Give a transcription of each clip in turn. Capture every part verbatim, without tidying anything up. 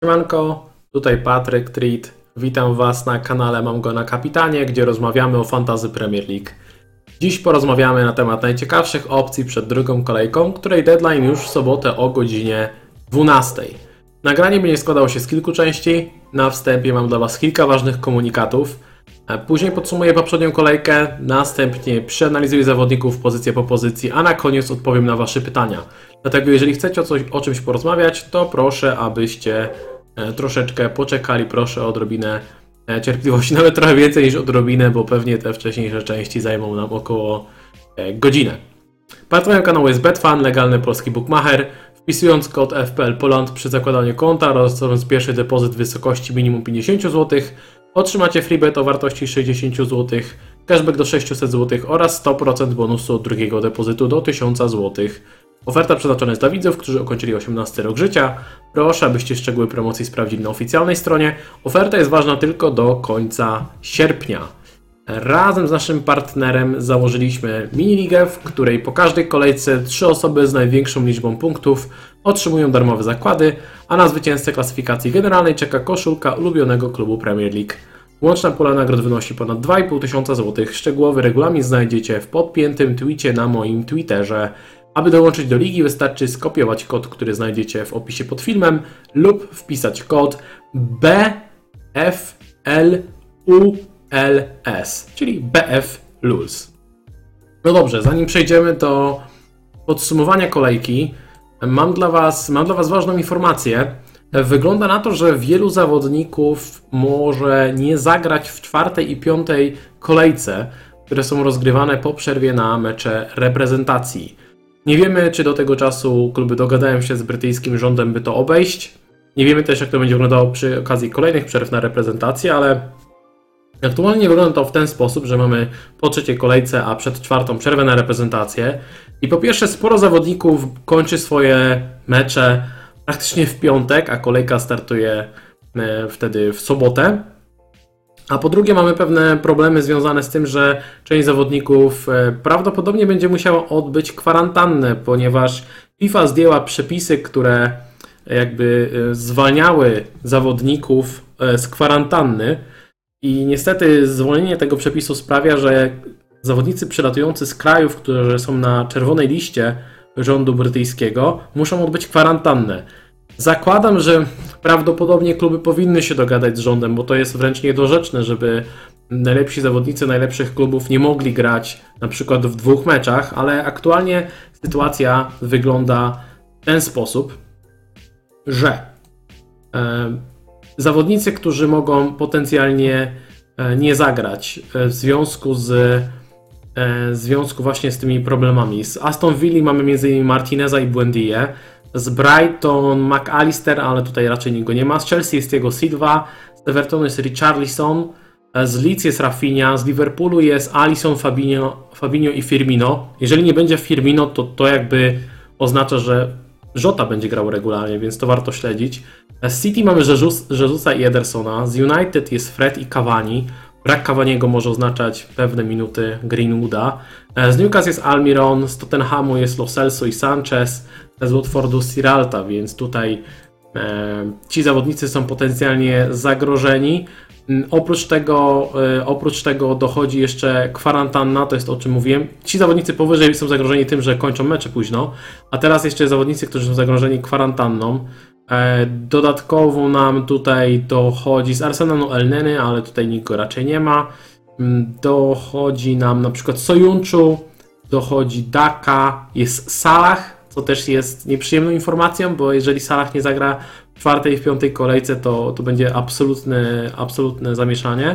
Siemanko, tutaj Patryk Treat. Witam Was na kanale Mam Go na Kapitanie, gdzie rozmawiamy o Fantasy Premier League. Dziś porozmawiamy na temat najciekawszych opcji przed drugą kolejką, której deadline już w sobotę o godzinie dwunastej. Nagranie będzie składało się z kilku części. Na wstępie mam dla Was kilka ważnych komunikatów. Później podsumuję poprzednią kolejkę, następnie przeanalizuję zawodników pozycję po pozycji, a na koniec odpowiem na Wasze pytania. Dlatego jeżeli chcecie o, coś, o czymś porozmawiać, to proszę, abyście troszeczkę poczekali, proszę o odrobinę cierpliwości, nawet trochę więcej niż odrobinę, bo pewnie te wcześniejsze części zajmą nam około godzinę. Partnerem kanału jest Betfan, legalny polski bookmacher. Wpisując kod F P L Poland przy zakładaniu konta oraz robiąc pierwszy depozyt w wysokości minimum pięćdziesiąt złotych, otrzymacie freebet o wartości sześćdziesiąt złotych, cashback do sześćset złotych oraz sto procent bonusu od drugiego depozytu do tysiąc złotych. Oferta przeznaczona jest dla widzów, którzy ukończyli osiemnasty rok życia. Proszę, abyście szczegóły promocji sprawdzili na oficjalnej stronie. Oferta jest ważna tylko do końca sierpnia. Razem z naszym partnerem założyliśmy miniligę, w której po każdej kolejce trzy osoby z największą liczbą punktów otrzymują darmowe zakłady, a na zwycięzcę klasyfikacji generalnej czeka koszulka ulubionego klubu Premier League. Łączna pula nagród wynosi ponad dwa i pół tysiąca złotych. Szczegółowy regulamin znajdziecie w podpiętym tweetie na moim Twitterze. Aby dołączyć do ligi, wystarczy skopiować kod, który znajdziecie w opisie pod filmem, lub wpisać kod B F L U L S, czyli B F L U L S. No dobrze, zanim przejdziemy do podsumowania kolejki, mam dla Was, mam dla Was ważną informację. Wygląda na to, że wielu zawodników może nie zagrać w czwartej i piątej kolejce, które są rozgrywane po przerwie na mecze reprezentacji. Nie wiemy, czy do tego czasu kluby dogadają się z brytyjskim rządem, by to obejść. Nie wiemy też, jak to będzie wyglądało przy okazji kolejnych przerw na reprezentację, ale aktualnie wygląda to w ten sposób, że mamy po trzeciej kolejce, a przed czwartą przerwę na reprezentację. I po pierwsze, sporo zawodników kończy swoje mecze praktycznie w piątek, a kolejka startuje wtedy w sobotę. A po drugie, mamy pewne problemy związane z tym, że część zawodników prawdopodobnie będzie musiała odbyć kwarantannę, ponieważ FIFA zdjęła przepisy, które jakby zwalniały zawodników z kwarantanny i niestety zwolnienie tego przepisu sprawia, że zawodnicy przylatujący z krajów, które są na czerwonej liście rządu brytyjskiego, muszą odbyć kwarantannę. Zakładam, że prawdopodobnie kluby powinny się dogadać z rządem, bo to jest wręcz niedorzeczne, żeby najlepsi zawodnicy najlepszych klubów nie mogli grać na przykład w dwóch meczach, ale aktualnie sytuacja wygląda w ten sposób, że e, zawodnicy, którzy mogą potencjalnie e, nie zagrać e, w związku z e, w związku właśnie z tymi problemami. Z Aston Villa mamy między innymi Martineza i Buendię. Z Brighton McAllister, ale tutaj raczej nikt go nie ma. Z Chelsea jest jego Silva, z Evertonu jest Richarlison, z Leeds jest Rafinha, z Liverpoolu jest Alisson, Fabinho, Fabinho i Firmino. Jeżeli nie będzie Firmino, to to jakby oznacza, że Jota będzie grał regularnie, więc to warto śledzić. Z City mamy Jesus, Jesusa i Edersona, z United jest Fred i Cavani. Brak Cavaniego może oznaczać pewne minuty Greenwooda. Z Newcastle jest Almiron, z Tottenhamu jest Lo Celso i Sanchez, z Watfordu Siralta, więc tutaj e, ci zawodnicy są potencjalnie zagrożeni. Oprócz tego, e, oprócz tego dochodzi jeszcze kwarantanna, to jest o czym mówiłem. Ci zawodnicy powyżej są zagrożeni tym, że kończą mecze późno, a teraz jeszcze zawodnicy, którzy są zagrożeni kwarantanną. E, dodatkowo nam tutaj dochodzi z Arsenalu El Neny, ale tutaj nikt go raczej nie ma. Dochodzi nam na przykład Sojunczu, dochodzi Daka, jest Salah, co też jest nieprzyjemną informacją, bo jeżeli Salah nie zagra w czwartej i w piątej kolejce, to, to będzie absolutne, absolutne zamieszanie.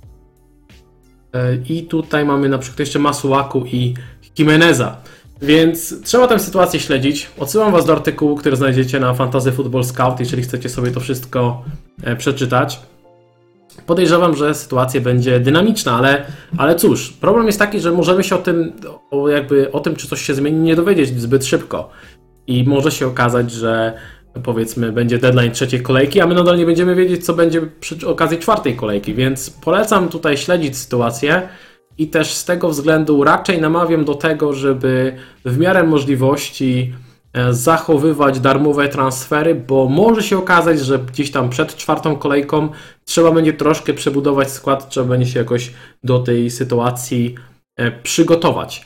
I tutaj mamy na przykład jeszcze Masuaku i Jimeneza, więc trzeba tę sytuację śledzić. Odsyłam Was do artykułu, który znajdziecie na Fantasy Football Scout, jeżeli chcecie sobie to wszystko przeczytać. Podejrzewam, że sytuacja będzie dynamiczna, ale, ale cóż, problem jest taki, że możemy się o tym, o jakby o tym, czy coś się zmieni, nie dowiedzieć zbyt szybko. I może się okazać, że powiedzmy będzie deadline trzeciej kolejki, a my nadal nie będziemy wiedzieć, co będzie przy okazji czwartej kolejki, więc polecam tutaj śledzić sytuację i też z tego względu raczej namawiam do tego, żeby w miarę możliwości zachowywać darmowe transfery, bo może się okazać, że gdzieś tam przed czwartą kolejką trzeba będzie troszkę przebudować skład, trzeba będzie się jakoś do tej sytuacji przygotować.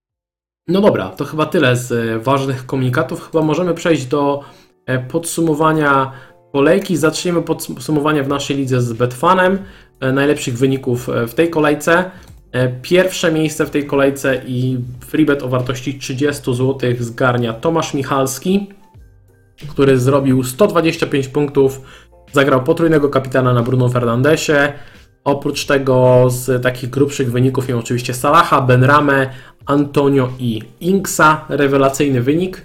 No dobra, to chyba tyle z ważnych komunikatów. Chyba możemy przejść do podsumowania kolejki. Zaczniemy podsumowanie w naszej lidze z Betfanem, najlepszych wyników w tej kolejce. Pierwsze miejsce w tej kolejce i freebet o wartości trzydzieści złotych zgarnia Tomasz Michalski, który zrobił sto dwadzieścia pięć punktów, zagrał potrójnego kapitana na Bruno Fernandesie. Oprócz tego z takich grubszych wyników miał oczywiście Salaha, Benramę, Antonio i Inksa. Rewelacyjny wynik.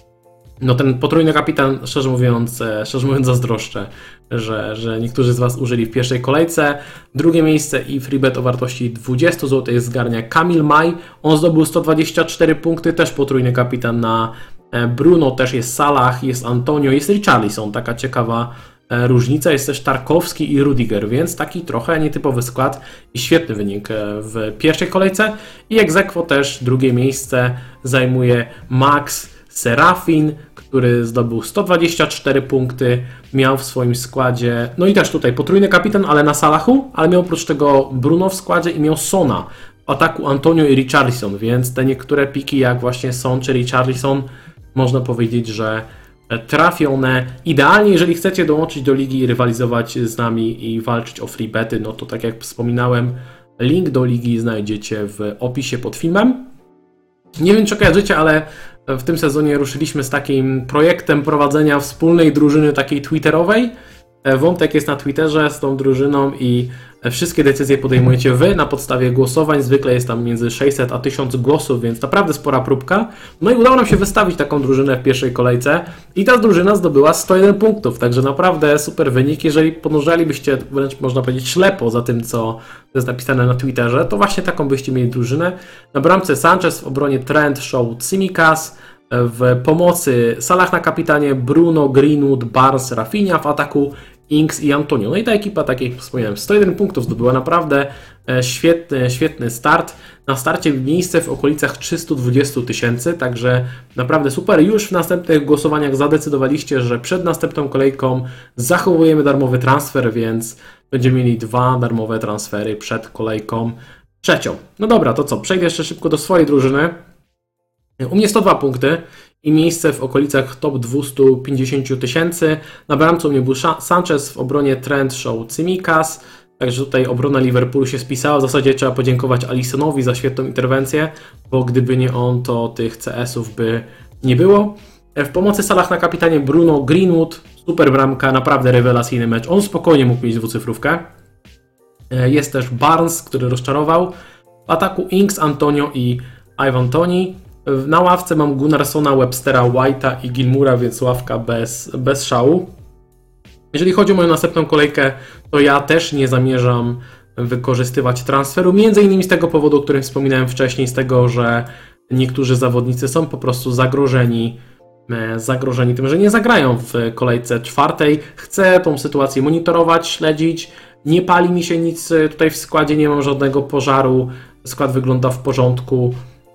No ten potrójny kapitan, szczerze mówiąc, szczerze mówiąc zazdroszczę, że, że niektórzy z Was użyli w pierwszej kolejce. Drugie miejsce i freebet o wartości dwadzieścia złotych zgarnia Kamil Maj. On zdobył sto dwadzieścia cztery punkty, też potrójny kapitan na Bruno, też jest Salah, jest Antonio, jest Richarlison. Taka ciekawa różnica. Jest też Tarkowski i Rudiger, więc taki trochę nietypowy skład i świetny wynik w pierwszej kolejce. I ex aequo też drugie miejsce zajmuje Max Serafin, który zdobył sto dwadzieścia cztery punkty, miał w swoim składzie, no i też tutaj potrójny kapitan, ale na Salahu, ale miał oprócz tego Bruno w składzie i miał Sona w ataku, Antonio i Richarlison, więc te niektóre piki jak właśnie Son czy Richarlison, można powiedzieć, że trafione. Idealnie, jeżeli chcecie dołączyć do ligi i rywalizować z nami i walczyć o free bety, no to tak jak wspominałem, link do ligi znajdziecie w opisie pod filmem. Nie wiem, czy kojarzycie, ale w tym sezonie ruszyliśmy z takim projektem prowadzenia wspólnej drużyny takiej twitterowej. Wątek jest na Twitterze z tą drużyną i wszystkie decyzje podejmujecie Wy na podstawie głosowań. Zwykle jest tam między sześćset a tysiąc głosów, więc naprawdę spora próbka. No i udało nam się wystawić taką drużynę w pierwszej kolejce i ta drużyna zdobyła sto jeden punktów, także naprawdę super wynik. Jeżeli podążalibyście wręcz można powiedzieć ślepo za tym, co jest napisane na Twitterze, to właśnie taką byście mieli drużynę. Na bramce Sanchez, w obronie Trent, Shaw, Tsimikas, w pomocy Salah na kapitanie, Bruno, Greenwood, Barnes, Rafinha, w ataku Inks i Antonio. No i ta ekipa, tak jak wspomniałem, sto jeden punktów zdobyła, naprawdę świetny, świetny start. Na starcie miejsce w okolicach trzysta dwadzieścia tysięcy, także naprawdę super. Już w następnych głosowaniach zadecydowaliście, że przed następną kolejką zachowujemy darmowy transfer, więc będziemy mieli dwa darmowe transfery przed kolejką trzecią. No dobra, to co? Przejdę jeszcze szybko do swojej drużyny. U mnie sto dwa punkty i miejsce w okolicach top dwieście pięćdziesiąt tysięcy. Na bramce u mnie był Sanchez, w obronie Trent, Shaw, Tsimikas. Także tutaj obrona Liverpoolu się spisała. W zasadzie trzeba podziękować Alisonowi za świetną interwencję, bo gdyby nie on, to tych C S-ów by nie było. W pomocy Salah na kapitanie Bruno, Greenwood. Super bramka, naprawdę rewelacyjny mecz. On spokojnie mógł mieć dwucyfrówkę. Jest też Barnes, który rozczarował. W ataku Inks, Antonio i Ivan Toney. Na ławce mam Gunnarsona, Webstera, White'a i Gilmoura, więc ławka bez, bez szału. Jeżeli chodzi o moją następną kolejkę, to ja też nie zamierzam wykorzystywać transferu, między innymi z tego powodu, o którym wspominałem wcześniej, z tego, że niektórzy zawodnicy są po prostu zagrożeni, zagrożeni tym, że nie zagrają w kolejce czwartej. Chcę tą sytuację monitorować, śledzić. Nie pali mi się nic tutaj w składzie, nie mam żadnego pożaru, skład wygląda w porządku.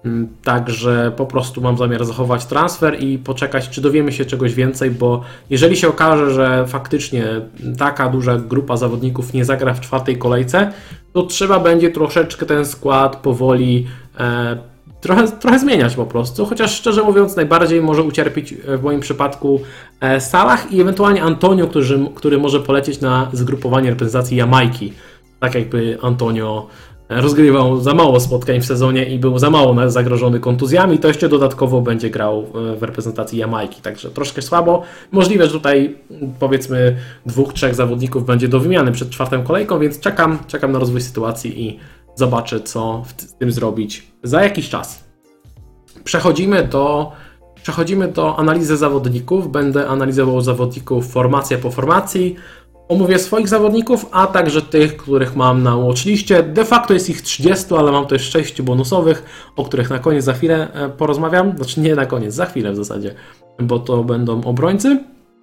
Także po prostu mam zamiar zachować transfer i poczekać, czy dowiemy się czegoś więcej, bo jeżeli się okaże, że faktycznie taka duża grupa zawodników nie zagra w czwartej kolejce, to trzeba będzie troszeczkę ten skład powoli e, trochę, trochę zmieniać po prostu, chociaż szczerze mówiąc najbardziej może ucierpieć w moim przypadku e, Salah i ewentualnie Antonio, który, który może polecieć na zgrupowanie reprezentacji Jamajki, tak jakby Antonio rozgrywał za mało spotkań w sezonie i był za mało zagrożony kontuzjami, to jeszcze dodatkowo będzie grał w reprezentacji Jamajki, także troszkę słabo. Możliwe, że tutaj powiedzmy dwóch, trzech zawodników będzie do wymiany przed czwartą kolejką, więc czekam, czekam na rozwój sytuacji i zobaczę, co z tym zrobić za jakiś czas. Przechodzimy do, przechodzimy do analizy zawodników. Będę analizował zawodników formacja po formacji. Omówię swoich zawodników, a także tych, których mam na watchliście. De facto jest ich trzydzieści, ale mam też sześć bonusowych, o których na koniec za chwilę porozmawiam. Znaczy nie na koniec, za chwilę w zasadzie, bo to będą obrońcy.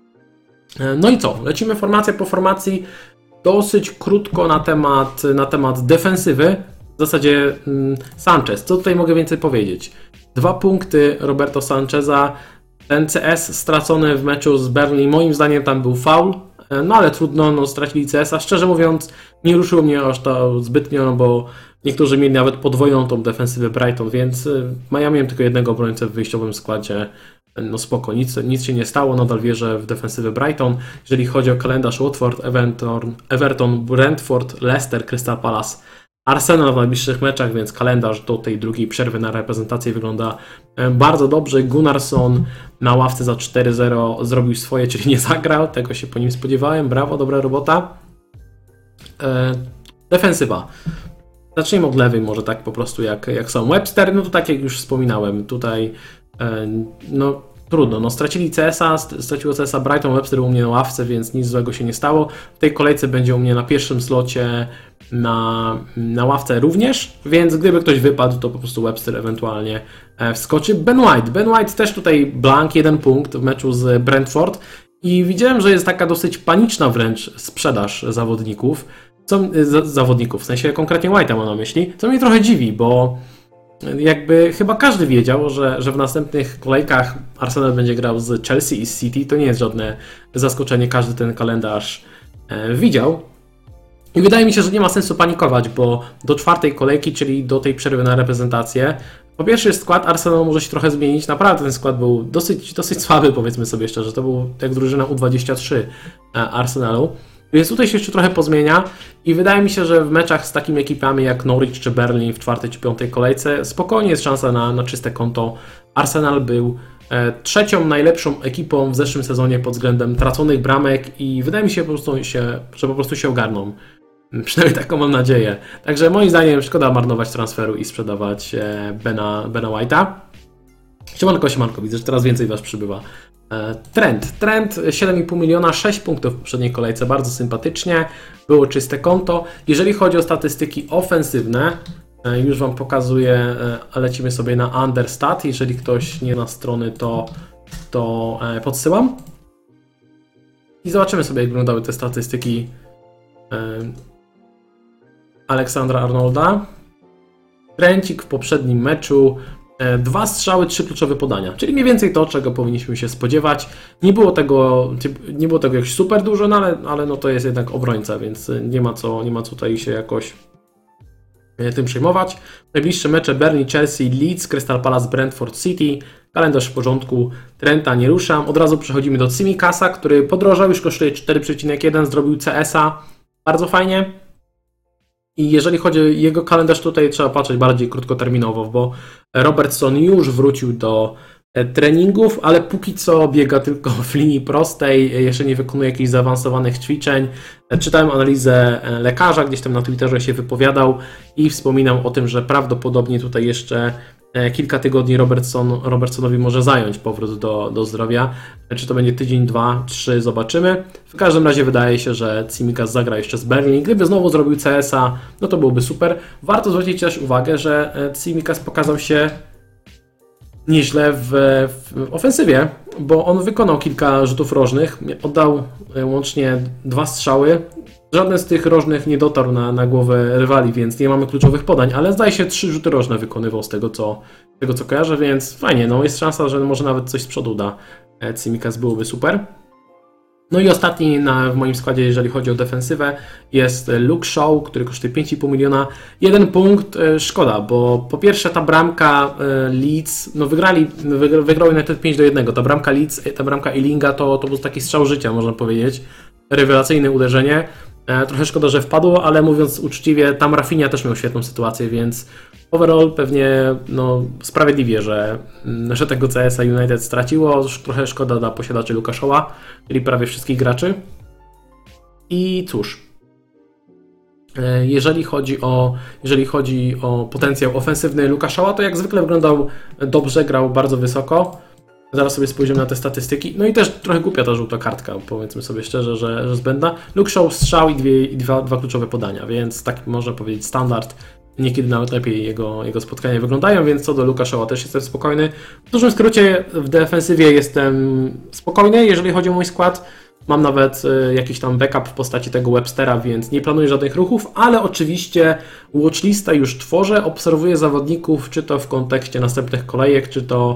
No i co? Lecimy formacja po formacji. Dosyć krótko na temat, na temat defensywy. W zasadzie hmm, Sanchez. Co tutaj mogę więcej powiedzieć? Dwa punkty Roberto Sancheza. Ten C S stracony w meczu z Burnley, moim zdaniem tam był faul, no ale trudno, no stracili C S a. Szczerze mówiąc, nie ruszyło mnie aż to zbytnio, no bo niektórzy mieli nawet podwojoną tą defensywę Brighton, więc ja miałem tylko jednego obrońcę w wyjściowym składzie. No spoko, nic, nic się nie stało, nadal wierzę w defensywę Brighton. Jeżeli chodzi o kalendarz Watford, Everton, Everton, Brentford, Leicester, Crystal Palace, Arsenal w najbliższych meczach, więc kalendarz do tej drugiej przerwy na reprezentację wygląda bardzo dobrze. Gunnarsson na ławce za cztery zero zrobił swoje, czyli nie zagrał, tego się po nim spodziewałem, brawo, dobra robota. E, defensywa. Zacznijmy od lewej, może tak po prostu jak, jak są. Webster, no to tak jak już wspominałem, tutaj e, no trudno, no stracili C S a, straciło C S a Brighton, Webster u mnie na ławce, więc nic złego się nie stało. W tej kolejce będzie u mnie na pierwszym slocie na, na ławce również, więc gdyby ktoś wypadł, to po prostu Webster ewentualnie wskoczy. Ben White, Ben White też tutaj blank, jeden punkt w meczu z Brentford i widziałem, że jest taka dosyć paniczna wręcz sprzedaż zawodników, co, z, zawodników, w sensie konkretnie White'a mam na myśli, co mnie trochę dziwi, bo jakby chyba każdy wiedział, że, że w następnych kolejkach Arsenal będzie grał z Chelsea i z City. To nie jest żadne zaskoczenie, każdy ten kalendarz e, widział. I wydaje mi się, że nie ma sensu panikować, bo do czwartej kolejki, czyli do tej przerwy na reprezentację, po pierwsze skład Arsenalu może się trochę zmienić. Naprawdę ten skład był dosyć, dosyć słaby, powiedzmy sobie szczerze. To był jak drużyna U dwadzieścia trzy Arsenalu. Więc tutaj się jeszcze trochę pozmienia i wydaje mi się, że w meczach z takimi ekipami jak Norwich czy Burnley w czwartej czy piątej kolejce spokojnie jest szansa na, na czyste konto. Arsenal był e, trzecią najlepszą ekipą w zeszłym sezonie pod względem traconych bramek i wydaje mi się, po prostu się, że po prostu się ogarną. Przynajmniej taką mam nadzieję. Także moim zdaniem szkoda marnować transferu i sprzedawać e, Bena, Bena White'a. Siemanko, siemanko, widzę, że teraz więcej Was przybywa. Trend. Trend siedem i pół miliona, sześć punktów w poprzedniej kolejce, bardzo sympatycznie, było czyste konto. Jeżeli chodzi o statystyki ofensywne, już Wam pokazuję, lecimy sobie na Understat, jeżeli ktoś nie na strony, to, to podsyłam. I zobaczymy sobie, jak wyglądały te statystyki Aleksandra Arnolda. Trencik w poprzednim meczu. Dwa strzały, trzy kluczowe podania, czyli mniej więcej to, czego powinniśmy się spodziewać. Nie było tego, nie było tego jakoś super dużo, no ale, ale no to jest jednak obrońca, więc nie ma co, nie ma co tutaj się jakoś tym przejmować. Najbliższe mecze Burnley, Chelsea, Leeds, Crystal Palace, Brentford, City. Kalendarz w porządku, Trenta nie ruszam. Od razu przechodzimy do Tsimikasa, który podrożał, już kosztuje cztery przecinek jeden, zrobił C S a. Bardzo fajnie. I jeżeli chodzi o jego kalendarz, tutaj trzeba patrzeć bardziej krótkoterminowo, bo Robertson już wrócił do treningów, ale póki co biega tylko w linii prostej, jeszcze nie wykonuje jakichś zaawansowanych ćwiczeń. Czytałem analizę lekarza, gdzieś tam na Twitterze się wypowiadał i wspominał o tym, że prawdopodobnie tutaj jeszcze kilka tygodni Robertson, Robertsonowi może zająć powrót do, do zdrowia. Czy to będzie tydzień, dwa, trzy, zobaczymy. W każdym razie wydaje się, że Tsimikas zagra jeszcze z Burnley. Gdyby znowu zrobił C S a, no to byłoby super. Warto zwrócić też uwagę, że Tsimikas pokazał się nieźle w, w ofensywie, bo on wykonał kilka rzutów rożnych, oddał łącznie dwa strzały. Żaden z tych rożnych nie dotarł na, na głowę rywali, więc nie mamy kluczowych podań, ale zdaje się trzy rzuty rożne wykonywał z tego, co, tego, co kojarzę, więc fajnie, no jest szansa, że może nawet coś z przodu da Tsimikas, byłoby super. No i ostatni na, w moim składzie, jeżeli chodzi o defensywę, jest Luke Shaw, który kosztuje pięć i pół miliona. Jeden punkt, szkoda, bo po pierwsze ta bramka Leeds, no wygrali, wygrał United pięć do jednego, ta bramka Leeds, ta bramka Ealinga to, to był taki strzał życia, można powiedzieć, rewelacyjne uderzenie. Trochę szkoda, że wpadło, ale mówiąc uczciwie, tam Rafinha też miał świetną sytuację, więc overall pewnie no, sprawiedliwie, że, że tego C S a United straciło. Trochę szkoda dla posiadaczy Luka Shawa, czyli prawie wszystkich graczy. I cóż, jeżeli chodzi o, jeżeli chodzi o potencjał ofensywny Luka Shawa, to jak zwykle wyglądał dobrze, grał bardzo wysoko. Zaraz sobie spojrzymy na te statystyki. No i też trochę głupia ta żółta kartka, powiedzmy sobie szczerze, że, że zbędna. Luke Shaw strzał i, dwie, i dwa, dwa kluczowe podania, więc tak można powiedzieć standard. Niekiedy nawet lepiej jego, jego spotkania wyglądają, więc co do Luka Shawa też jestem spokojny. W dużym skrócie w defensywie jestem spokojny, jeżeli chodzi o mój skład. Mam nawet y, jakiś tam backup w postaci tego Webstera, więc nie planuję żadnych ruchów, ale oczywiście watchlistę już tworzę, obserwuję zawodników, czy to w kontekście następnych kolejek, czy to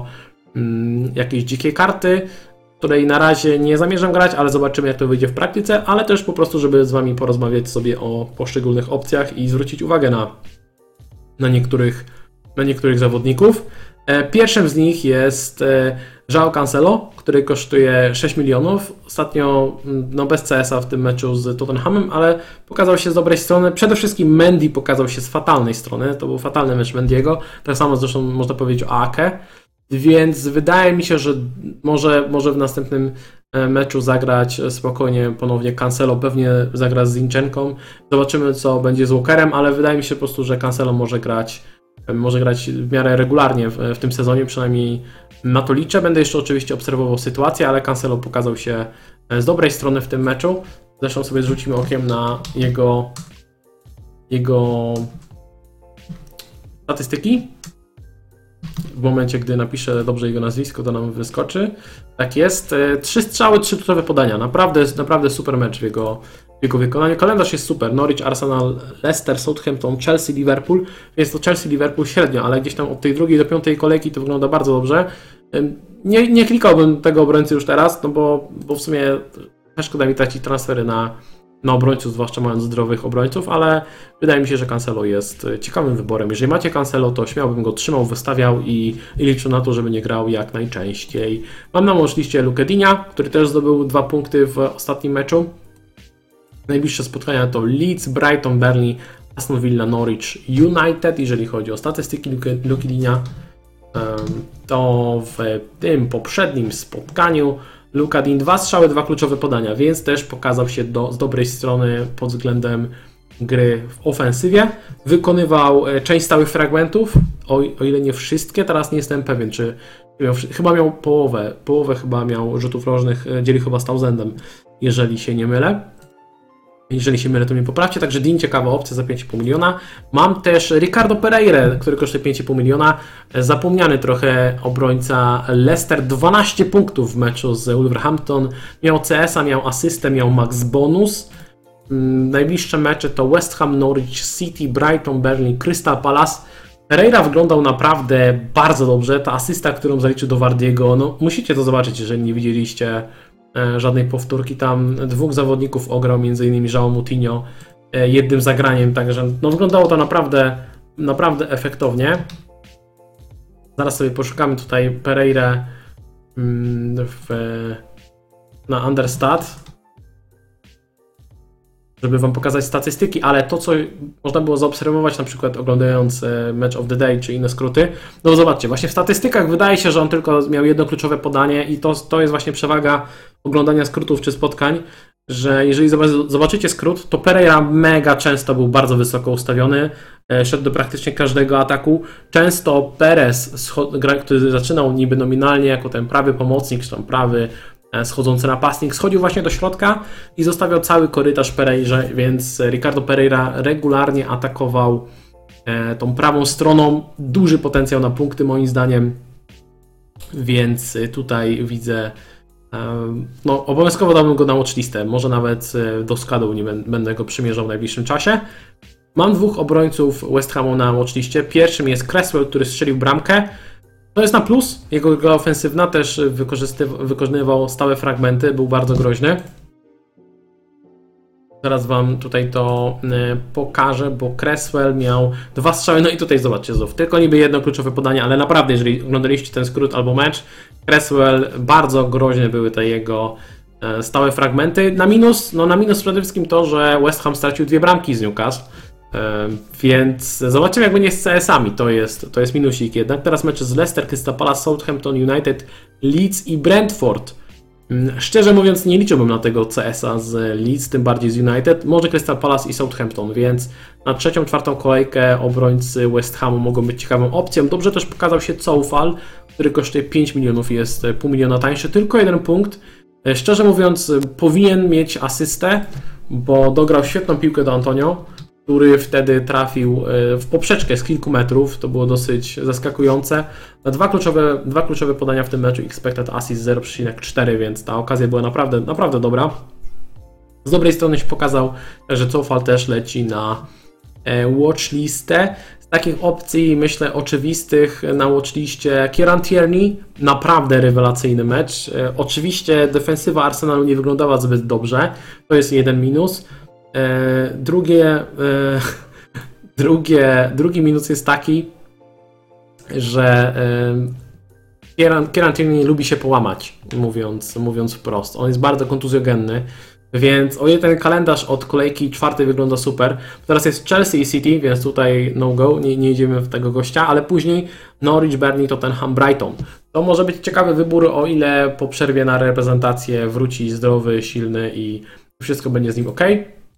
mm, jakiejś dzikiej karty, której na razie nie zamierzam grać, ale zobaczymy jak to wyjdzie w praktyce, ale też po prostu, żeby z Wami porozmawiać sobie o poszczególnych opcjach i zwrócić uwagę na, na, niektórych, na niektórych zawodników. Pierwszym z nich jest João Cancelo, który kosztuje sześć milionów. Ostatnio no bez C S a w tym meczu z Tottenhamem, ale pokazał się z dobrej strony. Przede wszystkim Mendy pokazał się z fatalnej strony. To był fatalny mecz Mendiego. Tak samo zresztą można powiedzieć o Ake. Więc wydaje mi się, że może, może w następnym meczu zagrać spokojnie ponownie Cancelo, pewnie zagra z Zinchenką. Zobaczymy co będzie z Walkerem, ale wydaje mi się po prostu, że Cancelo może grać może grać w miarę regularnie w, w tym sezonie, przynajmniej na to liczę. Będę jeszcze oczywiście obserwował sytuację, ale Cancelo pokazał się z dobrej strony w tym meczu. Zresztą sobie zrzucimy okiem na jego, jego statystyki. W momencie, gdy napiszę dobrze jego nazwisko, to nam wyskoczy. Tak jest. Trzy strzały, trzy kluczowe podania. Naprawdę, naprawdę super mecz w jego, w jego wykonaniu. Kalendarz jest super. Norwich, Arsenal, Leicester, Southampton, Chelsea, Liverpool. Jest to Chelsea, Liverpool średnio, ale gdzieś tam od tej drugiej do piątej kolejki to wygląda bardzo dobrze. Nie, nie klikałbym tego obrońcy już teraz, no bo, bo w sumie też szkoda mi tracić transfery na na obrońców, zwłaszcza mając zdrowych obrońców, ale wydaje mi się, że Cancelo jest ciekawym wyborem. Jeżeli macie Cancelo, to śmiało bym go trzymał, wystawiał i, i liczył na to, żeby nie grał jak najczęściej. Mam na liście Lukę Dinia, który też zdobył dwa punkty w ostatnim meczu. Najbliższe spotkania to Leeds, Brighton, Burnley, Aston Villa, Norwich, United. Jeżeli chodzi o statystyki Luki Dinia, to w tym poprzednim spotkaniu Luka Dean dwa strzały, dwa kluczowe podania, więc też pokazał się do, z dobrej strony pod względem gry w ofensywie. Wykonywał część stałych fragmentów, o, o ile nie wszystkie, teraz nie jestem pewien, czy miał, chyba miał połowę, połowę chyba miał rzutów rożnych, dzieli chyba z Townsendem, jeżeli się nie mylę. Jeżeli się mylę, to mnie poprawcie. Także Dean ciekawa opcja za pięć i pół miliona. Mam też Ricardo Pereira, który kosztuje pięć i pół miliona. Zapomniany trochę obrońca Leicester. dwanaście punktów w meczu z Wolverhampton. Miał C S a, miał asystę, miał max bonus. Najbliższe mecze to West Ham, Norwich City, Brighton, Burnley, Crystal Palace. Pereira wyglądał naprawdę bardzo dobrze. Ta asysta, którą zaliczył do Wardiego, no musicie to zobaczyć, jeżeli nie widzieliście żadnej powtórki. Tam dwóch zawodników ograł, między innymi João Moutinho jednym zagraniem, także no wyglądało to naprawdę, naprawdę efektownie. Zaraz sobie poszukamy tutaj Pereira w, na Understat, żeby Wam pokazać statystyki, ale to, co można było zaobserwować, na przykład oglądając Match of the Day czy inne skróty, no zobaczcie, właśnie w statystykach wydaje się, że on tylko miał jedno kluczowe podanie i to, to jest właśnie przewaga oglądania skrótów czy spotkań, że jeżeli zobaczycie skrót, to Pereira mega często był bardzo wysoko ustawiony, szedł do praktycznie każdego ataku. Często Perez, który zaczynał niby nominalnie jako ten prawy pomocnik, czy tam prawy schodzący napastnik, schodził właśnie do środka i zostawiał cały korytarz Pereirze, więc Ricardo Pereira regularnie atakował tą prawą stroną. Duży potencjał na punkty moim zdaniem, więc tutaj widzę, no obowiązkowo dałbym go na watchlistę, może nawet do składu nie będę go przymierzał w najbliższym czasie. Mam dwóch obrońców West Hamu na watchliście. Pierwszym jest Cresswell, który strzelił bramkę. To jest na plus, jego gra ofensywna też wykonywał stałe fragmenty, był bardzo groźny. Teraz Wam tutaj to pokażę, bo Cresswell miał dwa strzały, no i tutaj zobaczcie znów, tylko niby jedno kluczowe podanie, ale naprawdę jeżeli oglądaliście ten skrót albo mecz, Cresswell, bardzo groźne były te jego stałe fragmenty. Na minus, no na minus przede wszystkim to, że West Ham stracił dwie bramki z Newcastle. Więc zobaczymy jak będzie z C S ami, to jest, to jest minusik jednak. Teraz mecze z Leicester, Crystal Palace, Southampton, United, Leeds i Brentford. Szczerze mówiąc nie liczyłbym na tego C S a z Leeds, tym bardziej z United. Może Crystal Palace i Southampton, więc na trzecią, czwartą kolejkę obrońcy West Hamu mogą być ciekawą opcją. Dobrze też pokazał się Coufal, który kosztuje pięć milionów, jest pół miliona tańszy, tylko jeden punkt. Szczerze mówiąc powinien mieć asystę, bo dograł świetną piłkę do Antonio, który wtedy trafił w poprzeczkę z kilku metrów, to było dosyć zaskakujące. Dwa kluczowe, dwa kluczowe podania w tym meczu, expected assist zero przecinek cztery, więc ta okazja była naprawdę, naprawdę dobra. Z dobrej strony się pokazał, że Coufal też leci na watchlistę. Z takich opcji, myślę, oczywistych na watchliście Kieran Tierney, naprawdę rewelacyjny mecz. Oczywiście defensywa Arsenalu nie wyglądała zbyt dobrze, to jest jeden minus. Drugie, drugie, drugi minus jest taki, że Kieran, Kieran Tierney lubi się połamać, mówiąc, mówiąc wprost. On jest bardzo kontuzjogenny, więc o ile ten kalendarz od kolejki czwartej wygląda super, teraz jest Chelsea i City, więc tutaj no go, nie, nie idziemy w tego gościa, ale później Norwich, Burnley, Tottenham, Brighton. To może być ciekawy wybór, o ile po przerwie na reprezentację wróci zdrowy, silny i wszystko będzie z nim ok.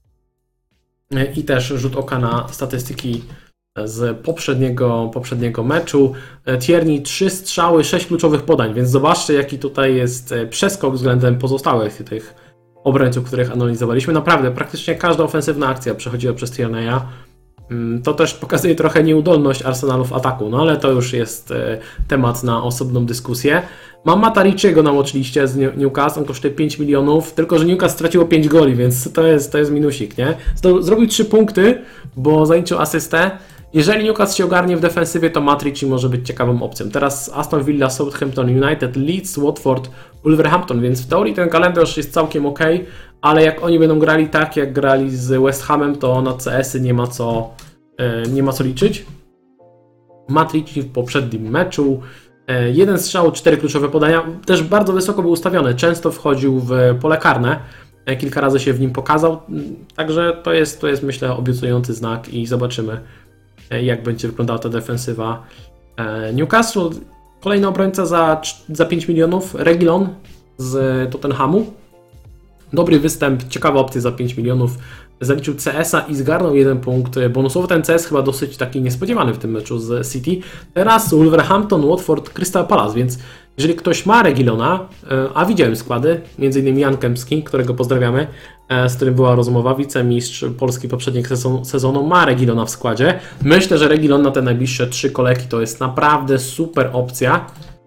I też rzut oka na statystyki z poprzedniego, poprzedniego meczu. Tierney trzy strzały, sześć kluczowych podań, więc zobaczcie, jaki tutaj jest przeskok względem pozostałych tych obrońców, których analizowaliśmy. Naprawdę, praktycznie każda ofensywna akcja przechodziła przez Tierneya. To też pokazuje trochę nieudolność Arsenalu w ataku, no ale to już jest temat na osobną dyskusję. Mam Mata Richiego na watchliście z Newcastle, on kosztuje pięć milionów, tylko że Newcastle straciło pięć goli, więc to jest, to jest minusik, nie? Zrobił trzy punkty, bo zaliczył asystę. Jeżeli Newcastle się ogarnie w defensywie, to Matt Ritchie może być ciekawą opcją. Teraz Aston Villa, Southampton United, Leeds, Watford, Wolverhampton, więc w teorii ten kalendarz jest całkiem ok, ale jak oni będą grali tak, jak grali z West Hamem, to na C S-y nie ma co, nie ma co liczyć. Matt Ritchie w poprzednim meczu, jeden strzał, cztery kluczowe podania, też bardzo wysoko był ustawiony, często wchodził w pole karne, kilka razy się w nim pokazał, także to jest, to jest myślę obiecujący znak i zobaczymy, jak będzie wyglądała ta defensywa Newcastle. Kolejny obrońca za, za pięć milionów, Reguilon z Tottenhamu. Dobry występ, ciekawa opcja za pięć milionów. Zaliczył C S-a i zgarnął jeden punkt bonusowy. Ten C S chyba dosyć taki niespodziewany w tym meczu z City. Teraz Wolverhampton, Watford, Crystal Palace, więc jeżeli ktoś ma Reguilona, a widziałem składy, między innymi Jan Kępski, którego pozdrawiamy, z którym była rozmowa, wicemistrz Polski poprzedniego sezonu, sezonu, ma Reguilona w składzie. Myślę, że Reguilon na te najbliższe trzy kolejki to jest naprawdę super opcja,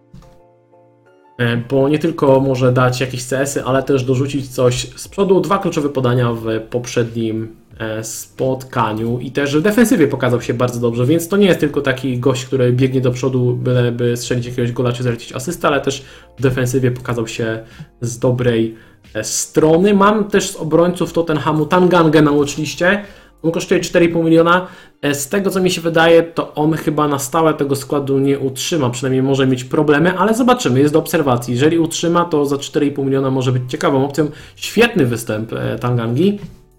bo nie tylko może dać jakieś C S-y, ale też dorzucić coś z przodu. Dwa kluczowe podania w poprzednim spotkaniu i też w defensywie pokazał się bardzo dobrze, więc to nie jest tylko taki gość, który biegnie do przodu, byleby strzelić jakiegoś gola czy zalecić asystę, ale też w defensywie pokazał się z dobrej strony. Mam też z obrońców Tottenhamu Tangangę na watchliście. On kosztuje cztery i pół miliona. Z tego co mi się wydaje, to on chyba na stałe tego składu nie utrzyma, przynajmniej może mieć problemy, ale zobaczymy, jest do obserwacji. Jeżeli utrzyma, to za cztery i pół miliona może być ciekawą opcją. Świetny występ Tangangi.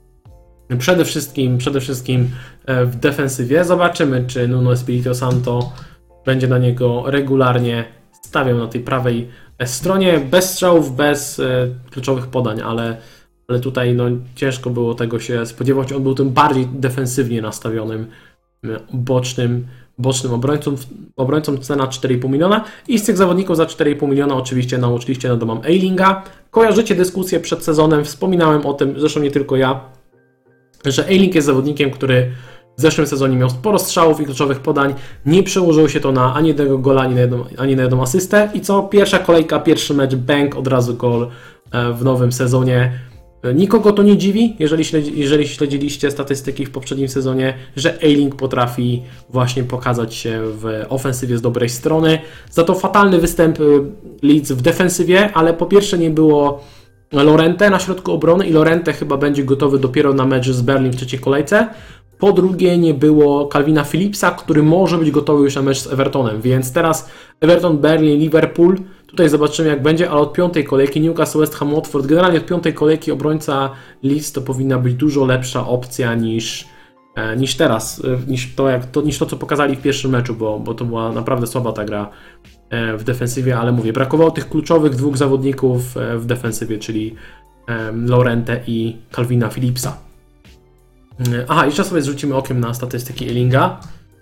Przede wszystkim, przede wszystkim w defensywie. Zobaczymy, czy Nuno Espirito Santo będzie na niego regularnie stawiał na tej prawej stronie. Bez strzałów, bez kluczowych podań, ale, ale tutaj no, ciężko było tego się spodziewać. On był tym bardziej defensywnie nastawionym bocznym, bocznym obrońcą. Obrońcą cena cztery i pół miliona. I z tych zawodników za cztery i pół miliona oczywiście na watchliście no to mam Aylinga. Kojarzycie dyskusję przed sezonem, wspominałem o tym, zresztą nie tylko ja, że Ayling jest zawodnikiem, który w zeszłym sezonie miał sporo strzałów i kluczowych podań, nie przełożyło się to na ani jednego gola, ani na jedną, ani na jedną asystę i co? Pierwsza kolejka, pierwszy mecz, bang, od razu gol w nowym sezonie. Nikogo to nie dziwi, jeżeli, śledzi, jeżeli śledziliście statystyki w poprzednim sezonie, że Ayling potrafi właśnie pokazać się w ofensywie z dobrej strony. Za to fatalny występ Leeds w defensywie, ale po pierwsze nie było Llorente na środku obrony i Llorente chyba będzie gotowy dopiero na mecz z Burnley w trzeciej kolejce. Po drugie nie było Calvina Phillipsa, który może być gotowy już na mecz z Evertonem, więc teraz Everton, Burnley, Liverpool, tutaj zobaczymy jak będzie, ale od piątej kolejki Newcastle, West Ham, Watford, generalnie od piątej kolejki obrońca Leeds to powinna być dużo lepsza opcja niż, niż teraz, niż to, jak, to, niż to co pokazali w pierwszym meczu, bo, bo to była naprawdę słaba ta gra w defensywie, ale mówię, brakowało tych kluczowych dwóch zawodników w defensywie, czyli Llorente i Calvina Phillipsa. Aha, jeszcze sobie zrzucimy okiem na statystyki Aylinga.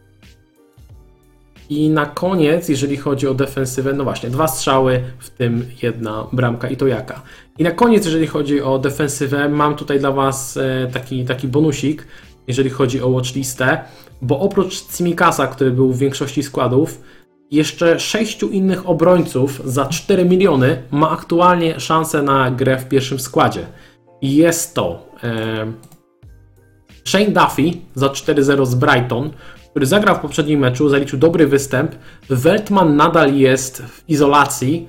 I na koniec, jeżeli chodzi o defensywę, no właśnie, dwa strzały, w tym jedna bramka i to jaka. I na koniec, jeżeli chodzi o defensywę, mam tutaj dla Was taki, taki bonusik, jeżeli chodzi o watchlistę, bo oprócz Tsimikasa, który był w większości składów, jeszcze sześciu innych obrońców za cztery miliony ma aktualnie szansę na grę w pierwszym składzie. I jest to... E, Shane Duffy za cztery zero z Brighton, który zagrał w poprzednim meczu, zaliczył dobry występ. Veltman nadal jest w izolacji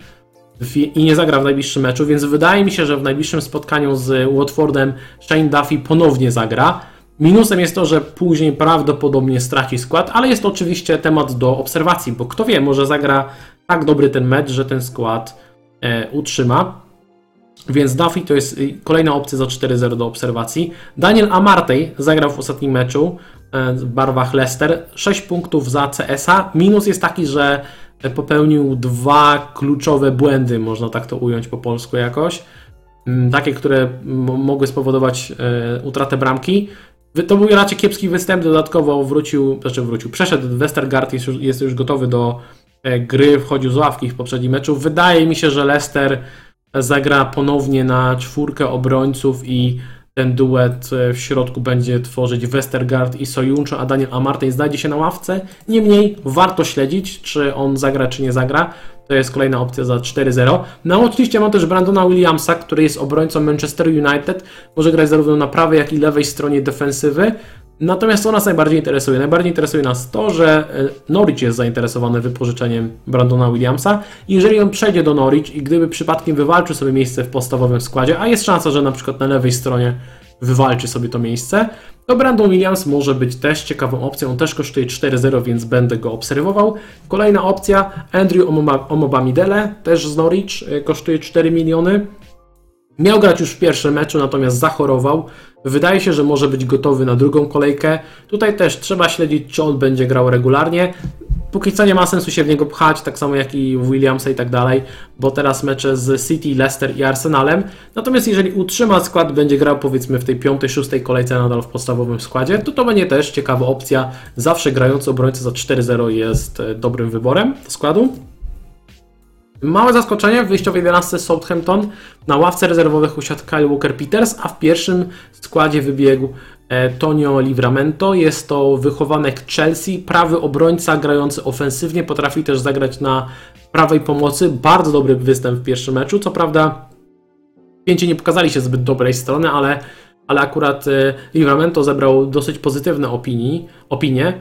i nie zagra w najbliższym meczu, więc wydaje mi się, że w najbliższym spotkaniu z Watfordem Shane Duffy ponownie zagra. Minusem jest to, że później prawdopodobnie straci skład, ale jest to oczywiście temat do obserwacji, bo kto wie, może zagra tak dobry ten mecz, że ten skład e, utrzyma. Więc Duffy to jest kolejna opcja za cztery zero do obserwacji. Daniel Amartey zagrał w ostatnim meczu e, w barwach Leicester, sześć punktów za C S a. Minus jest taki, że popełnił dwa kluczowe błędy, można tak to ująć po polsku jakoś. Takie, które mogły spowodować e, utratę bramki. To był raczej kiepski występ, dodatkowo wrócił, znaczy wrócił, przeszedł Westergaard, jest już, jest już gotowy do e, gry, wchodził z ławki w poprzednim meczu. Wydaje mi się, że Leicester zagra ponownie na czwórkę obrońców i ten duet w środku będzie tworzyć Westergaard i Soyuncu, a Daniel Amartey znajdzie się na ławce. Niemniej warto śledzić, czy on zagra, czy nie zagra. To jest kolejna opcja za cztery zero. No oczywiście mam też Brandona Williamsa, który jest obrońcą Manchester United. Może grać zarówno na prawej, jak i lewej stronie defensywy. Natomiast co nas najbardziej interesuje? Najbardziej interesuje nas to, że Norwich jest zainteresowany wypożyczeniem Brandona Williamsa. Jeżeli on przejdzie do Norwich i gdyby przypadkiem wywalczył sobie miejsce w podstawowym składzie, a jest szansa, że na przykład na lewej stronie wywalczy sobie to miejsce, to Brandon Williams może być też ciekawą opcją. On też kosztuje cztery zero, więc będę go obserwował. Kolejna opcja, Andrew Omobamidele, też z Norwich, kosztuje cztery miliony. Miał grać już w pierwszym meczu, natomiast zachorował. Wydaje się, że może być gotowy na drugą kolejkę. Tutaj też trzeba śledzić, czy on będzie grał regularnie. Póki co nie ma sensu się w niego pchać, tak samo jak i w Williamsa i tak dalej, bo teraz mecze z City, Leicester i Arsenalem. Natomiast jeżeli utrzyma skład, będzie grał powiedzmy w tej piątej, szóstej kolejce nadal w podstawowym składzie, to to będzie też ciekawa opcja. Zawsze grający obrońca za cztery zero jest dobrym wyborem do składu. Małe zaskoczenie w wyjściowej jedenastce Southampton. Na ławce rezerwowych usiadł Kyle Walker-Peters, a w pierwszym składzie wybiegł Tonio Livramento. Jest to wychowanek Chelsea, prawy obrońca grający ofensywnie, potrafi też zagrać na prawej pomocy. Bardzo dobry występ w pierwszym meczu. Co prawda pięci nie pokazali się zbyt dobrej strony, ale, ale akurat Livramento zebrał dosyć pozytywne opinii, opinie.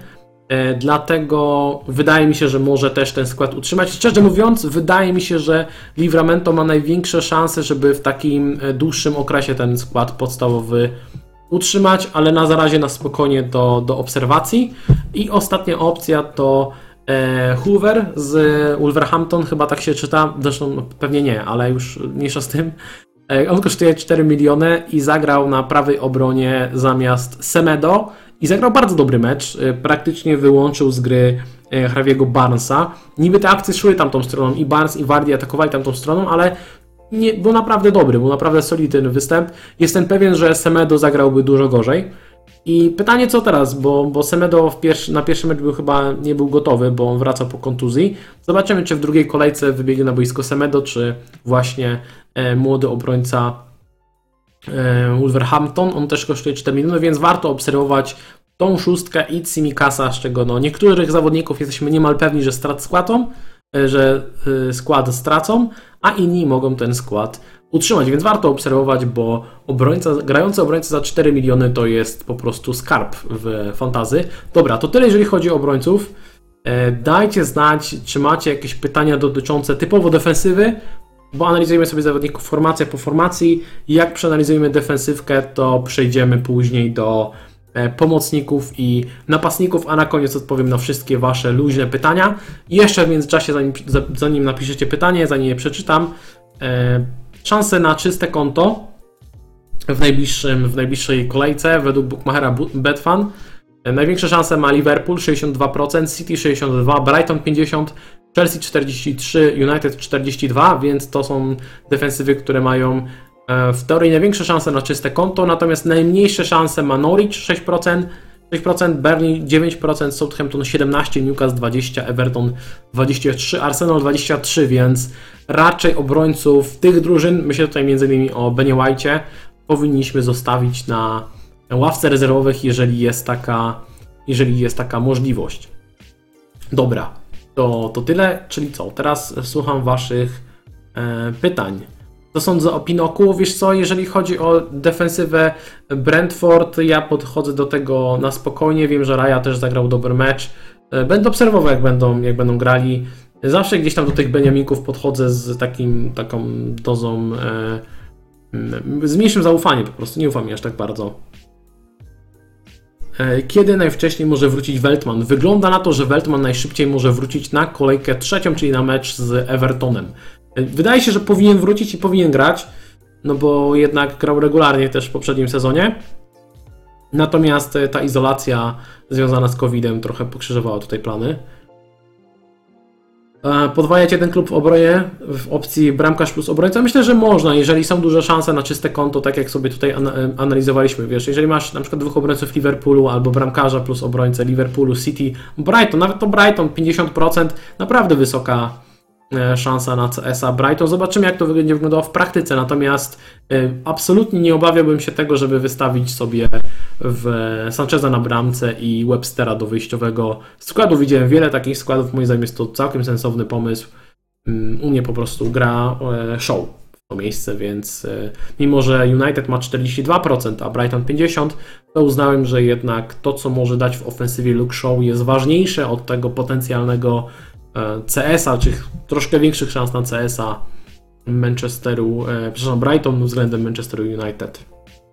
Dlatego wydaje mi się, że może też ten skład utrzymać. Szczerze mówiąc, wydaje mi się, że Livramento ma największe szanse, żeby w takim dłuższym okresie ten skład podstawowy utrzymać, ale na razie na spokojnie do, do obserwacji. I ostatnia opcja to e, Hoover z Wolverhampton, chyba tak się czyta, zresztą pewnie nie, ale już mniejsza z tym. E, on kosztuje cztery miliony i zagrał na prawej obronie zamiast Semedo. I zagrał bardzo dobry mecz, praktycznie wyłączył z gry Javiego Barnesa. Niby te akcje szły tamtą stroną, i Barnes i Vardy atakowali tamtą stroną, ale nie, był naprawdę dobry, był naprawdę solidny występ. Jestem pewien, że Semedo zagrałby dużo gorzej. I pytanie co teraz, bo, bo Semedo w pierwszy, na pierwszy mecz był chyba nie był gotowy, bo on wracał po kontuzji. Zobaczymy, czy w drugiej kolejce wybiegnie na boisko Semedo, czy właśnie e, młody obrońca Wolverhampton. On też kosztuje cztery miliony, więc warto obserwować tą szóstkę i Tsimikasa, z czego no, niektórych zawodników jesteśmy niemal pewni, że strat składą, że skład stracą, a inni mogą ten skład utrzymać, więc warto obserwować, bo obrońca, grający obrońca za cztery miliony to jest po prostu skarb w fantasy. Dobra, to tyle jeżeli chodzi o obrońców. Dajcie znać, czy macie jakieś pytania dotyczące typowo defensywy, bo analizujemy sobie zawodników formacja po formacji. Jak przeanalizujemy defensywkę, to przejdziemy później do pomocników i napastników, a na koniec odpowiem na wszystkie Wasze luźne pytania. I jeszcze w międzyczasie, zanim, zanim napiszecie pytanie, zanim je przeczytam, e, szanse na czyste konto w, najbliższym, w najbliższej kolejce według bookmachera Betfan. E, największe szanse ma Liverpool sześćdziesiąt dwa procent, City sześćdziesiąt dwa procent, Brighton pięćdziesiąt procent, Chelsea czterdzieści trzy procent, United czterdzieści dwa procent, więc to są defensywy, które mają w teorii największe szanse na czyste konto, natomiast najmniejsze szanse ma Norwich sześć procent, sześć procent, Burnley dziewięć procent, Southampton siedemnaście procent, Newcastle dwadzieścia procent, Everton dwadzieścia trzy procent, Arsenal dwadzieścia trzy procent, więc raczej obrońców tych drużyn, myślę tutaj między innymi o Benie White'cie, powinniśmy zostawić na ławce rezerwowych, jeżeli jest taka, jeżeli jest taka możliwość. Dobra, to, to tyle, czyli co? Teraz słucham Waszych e, pytań. co sądzę o Pinoku? Wiesz co, jeżeli chodzi o defensywę Brentford, ja podchodzę do tego na spokojnie. Wiem, że Raya też zagrał dobry mecz. Będę obserwował, jak będą, jak będą grali. Zawsze gdzieś tam do tych Beniaminków podchodzę z takim, taką dozą, e, z mniejszym zaufaniem po prostu, nie ufam mi aż tak bardzo. E, kiedy najwcześniej może wrócić Veltman? Wygląda na to, że Veltman najszybciej może wrócić na kolejkę trzecią, czyli na mecz z Evertonem. E, wydaje się, że powinien wrócić i powinien grać, no bo jednak grał regularnie też w poprzednim sezonie. Natomiast ta izolacja związana z kowidem trochę pokrzyżowała tutaj plany. Podwajać jeden klub w obronie w opcji bramkarz plus obrońca? Myślę, że można, jeżeli są duże szanse na czyste konto, tak jak sobie tutaj analizowaliśmy. Wiesz, jeżeli masz na przykład dwóch obrońców Liverpoolu albo bramkarza plus obrońcę Liverpoolu, City, Brighton, nawet to Brighton pięćdziesiąt procent, naprawdę wysoka szansa na C S a Brighton. Zobaczymy, jak to będzie wyglądało w praktyce, natomiast y, absolutnie nie obawiałbym się tego, żeby wystawić sobie w Sancheza na bramce i Webstera do wyjściowego składu. Widziałem wiele takich składów, moim zdaniem jest to całkiem sensowny pomysł. Y, u mnie po prostu gra y, show w to miejsce, więc y, mimo, że United ma czterdzieści dwa procent, a Brighton pięćdziesiąt procent, to uznałem, że jednak to, co może dać w ofensywie Luke Shaw, jest ważniejsze od tego potencjalnego C S a, czy troszkę większych szans na C S a Manchesteru, e, przepraszam, Brighton względem Manchesteru United.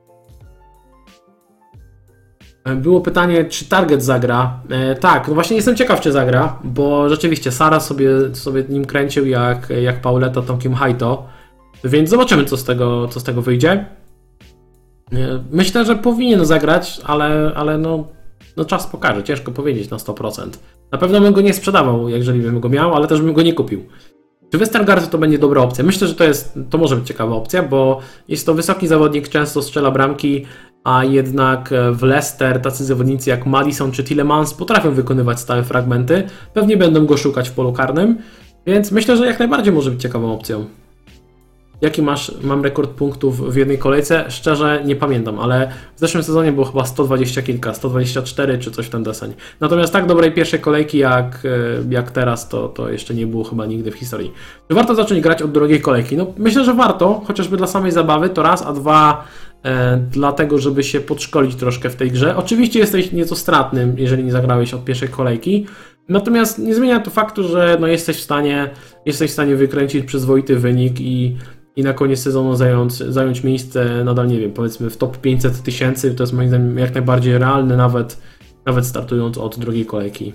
Było pytanie, czy Target zagra. E, tak, no właśnie jestem ciekaw, czy zagra, bo rzeczywiście Sara sobie, sobie nim kręcił jak, jak Pauleta Tomkiem Hajto, więc zobaczymy, co z tego, co z tego wyjdzie. E, myślę, że powinien zagrać, ale, ale no, no czas pokaże, ciężko powiedzieć na sto procent. Na pewno bym go nie sprzedawał, jeżeli bym go miał, ale też bym go nie kupił. Czy Westergaard to będzie dobra opcja? Myślę, że to jest, to może być ciekawa opcja, bo jest to wysoki zawodnik, często strzela bramki, a jednak w Leicester tacy zawodnicy jak Maddison czy Tielemans potrafią wykonywać stałe fragmenty. Pewnie będą go szukać w polu karnym, więc myślę, że jak najbardziej może być ciekawą opcją. Jaki masz, mam rekord punktów w jednej kolejce? Szczerze nie pamiętam, ale w zeszłym sezonie było chyba sto dwadzieścia kilka, sto dwadzieścia cztery czy coś w ten deseń. Natomiast tak dobrej pierwszej kolejki jak, jak teraz, to, to jeszcze nie było chyba nigdy w historii. Czy warto zacząć grać od drugiej kolejki? No myślę, że warto, chociażby dla samej zabawy, to raz, a dwa e, dlatego, żeby się podszkolić troszkę w tej grze. Oczywiście jesteś nieco stratnym, jeżeli nie zagrałeś od pierwszej kolejki, natomiast nie zmienia to faktu, że no jesteś w stanie, jesteś w stanie wykręcić przyzwoity wynik i i na koniec sezonu zająć, zająć miejsce nadal, nie wiem, powiedzmy w top pięćset tysięcy, to jest moim zdaniem jak najbardziej realne, nawet, nawet startując od drugiej kolejki.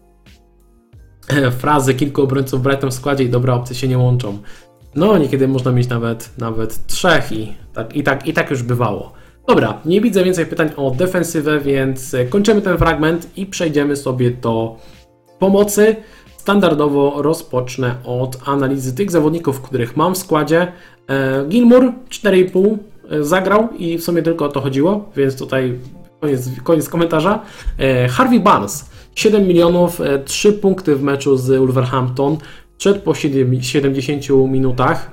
Frazy kilku obrońców w Brighton w składzie i dobre opcje się nie łączą. No, niekiedy można mieć nawet, nawet trzech i tak, i, tak, i tak już bywało. Dobra, nie widzę więcej pytań o defensywę, więc kończymy ten fragment i przejdziemy sobie do pomocy. Standardowo rozpocznę od analizy tych zawodników, których mam w składzie. Gilmour cztery i pół zagrał i w sumie tylko o to chodziło, więc tutaj koniec, koniec komentarza. Harvey Barnes siedem milionów, trzy punkty w meczu z Wolverhampton, wszedł po siedemdziesięciu minutach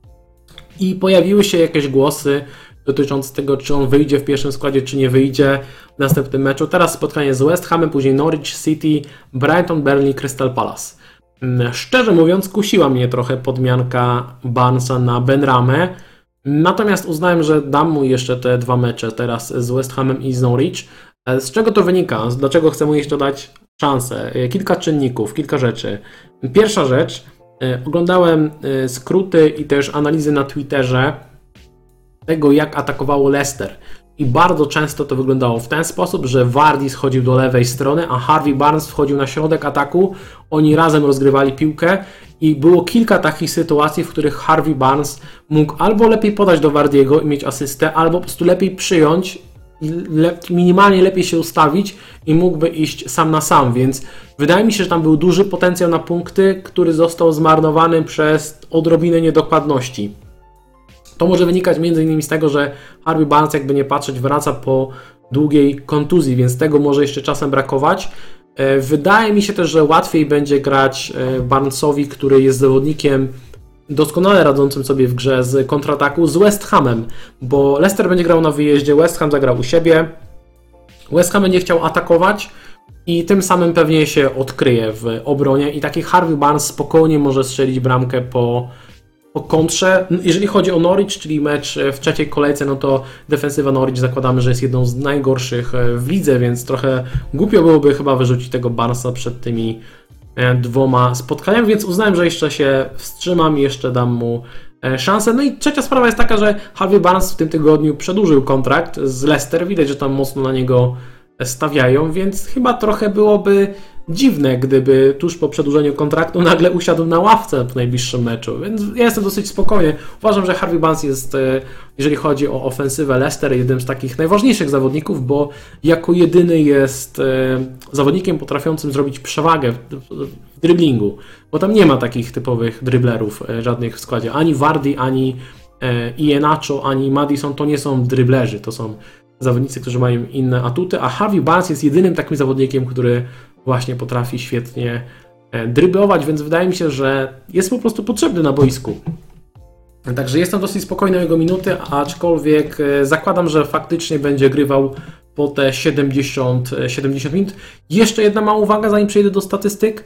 i pojawiły się jakieś głosy dotyczące tego, czy on wyjdzie w pierwszym składzie, czy nie wyjdzie w następnym meczu. Teraz spotkanie z West Hamem, później Norwich City, Brighton, Burnley, Crystal Palace. Szczerze mówiąc, kusiła mnie trochę podmianka Barnesa na Benramę, natomiast uznałem, że dam mu jeszcze te dwa mecze teraz z West Hamem i z Norwich. Z czego to wynika? Dlaczego chcę mu jeszcze dać szansę? Kilka czynników, kilka rzeczy. Pierwsza rzecz, oglądałem skróty i też analizy na Twitterze tego, jak atakowało Leicester. I bardzo często to wyglądało w ten sposób, że Vardy schodził do lewej strony, a Harvey Barnes wchodził na środek ataku. Oni razem rozgrywali piłkę i było kilka takich sytuacji, w których Harvey Barnes mógł albo lepiej podać do Vardiego i mieć asystę, albo po prostu lepiej przyjąć, le minimalnie lepiej się ustawić i mógłby iść sam na sam, więc wydaje mi się, że tam był duży potencjał na punkty, który został zmarnowany przez odrobinę niedokładności. To może wynikać między innymi z tego, że Harvey Barnes, jakby nie patrzeć, wraca po długiej kontuzji, więc tego może jeszcze czasem brakować. Wydaje mi się też, że łatwiej będzie grać Barnesowi, który jest zawodnikiem doskonale radzącym sobie w grze z kontrataku, z West Hamem, bo Leicester będzie grał na wyjeździe, West Ham zagrał u siebie, West Ham będzie chciał atakować i tym samym pewnie się odkryje w obronie i taki Harvey Barnes spokojnie może strzelić bramkę po o kontrze. Jeżeli chodzi o Norwich, czyli mecz w trzeciej kolejce, no to defensywa Norwich zakładamy, że jest jedną z najgorszych w lidze, więc trochę głupio byłoby chyba wyrzucić tego Barnesa przed tymi dwoma spotkaniami, więc uznałem, że jeszcze się wstrzymam i jeszcze dam mu szansę. No i trzecia sprawa jest taka, że Harvey Barnes w tym tygodniu przedłużył kontrakt z Leicester. Widać, że tam mocno na niego stawiają, więc chyba trochę byłoby dziwne, gdyby tuż po przedłużeniu kontraktu nagle usiadł na ławce w najbliższym meczu, więc ja jestem dosyć spokojny. Uważam, że Harvey Barnes jest, jeżeli chodzi o ofensywę Leicester, jednym z takich najważniejszych zawodników, bo jako jedyny jest zawodnikiem potrafiącym zrobić przewagę w driblingu, bo tam nie ma takich typowych driblerów żadnych w składzie. Ani Vardy, ani Iheanacho, ani Maddison to nie są driblerzy, to są zawodnicy, którzy mają inne atuty, a Harvey Barnes jest jedynym takim zawodnikiem, który właśnie potrafi świetnie dryblować, więc wydaje mi się, że jest po prostu potrzebny na boisku. Także jestem dosyć spokojny o jego minuty, aczkolwiek zakładam, że faktycznie będzie grywał po te siedemdziesiąt, siedemdziesiąt minut. Jeszcze jedna mała uwaga, zanim przejdę do statystyk.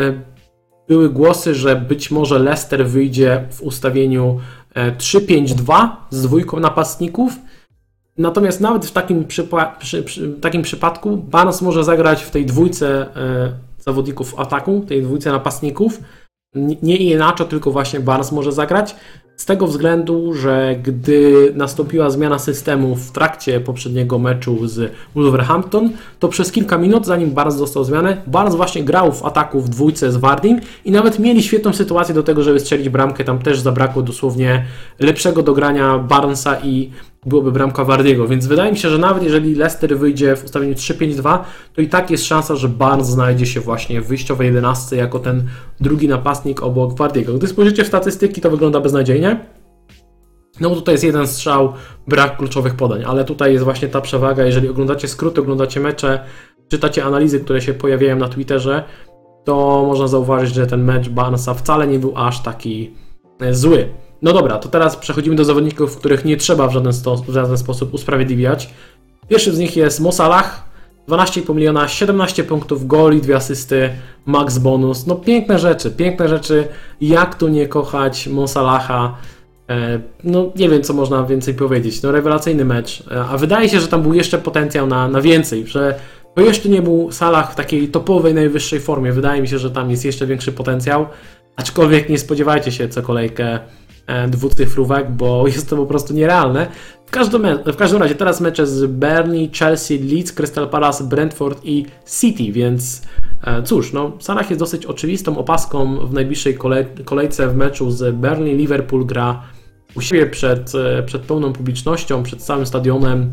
Były głosy, że być może Leicester wyjdzie w ustawieniu trzy pięć dwa z dwójką napastników. Natomiast nawet w takim, przypa- przy, przy, takim przypadku Barnes może zagrać w tej dwójce e, zawodników ataku, tej dwójce napastników. Nie inaczej, tylko właśnie Barnes może zagrać. Z tego względu, że gdy nastąpiła zmiana systemu w trakcie poprzedniego meczu z Wolverhampton, to przez kilka minut, zanim Barnes dostał zmianę, Barnes właśnie grał w ataku w dwójce z Vardym i nawet mieli świetną sytuację do tego, żeby strzelić bramkę. Tam też zabrakło dosłownie lepszego dogrania Barnesa i byłoby bramka Vardy'ego, więc wydaje mi się, że nawet jeżeli Leicester wyjdzie w ustawieniu trzy pięć dwa, to i tak jest szansa, że Barnes znajdzie się właśnie w wyjściowej jedenastce jako ten drugi napastnik obok Vardy'ego. Gdy spojrzycie w statystyki, to wygląda beznadziejnie. No bo tutaj jest jeden strzał, brak kluczowych podań, ale tutaj jest właśnie ta przewaga. Jeżeli oglądacie skróty, oglądacie mecze, czytacie analizy, które się pojawiają na Twitterze, to można zauważyć, że ten mecz Barnesa wcale nie był aż taki zły. No dobra, to teraz przechodzimy do zawodników, których nie trzeba w żaden, sto, w żaden sposób usprawiedliwiać. Pierwszy z nich jest Mo Salah, dwanaście i pół miliona, siedemnaście punktów, goli, dwie asysty, max bonus. No piękne rzeczy, piękne rzeczy. Jak tu nie kochać Mo Salaha? E, no nie wiem, co można więcej powiedzieć. No rewelacyjny mecz, e, a wydaje się, że tam był jeszcze potencjał na, na więcej, że to jeszcze nie był Salah w takiej topowej, najwyższej formie. Wydaje mi się, że tam jest jeszcze większy potencjał, aczkolwiek nie spodziewajcie się co kolejkę dwucyfrówek, bo jest to po prostu nierealne. W każdym, w każdym razie teraz mecze z Burnley, Chelsea, Leeds, Crystal Palace, Brentford i City, więc cóż, no Salah jest dosyć oczywistą opaską w najbliższej kolej, kolejce w meczu z Burnley. Liverpool gra u siebie przed, przed pełną publicznością, przed całym stadionem.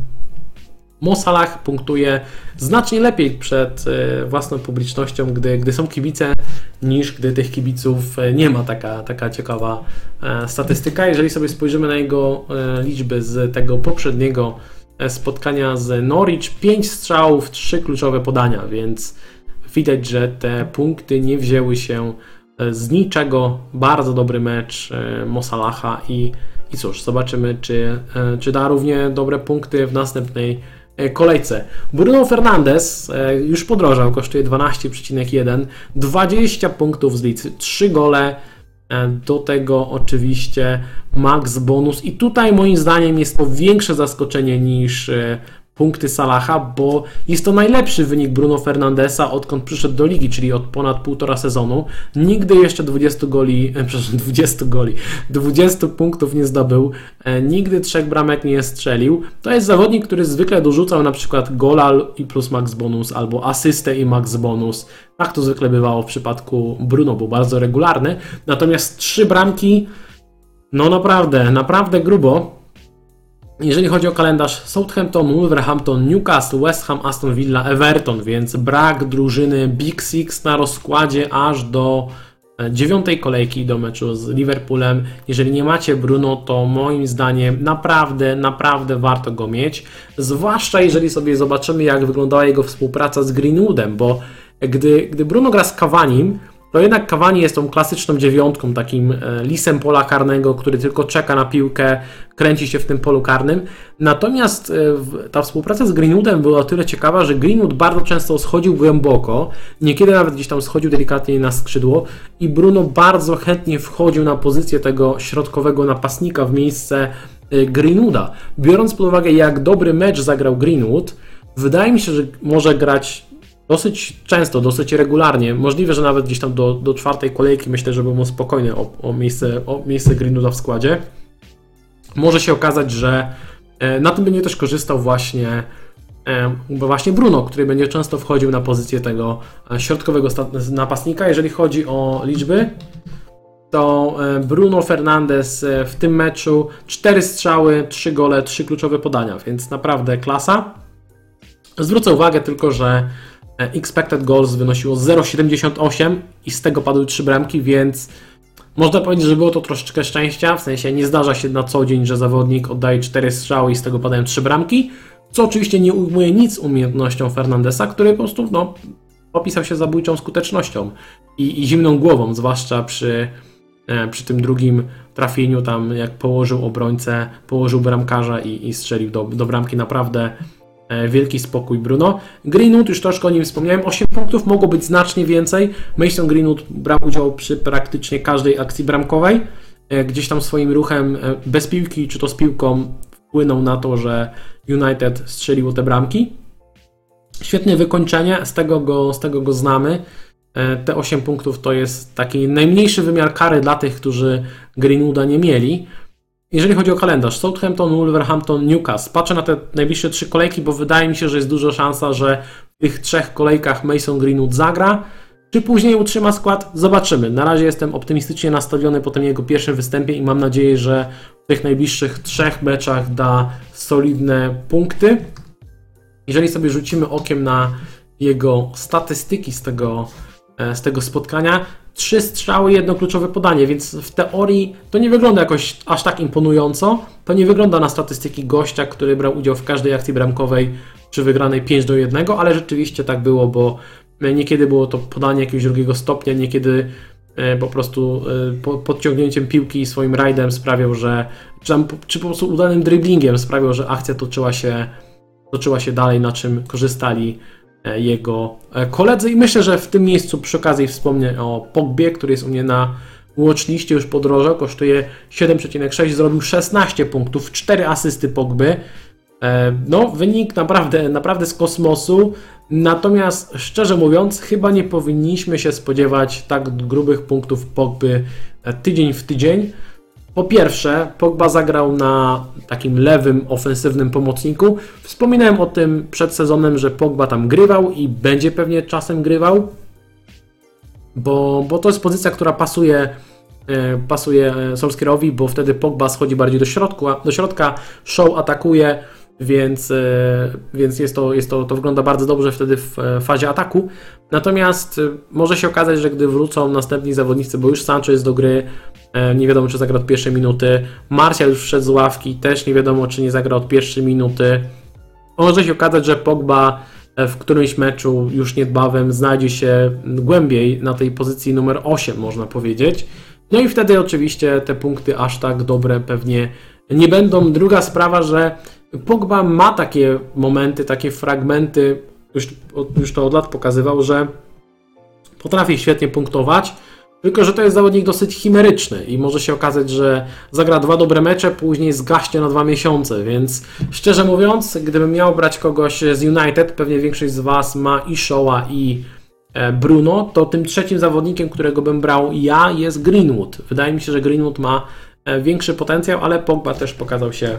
Mo Salah punktuje znacznie lepiej przed własną publicznością, gdy, gdy są kibice, niż gdy tych kibiców nie ma. Taka, taka ciekawa statystyka. Jeżeli sobie spojrzymy na jego liczby z tego poprzedniego spotkania z Norwich, pięć strzałów, trzy kluczowe podania, więc widać, że te punkty nie wzięły się z niczego. Bardzo dobry mecz Mo Salaha i, i cóż, zobaczymy, czy, czy da równie dobre punkty w następnej kolejce. Bruno Fernandes już podrożał, kosztuje dwanaście przecinek jeden, dwadzieścia punktów z Leeds, trzy gole, do tego oczywiście max bonus i tutaj moim zdaniem jest to większe zaskoczenie niż punkty Salaha, bo jest to najlepszy wynik Bruno Fernandesa odkąd przyszedł do ligi, czyli od ponad półtora sezonu. Nigdy jeszcze dwudziestu goli, przepraszam, dwudziestu goli, dwudziestu punktów nie zdobył, nigdy trzech bramek nie strzelił. To jest zawodnik, który zwykle dorzucał na przykład gola i plus max bonus, albo asystę i max bonus. Tak to zwykle bywało w przypadku Bruno, był bardzo regularny. Natomiast trzy bramki, no naprawdę, naprawdę grubo. Jeżeli chodzi o kalendarz, Southampton, Wolverhampton, Newcastle, West Ham, Aston Villa, Everton, więc brak drużyny Big Six na rozkładzie aż do dziewiątej kolejki do meczu z Liverpoolem. Jeżeli nie macie Bruno, to moim zdaniem naprawdę, naprawdę warto go mieć. Zwłaszcza jeżeli sobie zobaczymy, jak wyglądała jego współpraca z Greenwoodem, bo gdy, gdy Bruno gra z Cavanim, to jednak Cavani jest tą klasyczną dziewiątką, takim lisem pola karnego, który tylko czeka na piłkę, kręci się w tym polu karnym. Natomiast ta współpraca z Greenwoodem była o tyle ciekawa, że Greenwood bardzo często schodził głęboko, niekiedy nawet gdzieś tam schodził delikatnie na skrzydło i Bruno bardzo chętnie wchodził na pozycję tego środkowego napastnika w miejsce Greenwooda. Biorąc pod uwagę, jak dobry mecz zagrał Greenwood, wydaje mi się, że może grać dosyć często, dosyć regularnie. Możliwe, że nawet gdzieś tam do, do czwartej kolejki myślę, że był spokojny o, o, miejsce, o miejsce Greenwooda w składzie. Może się okazać, że e, na tym będzie też korzystał właśnie, e, właśnie Bruno, który będzie często wchodził na pozycję tego środkowego napastnika. Jeżeli chodzi o liczby, to Bruno Fernandes w tym meczu cztery strzały, trzy gole, trzy kluczowe podania, więc naprawdę klasa. Zwrócę uwagę tylko, że expected goals wynosiło zero przecinek siedemdziesiąt osiem i z tego padły trzy bramki, więc można powiedzieć, że było to troszeczkę szczęścia, w sensie nie zdarza się na co dzień, że zawodnik oddaje cztery strzały i z tego padają trzy bramki, co oczywiście nie ujmuje nic umiejętnością Fernandesa, który po prostu no, opisał się zabójczą skutecznością i, i zimną głową, zwłaszcza przy, e, przy tym drugim trafieniu, tam jak położył obrońcę, położył bramkarza i, i strzelił do, do bramki. Naprawdę e, wielki spokój Bruno. Greenwood, już troszkę o nim wspomniałem, osiem punktów, mogło być znacznie więcej. Mason Greenwood brał udział przy praktycznie każdej akcji bramkowej. E, gdzieś tam swoim ruchem, e, bez piłki, czy to z piłką, wpłynął na to, że United strzeliło te bramki. Świetne wykończenie, z tego go, z tego go znamy. Te osiem punktów to jest taki najmniejszy wymiar kary dla tych, którzy Greenwooda nie mieli. Jeżeli chodzi o kalendarz, Southampton, Wolverhampton, Newcastle. Patrzę na te najbliższe trzy kolejki, bo wydaje mi się, że jest duża szansa, że w tych trzech kolejkach Mason Greenwood zagra. Czy później utrzyma skład? Zobaczymy. Na razie jestem optymistycznie nastawiony po tym jego pierwszym występie i mam nadzieję, że w tych najbliższych trzech meczach da solidne punkty. Jeżeli sobie rzucimy okiem na jego statystyki z tego, z tego spotkania, trzy strzały, jedno kluczowe podanie, więc w teorii to nie wygląda jakoś aż tak imponująco. To nie wygląda na statystyki gościa, który brał udział w każdej akcji bramkowej przy wygranej pięć do jednego, ale rzeczywiście tak było, bo niekiedy było to podanie jakiegoś drugiego stopnia, niekiedy po prostu podciągnięciem piłki i swoim rajdem sprawiał, że czy, tam, czy po prostu udanym driblingiem sprawiał, że akcja toczyła się toczyła się dalej, na czym korzystali jego koledzy. I myślę, że w tym miejscu przy okazji wspomnę o Pogbie, który jest u mnie na watchliście już po drodze, kosztuje siedem przecinek sześć, zrobił szesnaście punktów, cztery asysty Pogby. No, wynik naprawdę, naprawdę z kosmosu. Natomiast szczerze mówiąc, chyba nie powinniśmy się spodziewać tak grubych punktów Pogby tydzień w tydzień. Po pierwsze, Pogba zagrał na takim lewym, ofensywnym pomocniku. Wspominałem o tym przed sezonem, że Pogba tam grywał i będzie pewnie czasem grywał, bo, bo to jest pozycja, która pasuje, e, pasuje Solskjaerowi, bo wtedy Pogba schodzi bardziej do, środku, do środka, Shaw atakuje, więc, e, więc jest to, jest to, to wygląda bardzo dobrze wtedy w e, fazie ataku. Natomiast e, może się okazać, że gdy wrócą następni zawodnicy, bo już Sancho jest do gry, nie wiadomo, czy zagra od pierwszej minuty. Martial już wszedł z ławki, też nie wiadomo, czy nie zagra od pierwszej minuty. Może się okazać, że Pogba w którymś meczu już niedbawem znajdzie się głębiej na tej pozycji numer osiem, można powiedzieć. No i wtedy oczywiście te punkty aż tak dobre pewnie nie będą. Druga sprawa, że Pogba ma takie momenty, takie fragmenty, już, już to od lat pokazywał, że potrafi świetnie punktować. Tylko że to jest zawodnik dosyć chimeryczny i może się okazać, że zagra dwa dobre mecze, później zgaśnie na dwa miesiące, więc szczerze mówiąc, gdybym miał brać kogoś z United, pewnie większość z Was ma i Shawa i Bruno, to tym trzecim zawodnikiem, którego bym brał ja, jest Greenwood. Wydaje mi się, że Greenwood ma większy potencjał, ale Pogba też pokazał się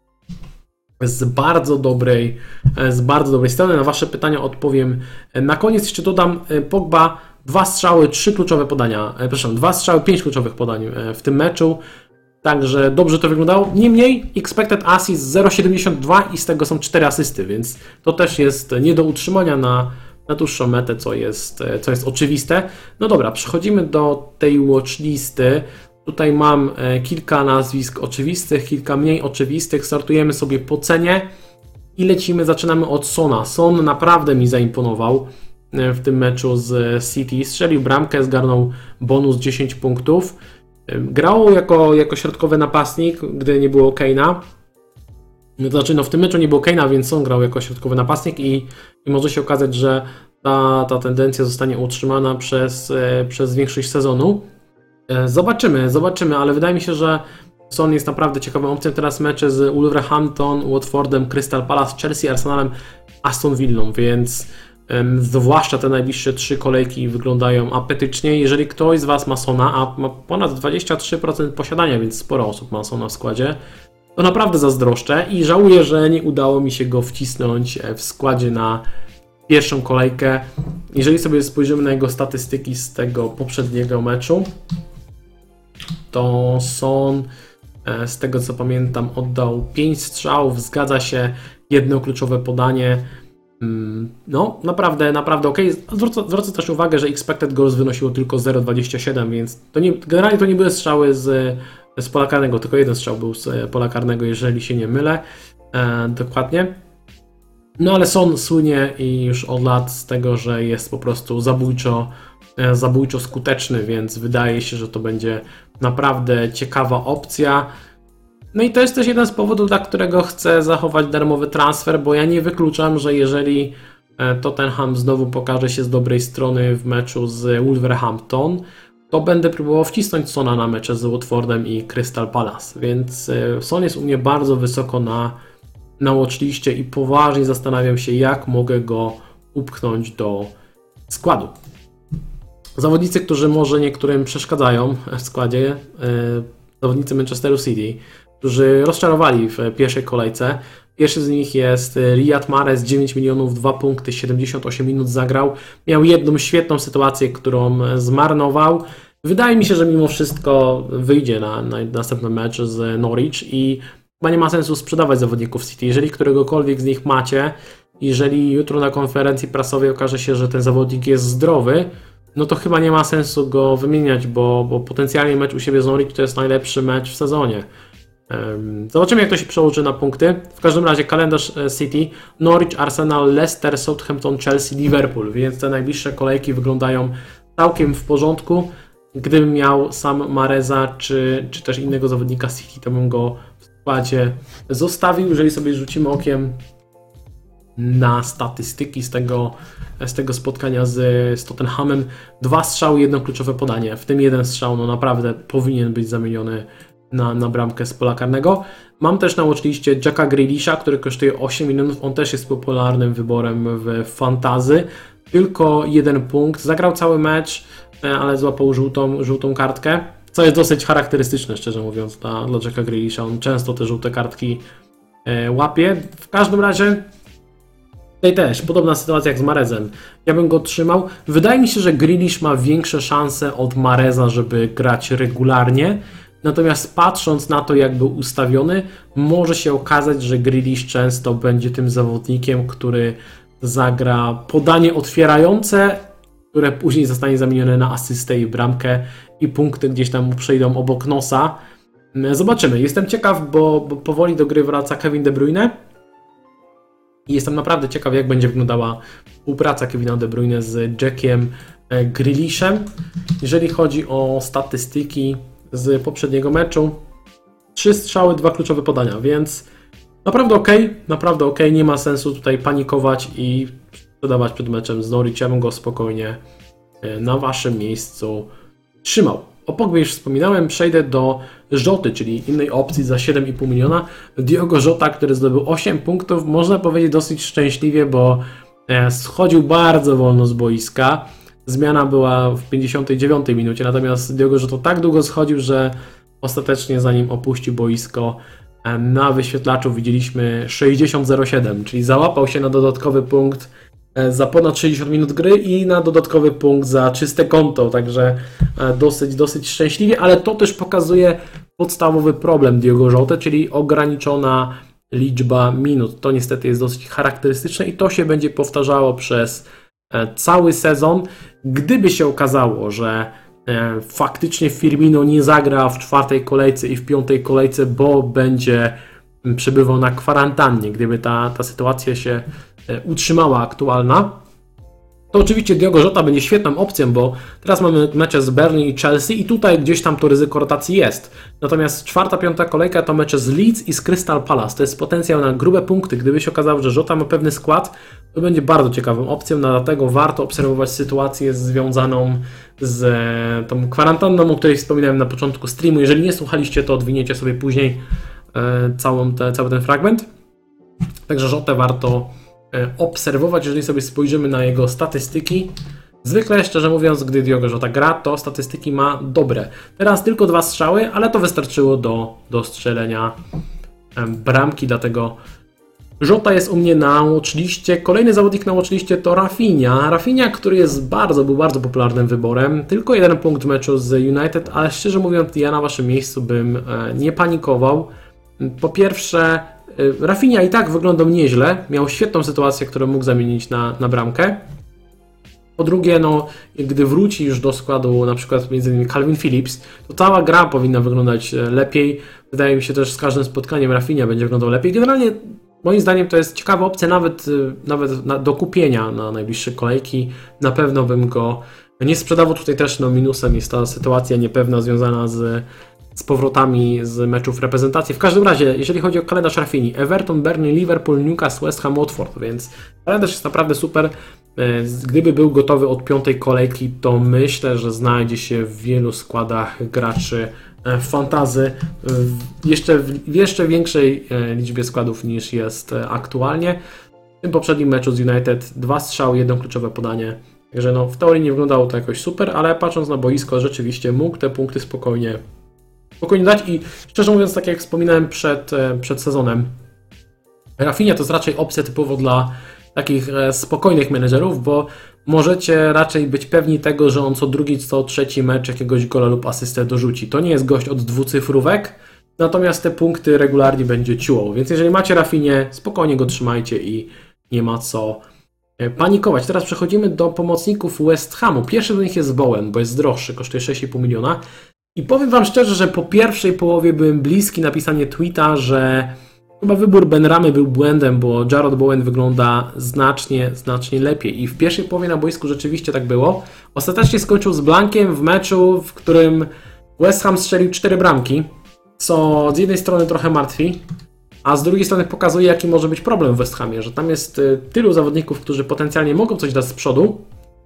z bardzo dobrej, z bardzo dobrej strony. Na Wasze pytania odpowiem na koniec. Jeszcze dodam, Pogba dwa strzały, trzy kluczowe podania, przepraszam, dwa strzały, pięć kluczowych podań w tym meczu, także dobrze to wyglądało. Niemniej expected assist zero przecinek siedemdziesiąt dwa i z tego są cztery asysty, więc to też jest nie do utrzymania na, na dłuższą metę, co jest, co jest oczywiste. No dobra, przechodzimy do tej watchlisty. Tutaj mam kilka nazwisk oczywistych, kilka mniej oczywistych. Startujemy sobie po cenie i lecimy, zaczynamy od Sona. Son naprawdę mi zaimponował. w tym meczu z City. Strzelił bramkę, zgarnął bonus dziesięć punktów. Grał jako, jako środkowy napastnik, gdy nie było Kane'a. Znaczy, no w tym meczu nie było Kane'a, więc on grał jako środkowy napastnik i, i może się okazać, że ta, ta tendencja zostanie utrzymana przez, przez większość sezonu. Zobaczymy, zobaczymy, ale wydaje mi się, że Son jest naprawdę ciekawą opcją. Teraz mecze z Wolverhampton, Watfordem, Crystal Palace, Chelsea, Arsenalem, Aston Villą, więc um, zwłaszcza te najbliższe trzy kolejki wyglądają apetycznie. Jeżeli ktoś z Was ma Sona, a ma ponad dwadzieścia trzy procent posiadania, więc sporo osób ma Sona w składzie, to naprawdę zazdroszczę i żałuję, że nie udało mi się go wcisnąć w składzie na pierwszą kolejkę. Jeżeli sobie spojrzymy na jego statystyki z tego poprzedniego meczu, to Son, z tego co pamiętam, oddał pięć strzałów, zgadza się, jedno kluczowe podanie. No, naprawdę, naprawdę ok. Zwrócę, zwrócę też uwagę, że expected goals wynosiło tylko zero przecinek dwadzieścia siedem, więc to nie, generalnie to nie były strzały z, z pola karnego, tylko jeden strzał był z pola karnego, jeżeli się nie mylę. E, dokładnie. No ale Son słynie i już od lat z tego, że jest po prostu zabójczo, e, zabójczo skuteczny, więc wydaje się, że to będzie naprawdę ciekawa opcja. No i to jest też jeden z powodów, dla którego chcę zachować darmowy transfer, bo ja nie wykluczam, że jeżeli Tottenham znowu pokaże się z dobrej strony w meczu z Wolverhampton, to będę próbował wcisnąć Sona na mecze z Watfordem i Crystal Palace, więc Son jest u mnie bardzo wysoko na, na watchliście i poważnie zastanawiam się, jak mogę go upchnąć do składu. Zawodnicy, którzy może niektórym przeszkadzają w składzie, zawodnicy Manchesteru City, którzy rozczarowali w pierwszej kolejce. Pierwszy z nich jest Riyad Mahrez, dziewięć milionów, dwa punkty, siedemdziesiąt osiem minut zagrał. Miał jedną świetną sytuację, którą zmarnował. Wydaje mi się, że mimo wszystko wyjdzie na, na następny mecz z Norwich i chyba nie ma sensu sprzedawać zawodników City. Jeżeli któregokolwiek z nich macie, jeżeli jutro na konferencji prasowej okaże się, że ten zawodnik jest zdrowy, no to chyba nie ma sensu go wymieniać, bo, bo potencjalnie mecz u siebie z Norwich to jest najlepszy mecz w sezonie. Zobaczymy, jak to się przełoży na punkty. W każdym razie kalendarz City: Norwich, Arsenal, Leicester, Southampton, Chelsea, Liverpool, więc te najbliższe kolejki wyglądają całkiem w porządku. Gdybym miał sam Mahreza czy, czy też innego zawodnika City, to bym go w składzie zostawił. Jeżeli sobie rzucimy okiem na statystyki z tego, z tego spotkania z, z Tottenhamem, dwa strzały, jedno kluczowe podanie, w tym jeden strzał no naprawdę powinien być zamieniony na, na bramkę z pola karnego. Mam też na watchliście Jacka Grealisha, który kosztuje osiem milionów, on też jest popularnym wyborem w fantasy, tylko jeden punkt, zagrał cały mecz, ale złapał żółtą, żółtą kartkę, co jest dosyć charakterystyczne, szczerze mówiąc, dla, dla Jacka Grealisha, on często te żółte kartki e, łapie. W każdym razie tutaj też podobna sytuacja jak z Mahrezem. Ja bym go trzymał. Wydaje mi się, że Grealish ma większe szanse od Mahreza, żeby grać regularnie. Natomiast patrząc na to, jak był ustawiony, może się okazać, że Grealish często będzie tym zawodnikiem, który zagra podanie otwierające, które później zostanie zamienione na asystę i bramkę i punkty gdzieś tam mu przejdą obok nosa. Zobaczymy. Jestem ciekaw, bo, bo powoli do gry wraca Kevin De Bruyne. I jestem naprawdę ciekaw, jak będzie wyglądała współpraca Kevina De Bruyne z Jackiem Grealishem. Jeżeli chodzi o statystyki z poprzedniego meczu, trzy strzały, dwa kluczowe podania, więc naprawdę ok, naprawdę ok, nie ma sensu tutaj panikować i sprzedawać przed meczem z Norwich. Ja bym go spokojnie na waszym miejscu trzymał. O Pogbie już wspominałem, przejdę do Joty, czyli innej opcji za siedem i pół miliona. Diogo Jota, który zdobył osiem punktów, można powiedzieć dosyć szczęśliwie, bo schodził bardzo wolno z boiska. Zmiana była w pięćdziesiątej dziewiątej minucie, natomiast Diogo Jota tak długo schodził, że ostatecznie zanim opuścił boisko, na wyświetlaczu widzieliśmy sześćdziesiąt zero siedem, czyli załapał się na dodatkowy punkt za ponad sześćdziesiąt minut gry i na dodatkowy punkt za czyste konto, także dosyć, dosyć szczęśliwie, ale to też pokazuje podstawowy problem Diogo Jota, czyli ograniczona liczba minut. To niestety jest dosyć charakterystyczne i to się będzie powtarzało przez cały sezon. Gdyby się okazało, że faktycznie Firmino nie zagra w czwartej kolejce i w piątej kolejce, bo będzie przebywał na kwarantannie, gdyby ta, ta sytuacja się utrzymała aktualna, to oczywiście Diogo Jota będzie świetną opcją, bo teraz mamy mecze z Burnley i Chelsea i tutaj gdzieś tam to ryzyko rotacji jest. Natomiast czwarta, piąta kolejka to mecze z Leeds i z Crystal Palace. To jest potencjał na grube punkty. Gdyby się okazało, że Jota ma pewny skład, to będzie bardzo ciekawą opcją, no, dlatego warto obserwować sytuację związaną z e, tą kwarantanną, o której wspominałem na początku streamu. Jeżeli nie słuchaliście, to odwiniecie sobie później e, całą te, cały ten fragment. Także Jotę warto obserwować, jeżeli sobie spojrzymy na jego statystyki. Zwykle, szczerze mówiąc, gdy Diogo Jota gra, to statystyki ma dobre. Teraz tylko dwa strzały, ale to wystarczyło do, do strzelenia bramki, dlatego Jota jest u mnie na watchliście. Kolejny zawodnik na watchliście to Rafinha. Rafinha, który jest bardzo, był bardzo popularnym wyborem. Tylko jeden punkt w meczu z United, ale szczerze mówiąc, ja na waszym miejscu bym nie panikował. Po pierwsze, Rafinha i tak wyglądał nieźle, miał świetną sytuację, którą mógł zamienić na, na bramkę. Po drugie, no, gdy wróci już do składu na przykład między innymi Calvin Phillips, to cała gra powinna wyglądać lepiej. Wydaje mi się też, z każdym spotkaniem Rafinha będzie wyglądał lepiej. Generalnie moim zdaniem to jest ciekawa opcja nawet, nawet na, do kupienia na najbliższe kolejki. Na pewno bym go nie sprzedawał. Tutaj też no, minusem jest ta sytuacja niepewna związana z z powrotami z meczów reprezentacji. W każdym razie, jeżeli chodzi o kalendarz Rafinhi, Everton, Burnley, Liverpool, Newcastle, West Ham, Watford, więc kalendarz jest naprawdę super. Gdyby był gotowy od piątej kolejki, to myślę, że znajdzie się w wielu składach graczy fantasy w jeszcze, w jeszcze większej liczbie składów niż jest aktualnie. W tym poprzednim meczu z United dwa strzały, jedno kluczowe podanie. Także no, w teorii nie wyglądało to jakoś super, ale patrząc na boisko, rzeczywiście mógł te punkty spokojnie spokojnie dać i szczerze mówiąc, tak jak wspominałem przed, przed sezonem, Rafinha to jest raczej opcja typowo dla takich spokojnych menedżerów, bo możecie raczej być pewni tego, że on co drugi, co trzeci mecz jakiegoś gola lub asystę dorzuci. To nie jest gość od dwucyfrówek, natomiast te punkty regularnie będzie ciułał, więc jeżeli macie Rafinhię, spokojnie go trzymajcie i nie ma co panikować. Teraz przechodzimy do pomocników West Hamu. Pierwszy z nich jest Bowen, bo jest droższy, kosztuje sześć i pół miliona. I powiem wam szczerze, że po pierwszej połowie byłem bliski napisanie tweeta, że chyba wybór Benramy był błędem, bo Jarrod Bowen wygląda znacznie, znacznie lepiej. I w pierwszej połowie na boisku rzeczywiście tak było. Ostatecznie skończył z blankiem w meczu, w którym West Ham strzelił cztery bramki, co z jednej strony trochę martwi, a z drugiej strony pokazuje, jaki może być problem w West Hamie, że tam jest tylu zawodników, którzy potencjalnie mogą coś dać z przodu,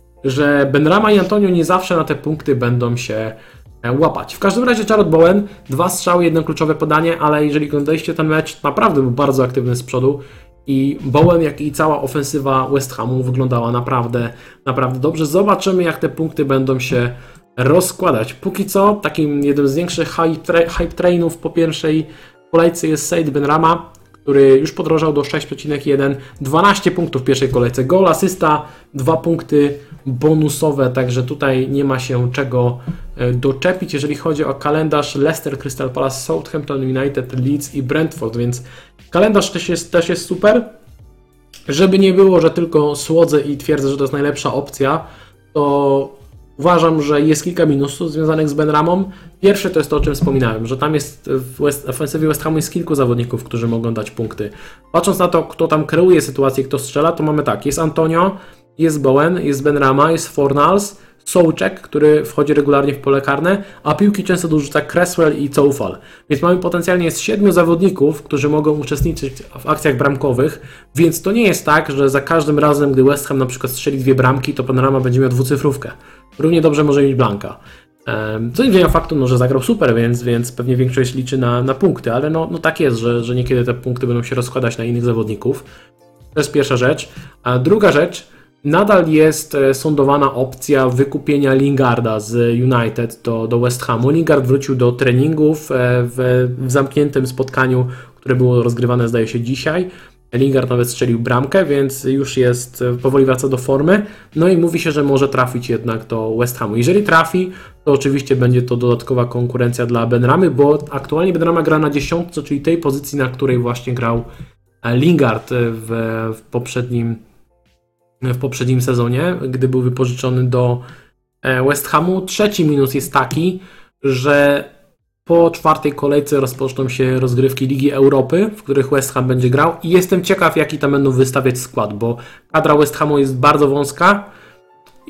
że Benrama i Antonio nie zawsze na te punkty będą się łapać. W każdym razie Jarrod Bowen, dwa strzały, jedno kluczowe podanie, ale jeżeli oglądaliście ten mecz, naprawdę był bardzo aktywny z przodu i Bowen, jak i cała ofensywa West Hamu wyglądała naprawdę, naprawdę dobrze. Zobaczymy, jak te punkty będą się rozkładać. Póki co, takim jednym z większych hype, tra- hype trainów po pierwszej kolejce jest Said Benrama, który już podrożał do sześć przecinek jeden, dwanaście punktów w pierwszej kolejce, gol, asysta, dwa punkty bonusowe, także tutaj nie ma się czego doczepić, jeżeli chodzi o kalendarz Leicester, Crystal Palace, Southampton United, Leeds i Brentford, więc kalendarz też jest, też jest super. Żeby nie było, że tylko słodzę i twierdzę, że to jest najlepsza opcja, to uważam, że jest kilka minusów związanych z Benramą. Pierwsze to jest to, o czym wspominałem, że tam jest w West, ofensywie West Hamu jest kilku zawodników, którzy mogą dać punkty. Patrząc na to, kto tam kreuje sytuację, kto strzela, to mamy tak, jest Antonio, jest Bowen, jest Benrama, jest Fornals, Souček, który wchodzi regularnie w pole karne, a piłki często dorzuca Cresswell i Coufal. Więc mamy potencjalnie jest siedmiu zawodników, którzy mogą uczestniczyć w akcjach bramkowych, więc to nie jest tak, że za każdym razem, gdy West Ham na przykład strzeli dwie bramki, to Benrama będzie miał dwucyfrówkę. Równie dobrze może mieć blanka. Co nie zmienia faktu, no, że zagrał super, więc, więc pewnie większość liczy na, na punkty, ale no, no tak jest, że, że niekiedy te punkty będą się rozkładać na innych zawodników. To jest pierwsza rzecz. A druga rzecz, nadal jest sondowana opcja wykupienia Lingarda z United do, do West Hamu. Lingard wrócił do treningów w, w zamkniętym spotkaniu, które było rozgrywane zdaje się dzisiaj. Lingard nawet strzelił bramkę, więc już jest, powoli wraca do formy. No i mówi się, że może trafić jednak do West Hamu. Jeżeli trafi, to oczywiście będzie to dodatkowa konkurencja dla Benramy, bo aktualnie Benrama gra na dziesiątce, czyli tej pozycji, na której właśnie grał Lingard w, w poprzednim w poprzednim sezonie, gdy był wypożyczony do West Hamu. Trzeci minus jest taki, że po czwartej kolejce rozpoczną się rozgrywki Ligi Europy, w których West Ham będzie grał i jestem ciekaw, jaki tam będą wystawiać skład, bo kadra West Hamu jest bardzo wąska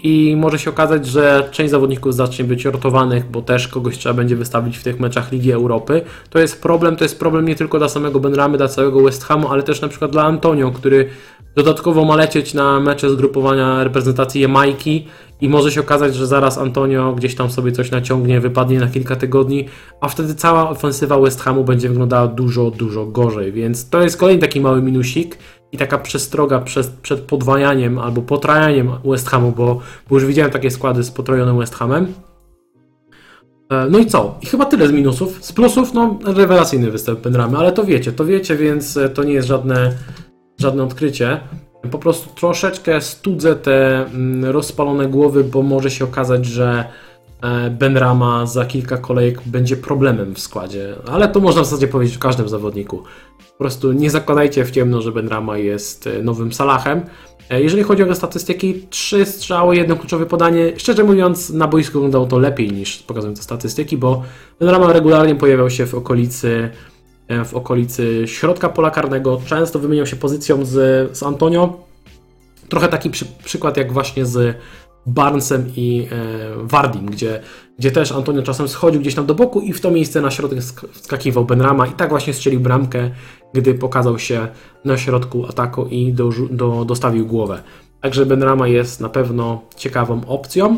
i może się okazać, że część zawodników zacznie być rotowanych, bo też kogoś trzeba będzie wystawić w tych meczach Ligi Europy. To jest problem, to jest problem nie tylko dla samego Benramy, dla całego West Hamu, ale też na przykład dla Antonio, który dodatkowo ma lecieć na mecze zgrupowania reprezentacji Jamajki i może się okazać, że zaraz Antonio gdzieś tam sobie coś naciągnie, wypadnie na kilka tygodni, a wtedy cała ofensywa West Hamu będzie wyglądała dużo, dużo gorzej, więc to jest kolejny taki mały minusik i taka przestroga przed, przed podwajaniem albo potrajaniem West Hamu, bo, bo już widziałem takie składy z potrojonym West Hamem. No i co? I chyba tyle z minusów. Z plusów, no rewelacyjny występ Benramy, ale to wiecie, to wiecie, więc to nie jest żadne, żadne odkrycie. Po prostu troszeczkę studzę te rozpalone głowy, bo może się okazać, że Benrama za kilka kolejek będzie problemem w składzie, ale to można w zasadzie powiedzieć o każdym zawodniku. Po prostu nie zakładajcie w ciemno, że Benrama jest nowym Salahem. Jeżeli chodzi o statystyki, trzy strzały, jedno kluczowe podanie. Szczerze mówiąc, na boisku wyglądało to lepiej niż pokazują te statystyki, bo Benrama regularnie pojawiał się w okolicy w okolicy środka pola karnego, często wymieniał się pozycją z, z Antonio. Trochę taki przy, przykład jak właśnie z Barnesem i e, Wardim, gdzie, gdzie też Antonio czasem schodził gdzieś tam do boku i w to miejsce na środek wskakiwał Benrama i tak właśnie strzelił bramkę, gdy pokazał się na środku ataku i do, do, dostawił głowę. Także Benrama jest na pewno ciekawą opcją.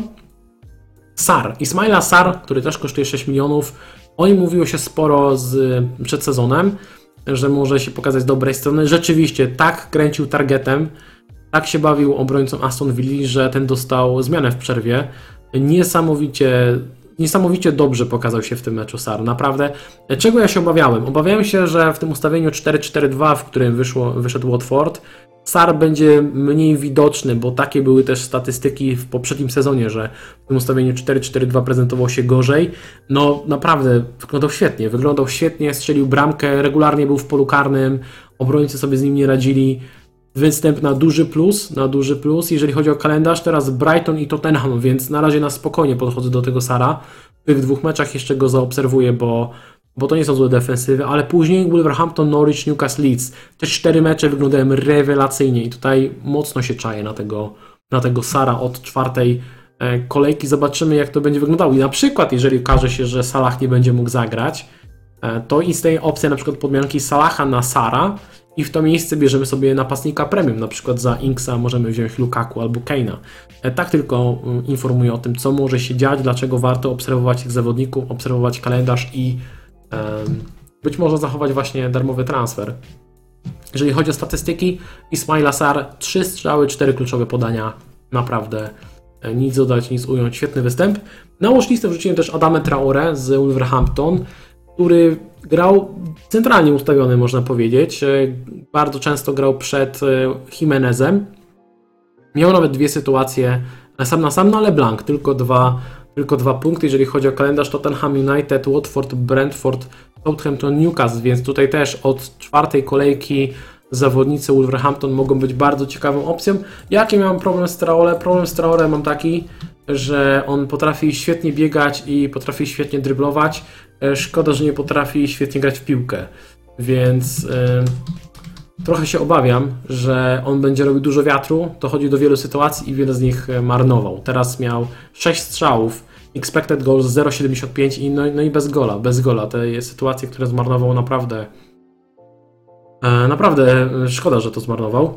Sar, Ismaila Sar, który też kosztuje sześć milionów. O nim mówiło się sporo z, przed sezonem, że może się pokazać z dobrej strony. Rzeczywiście tak kręcił targetem, tak się bawił obrońcą Aston Villa, że ten dostał zmianę w przerwie. Niesamowicie, niesamowicie dobrze pokazał się w tym meczu Sar. Naprawdę. Czego ja się obawiałem? Obawiałem się, że w tym ustawieniu cztery cztery dwa, w którym wyszło, wyszedł Watford, Sar będzie mniej widoczny, bo takie były też statystyki w poprzednim sezonie, że w tym ustawieniu cztery cztery dwa prezentował się gorzej. No naprawdę wyglądał świetnie, wyglądał świetnie, strzelił bramkę, regularnie był w polu karnym, obrońcy sobie z nim nie radzili. Występ na duży plus, na duży plus. Jeżeli chodzi o kalendarz, teraz Brighton i Tottenham, więc na razie na spokojnie podchodzę do tego Sara. W tych dwóch meczach jeszcze go zaobserwuję, bo bo to nie są złe defensywy, ale później Wolverhampton, Norwich, Newcastle, Leeds. Te cztery mecze wyglądają rewelacyjnie i tutaj mocno się czaję na tego, na tego Sara od czwartej kolejki. Zobaczymy, jak to będzie wyglądało. I na przykład, jeżeli okaże się, że Salah nie będzie mógł zagrać, to istnieje opcja na przykład podmianki Salaha na Sara i w to miejsce bierzemy sobie napastnika premium, na przykład za Inksa możemy wziąć Lukaku albo Kane'a. Tak tylko informuję o tym, co może się dziać, dlaczego warto obserwować tych zawodników, obserwować kalendarz i być może zachować właśnie darmowy transfer. Jeżeli chodzi o statystyki, Ismaila Sar, trzy strzały, cztery kluczowe podania, naprawdę nic dodać, nic ująć, świetny występ. Na watch listę wrzuciłem też Adama Traoré z Wolverhampton, który grał centralnie ustawiony, można powiedzieć. Bardzo często grał przed Jimenezem. Miał nawet dwie sytuacje sam na sam, no ale blank, tylko dwa Tylko dwa punkty, jeżeli chodzi o kalendarz Tottenham United, Watford, Brentford, Southampton, Newcastle, więc tutaj też od czwartej kolejki zawodnicy Wolverhampton mogą być bardzo ciekawą opcją. Jaki miałem problem z Traoré? Problem z Traoré mam taki, że on potrafi świetnie biegać i potrafi świetnie dryblować. Szkoda, że nie potrafi świetnie grać w piłkę, więc yy, trochę się obawiam, że on będzie robił dużo wiatru, dochodzi do wielu sytuacji i wiele z nich marnował. Teraz miał sześć strzałów, expected goals zero przecinek siedemdziesiąt pięć i no, no i bez gola, bez gola. Te sytuacje, które zmarnował, naprawdę e, naprawdę szkoda, że to zmarnował.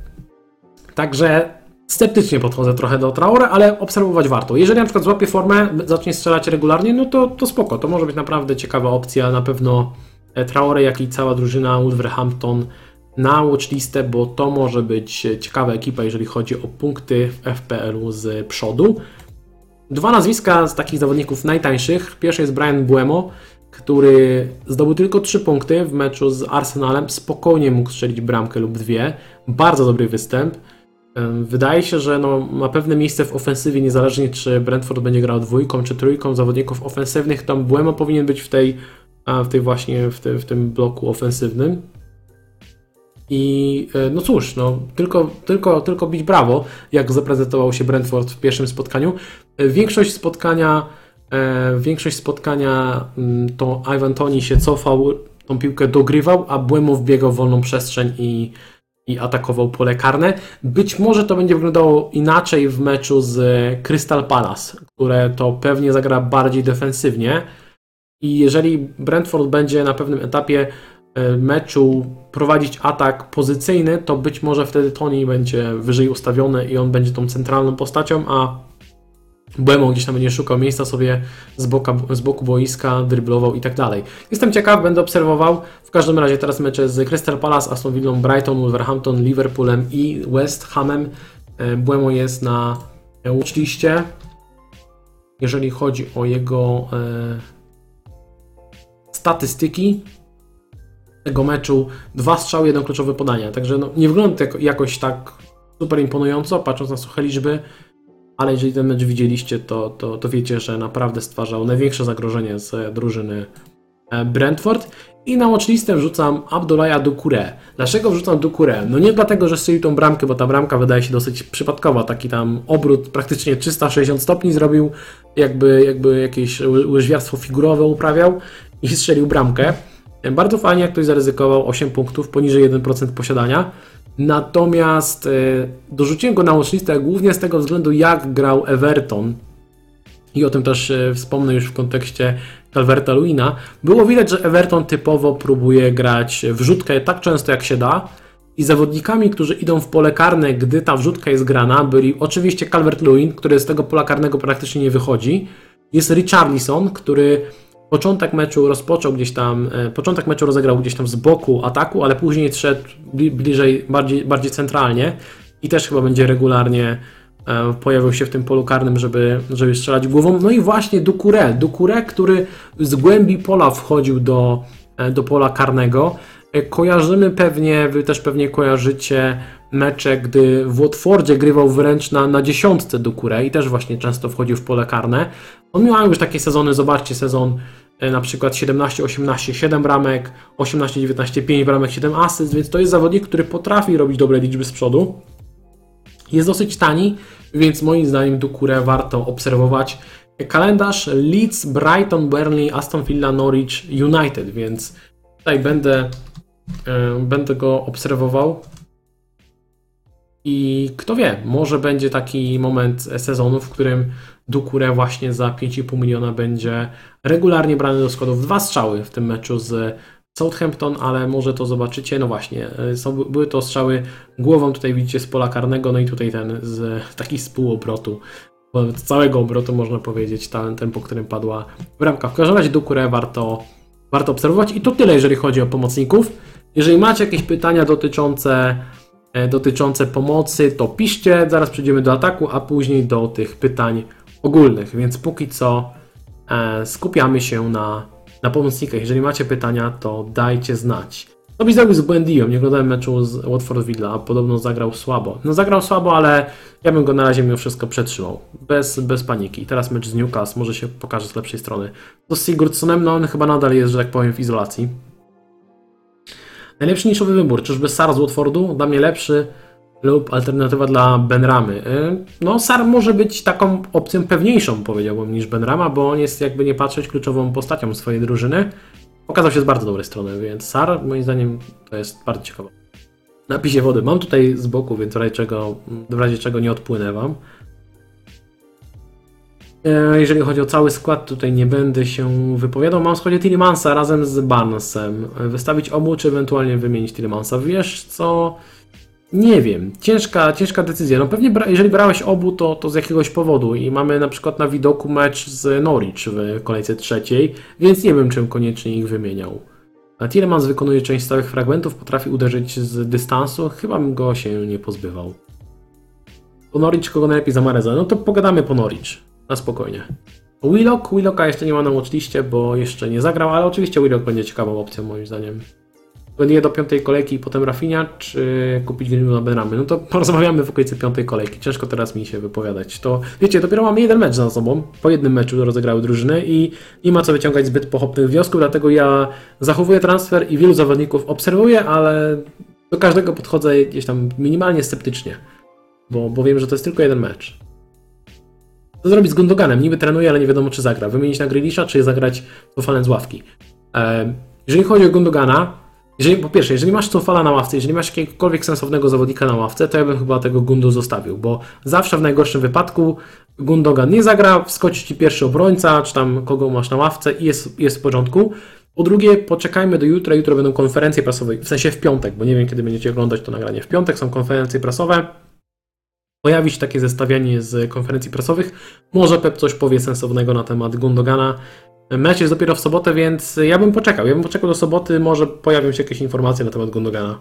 Także sceptycznie podchodzę trochę do Traoré, ale obserwować warto. Jeżeli na przykład złapie formę, zacznie strzelać regularnie, no to, to spoko, to może być naprawdę ciekawa opcja. Na pewno Traoré, jak i cała drużyna Wolverhampton na watchlistę, bo to może być ciekawa ekipa, jeżeli chodzi o punkty w F P L-u z przodu. Dwa nazwiska z takich zawodników najtańszych. Pierwszy jest Bryan Mbeumo, który zdobył tylko trzy punkty w meczu z Arsenalem. Spokojnie mógł strzelić bramkę lub dwie. Bardzo dobry występ. Wydaje się, że no, ma pewne miejsce w ofensywie, niezależnie czy Brentford będzie grał dwójką czy trójką zawodników ofensywnych, tam Mbeumo powinien być w tej, w tej właśnie w, te, w tym bloku ofensywnym. I no cóż, no, tylko, tylko, tylko bić brawo, jak zaprezentował się Brentford w pierwszym spotkaniu. Większość spotkania, większość spotkania to Ivan Toney się cofał, tą piłkę dogrywał, a Mbeumo wbiegał w wolną przestrzeń i i atakował pole karne. Być może to będzie wyglądało inaczej w meczu z Crystal Palace, które to pewnie zagra bardziej defensywnie. I jeżeli Brentford będzie na pewnym etapie meczu prowadzić atak pozycyjny, to być może wtedy Toni będzie wyżej ustawiony i on będzie tą centralną postacią, a Mbeumo gdzieś tam będzie szukał miejsca sobie z, boka, z boku boiska, dryblował i tak dalej. Jestem ciekaw, będę obserwował. W każdym razie teraz mecze z Crystal Palace, Aston Villą, Brighton, Wolverhampton, Liverpoolem i West Hamem. Mbeumo jest na watchliście. Jeżeli chodzi o jego e, statystyki tego meczu, dwa strzały, jedno kluczowe podanie. Także no, nie wygląda to jakoś tak super imponująco, patrząc na suche liczby, ale jeżeli ten mecz widzieliście, to, to, to wiecie, że naprawdę stwarzał największe zagrożenie z drużyny Brentford. I na watchlistę wrzucam Abdoulaye Doucouré. Dlaczego wrzucam Doucouré? No nie dlatego, że strzelił tą bramkę, bo ta bramka wydaje się dosyć przypadkowa. Taki tam obrót praktycznie trzysta sześćdziesiąt stopni zrobił, jakby, jakby jakieś łyżwiarstwo figurowe uprawiał i strzelił bramkę. Bardzo fajnie, jak ktoś zaryzykował osiem punktów, poniżej jeden procent posiadania. Natomiast yy, dorzuciłem go na watchlistę głównie z tego względu, jak grał Everton. I o tym też yy, wspomnę już w kontekście Calverta-Lewina. Było widać, że Everton typowo próbuje grać wrzutkę tak często jak się da. I zawodnikami, którzy idą w pole karne, gdy ta wrzutka jest grana, byli oczywiście Calvert-Lewin, który z tego pola karnego praktycznie nie wychodzi. Jest Richarlison, który początek meczu rozpoczął gdzieś tam, początek meczu rozegrał gdzieś tam z boku ataku, ale później szedł bliżej, bardziej, bardziej centralnie i też chyba będzie regularnie pojawił się w tym polu karnym, żeby, żeby strzelać głową. No i właśnie Doucouré, Doucouré, który z głębi pola wchodził do, do pola karnego. Kojarzymy pewnie, wy też pewnie kojarzycie mecze, gdy w Watfordzie grywał wręcz na, na dziesiątce Doucouré i też właśnie często wchodził w pole karne. On miał już takie sezony, zobaczcie, sezon na przykład siedemnaście osiemnaście, siedem bramek, osiemnaście dziewiętnaście, pięć bramek, siedem asyst, więc to jest zawodnik, który potrafi robić dobre liczby z przodu. Jest dosyć tani, więc moim zdaniem Doucouré warto obserwować. Kalendarz Leeds, Brighton, Burnley, Aston Villa, Norwich, United, więc tutaj będę, yy, będę go obserwował. I kto wie, może będzie taki moment sezonu, w którym Doucouré właśnie za pięć i pół miliona będzie regularnie brany do składów. Dwa strzały w tym meczu z Southampton, ale może to zobaczycie. No właśnie, są, były to strzały głową, tutaj widzicie z pola karnego, no i tutaj ten z taki z półobrotu, z całego obrotu można powiedzieć, ten, ten po którym padła bramka. W każdym razie Doucouré warto, warto obserwować i to tyle, jeżeli chodzi o pomocników. Jeżeli macie jakieś pytania dotyczące dotyczące pomocy, to piszcie, zaraz przejdziemy do ataku, a później do tych pytań ogólnych, więc póki co e, skupiamy się na, na pomocnikach. Jeżeli macie pytania, to dajcie znać. Co byś zrobił z Buendią? Nie oglądałem meczu z Watford Villa, podobno zagrał słabo. No zagrał słabo, ale ja bym go na razie mimo wszystko przetrzymał, bez, bez paniki. Teraz mecz z Newcastle może się pokaże z lepszej strony. To z Sigurdsonem, no on chyba nadal jest, że tak powiem, w izolacji. Najlepszy niszowy wybór, czyżby Sar z Watfordu? Dla mnie lepszy lub alternatywa dla Benramy. No Sar może być taką opcją pewniejszą, powiedziałbym, niż Benrama, bo on jest, jakby nie patrzeć, kluczową postacią swojej drużyny. Pokazał się z bardzo dobrej strony, więc Sar moim zdaniem to jest bardzo ciekawe. Napisie wody mam tutaj z boku, więc w razie czego, w razie czego nie odpłynę wam. Jeżeli chodzi o cały skład, tutaj nie będę się wypowiadał. Mam w składzie Tillemansa razem z Barnesem. Wystawić obu, czy ewentualnie wymienić Tillemansa? Wiesz co? Nie wiem. Ciężka, ciężka decyzja. No pewnie bra jeżeli brałeś obu, to, to z jakiegoś powodu. I mamy na przykład na widoku mecz z Norwich w kolejce trzeciej, więc nie wiem, czym koniecznie ich wymieniał. Tillemans wykonuje część stałych fragmentów, potrafi uderzyć z dystansu. Chyba bym go się nie pozbywał. Po Norwich kogo najlepiej za Mahreza? No to pogadamy po Norwich. Na spokojnie. Willock, Willocka jeszcze nie ma na watchliście, bo jeszcze nie zagrał, ale oczywiście Willock będzie ciekawą opcją moim zdaniem. Będzie do piątej kolejki i potem Rafinha, czy kupić Greenwood na Benramy? No to porozmawiamy w okolicy piątej kolejki. Ciężko teraz mi się wypowiadać. To wiecie, dopiero mamy jeden mecz za sobą. Po jednym meczu rozegrały drużyny i nie ma co wyciągać zbyt pochopnych wniosków, dlatego ja zachowuję transfer i wielu zawodników obserwuję, ale do każdego podchodzę gdzieś tam minimalnie sceptycznie, bo, bo wiem, że to jest tylko jeden mecz. Co zrobić z Gundoganem? Niby trenuje, ale nie wiadomo, czy zagra. Wymienić na Grealisha, czy zagrać Fofana z ławki. Jeżeli chodzi o Gundogana, Jeżeli, po pierwsze, jeżeli masz Coufala na ławce, jeżeli masz jakiegokolwiek sensownego zawodnika na ławce, to ja bym chyba tego Gundu zostawił, bo zawsze w najgorszym wypadku Gundogan nie zagra, wskoczy ci pierwszy obrońca, czy tam kogo masz na ławce i jest, jest w porządku. Po drugie, poczekajmy do jutra, jutro będą konferencje prasowe, w sensie w piątek, bo nie wiem, kiedy będziecie oglądać to nagranie. W piątek są konferencje prasowe, pojawi się takie zestawienie z konferencji prasowych, może Pep coś powie sensownego na temat Gundogana. Mecz jest dopiero w sobotę, więc ja bym poczekał. Ja bym poczekał do soboty, może pojawią się jakieś informacje na temat Gundogana.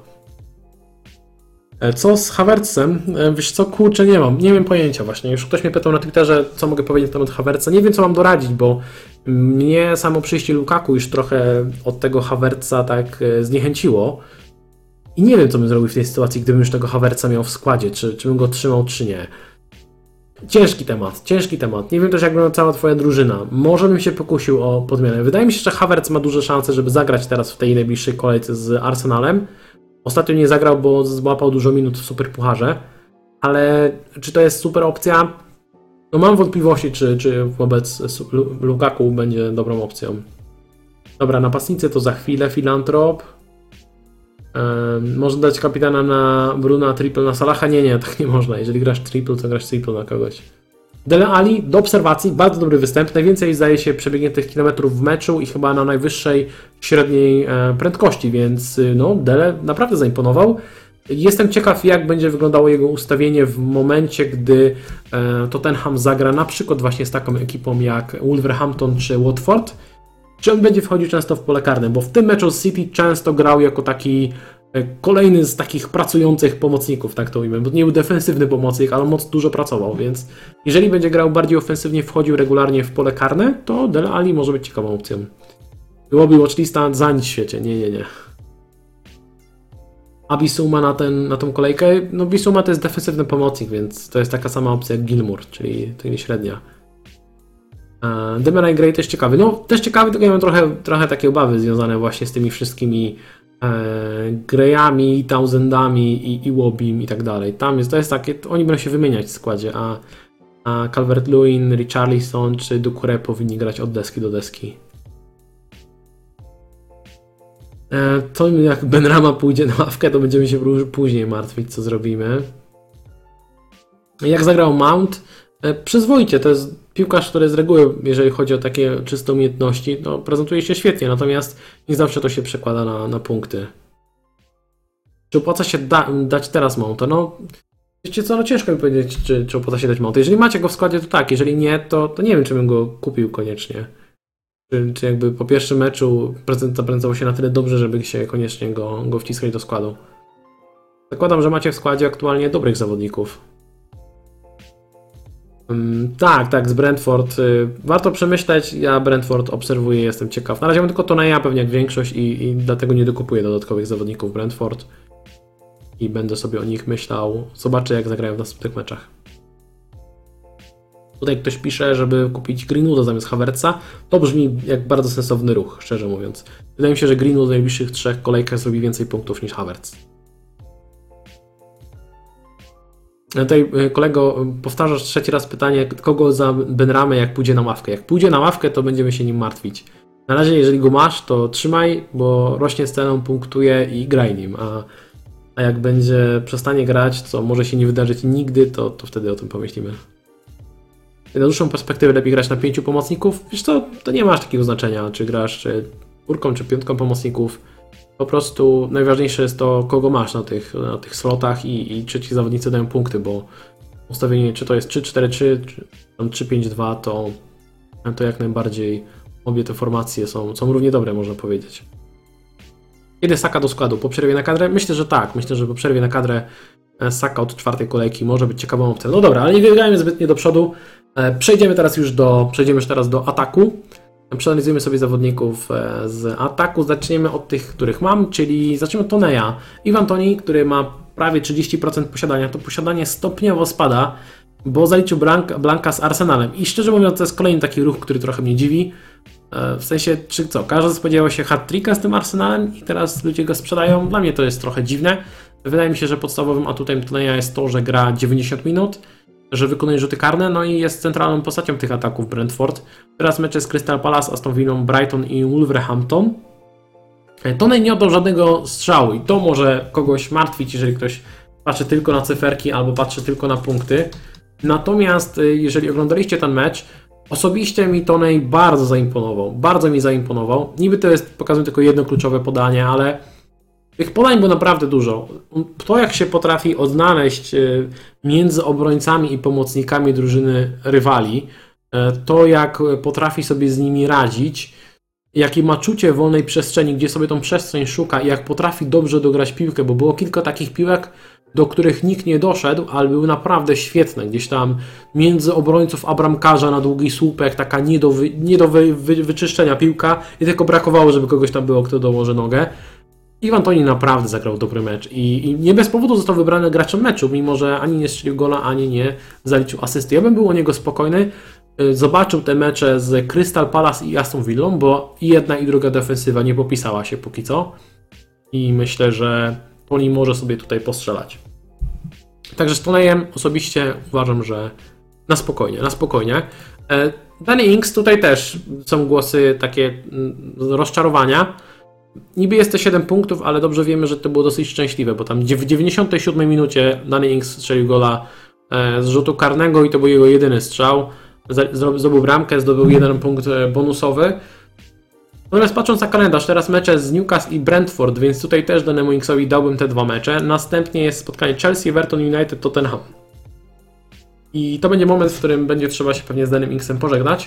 Co z Havertzem? Wiesz co, kurczę, nie mam. Nie mam pojęcia właśnie. Już ktoś mnie pytał na Twitterze, co mogę powiedzieć na temat Havertza. Nie wiem, co mam doradzić, bo mnie samo przyjście Lukaku już trochę od tego Havertza tak zniechęciło. I nie wiem, co bym zrobił w tej sytuacji, gdybym już tego Havertza miał w składzie. Czy, czy bym go trzymał, czy nie. Ciężki temat, ciężki temat. Nie wiem też, jak wygląda cała twoja drużyna. Może bym się pokusił o podmianę. Wydaje mi się, że Havertz ma duże szanse, żeby zagrać teraz w tej najbliższej kolejce z Arsenalem. Ostatnio nie zagrał, bo złapał dużo minut w Superpucharze. Ale czy to jest super opcja? No mam wątpliwości, czy, czy wobec Lukaku będzie dobrą opcją. Dobra, napastnicy to za chwilę. Filantrop. Um, można dać kapitana na Bruna, triple na Salaha? Nie, nie, tak nie można. Jeżeli grasz triple, to grasz triple na kogoś. Dele Alli, do obserwacji, bardzo dobry występ. Najwięcej zdaje się przebiegniętych kilometrów w meczu i chyba na najwyższej średniej e, prędkości, więc no, Dele naprawdę zaimponował. Jestem ciekaw, jak będzie wyglądało jego ustawienie w momencie, gdy e, Tottenham zagra na przykład właśnie z taką ekipą jak Wolverhampton czy Watford. Czy on będzie wchodził często w pole karne, bo w tym meczu z City często grał jako taki kolejny z takich pracujących pomocników, tak to ujmę, bo nie był defensywny pomocnik, ale moc dużo pracował, więc jeżeli będzie grał bardziej ofensywnie, wchodził regularnie w pole karne, to Dele Alli może być ciekawą opcją. Byłoby watchlista za nic w świecie, nie, nie, nie. A Bissouma na, ten, na tą kolejkę, no Bissouma to jest defensywny pomocnik, więc to jest taka sama opcja jak Gilmour, czyli to nie średnia. Demarai Gray też ciekawy. No też ciekawy, tylko ja mam trochę, trochę takie obawy związane właśnie z tymi wszystkimi e, Grayami, Townsendami i, i Wobim i tak dalej. Tam jest, to jest takie, oni będą się wymieniać w składzie, a, a Calvert-Lewin, Richarlison czy Doucouré powinni grać od deski do deski. E, to jak Benrahma pójdzie na ławkę, to będziemy się później martwić, co zrobimy. Jak zagrał Mount? E, przyzwoicie, to jest piłkarz, który z reguły, jeżeli chodzi o takie czyste umiejętności, to prezentuje się świetnie, natomiast nie zawsze to się przekłada na, na punkty. Czy opłaca się da, dać teraz Mounta? No, wiecie co, no ciężko mi powiedzieć, czy, czy opłaca się dać Mounta. Jeżeli macie go w składzie, to tak, jeżeli nie, to, to nie wiem, czy bym go kupił koniecznie. Czy, czy jakby po pierwszym meczu zaprezentował się na tyle dobrze, żeby się koniecznie go, go wciskać do składu. Zakładam, że macie w składzie aktualnie dobrych zawodników. Um, tak, tak, z Brentford. Y, warto przemyśleć, ja Brentford obserwuję, jestem ciekaw. Na razie mam tylko Toneja, pewnie jak większość i, i dlatego nie dokupuję dodatkowych zawodników Brentford. I będę sobie o nich myślał. Zobaczę, jak zagrają w następnych meczach. Tutaj ktoś pisze, żeby kupić Greenwooda zamiast Havertza. To brzmi jak bardzo sensowny ruch, szczerze mówiąc. Wydaje mi się, że Greenwood w najbliższych trzech kolejkach zrobi więcej punktów niż Havertz. Tutaj kolego, powtarzasz trzeci raz pytanie, kogo za Benrahmę jak pójdzie na ławkę. Jak pójdzie na ławkę, to będziemy się nim martwić. Na razie, jeżeli go masz, to trzymaj, bo rośnie z ceną, punktuje i graj nim. A, a jak będzie przestanie grać, co może się nie wydarzyć nigdy, to, to wtedy o tym pomyślimy. Na dłuższą perspektywę lepiej grać na pięciu pomocników. Wiesz co, to nie ma aż takiego znaczenia, czy grasz czy czwórką, czy piątką pomocników. Po prostu najważniejsze jest to, kogo masz na tych, na tych slotach i, i czy ci zawodnicy dają punkty, bo ustawienie, czy to jest trzy cztery trzy, czy tam trzy pięć dwa, to, to jak najbardziej obie te formacje są, są równie dobre, można powiedzieć. Kiedy Saka do składu? Po przerwie na kadrę? Myślę, że tak. Myślę, że po przerwie na kadrę Saka od czwartej kolejki może być ciekawą opcją. No dobra, ale nie biegajmy zbytnio do przodu. Przejdziemy teraz już do, przejdziemy już teraz do ataku. Przeanalizujemy sobie zawodników z ataku. Zaczniemy od tych, których mam, czyli zaczniemy od Toneja. Iwan Toney, który ma prawie trzydzieści procent posiadania, to posiadanie stopniowo spada, bo zaliczył Blanka, Blanka z Arsenalem. I szczerze mówiąc, to jest kolejny taki ruch, który trochę mnie dziwi. W sensie, czy co, każdy spodziewał się hat-tricka z tym Arsenalem i teraz ludzie go sprzedają. Dla mnie to jest trochę dziwne. Wydaje mi się, że podstawowym atutem Toneja jest to, że gra dziewięćdziesiąt minut, że wykonuje rzuty karne, no i jest centralną postacią tych ataków Brentford. Teraz mecze z Crystal Palace, Aston Villą, Brighton i Wolverhampton. Toney nie oddał żadnego strzału i to może kogoś martwić, jeżeli ktoś patrzy tylko na cyferki albo patrzy tylko na punkty. Natomiast jeżeli oglądaliście ten mecz, osobiście mi Toney bardzo zaimponował. Bardzo mi zaimponował. Niby to jest, pokazuję tylko jedno kluczowe podanie, ale tych podań było naprawdę dużo. To, jak się potrafi odnaleźć między obrońcami i pomocnikami drużyny rywali, to jak potrafi sobie z nimi radzić, jakie ma czucie wolnej przestrzeni, gdzie sobie tą przestrzeń szuka i jak potrafi dobrze dograć piłkę, bo było kilka takich piłek, do których nikt nie doszedł, ale były naprawdę świetne. Gdzieś tam między obrońców a bramkarza na długi słupek, taka nie do, wy, nie do wy, wy, wyczyszczenia piłka i tylko brakowało, żeby kogoś tam było, kto dołoży nogę. Iwan Toney naprawdę zagrał dobry mecz i, i nie bez powodu został wybrany graczem meczu, mimo że ani nie strzelił gola, ani nie zaliczył asysty. Ja bym był o niego spokojny. Zobaczył te mecze z Crystal Palace i Aston Villą, bo i jedna i druga defensywa nie popisała się póki co. I myślę, że Toney może sobie tutaj postrzelać. Także z Toneyem osobiście uważam, że na spokojnie, na spokojnie. Danny Ings, tutaj też są głosy takie rozczarowania. Niby jest to siedem punktów, ale dobrze wiemy, że to było dosyć szczęśliwe, bo tam w dziewięćdziesiątej siódmej minucie Danny Ings strzelił gola z rzutu karnego i to był jego jedyny strzał. Zdobył bramkę, zdobył jeden punkt bonusowy. Natomiast patrząc na kalendarz, teraz mecze z Newcastle i Brentford, więc tutaj też Danemu Ingsowi dałbym te dwa mecze. Następnie jest spotkanie Chelsea, Everton United, Tottenham. I to będzie moment, w którym będzie trzeba się pewnie z Danem Ingsem pożegnać.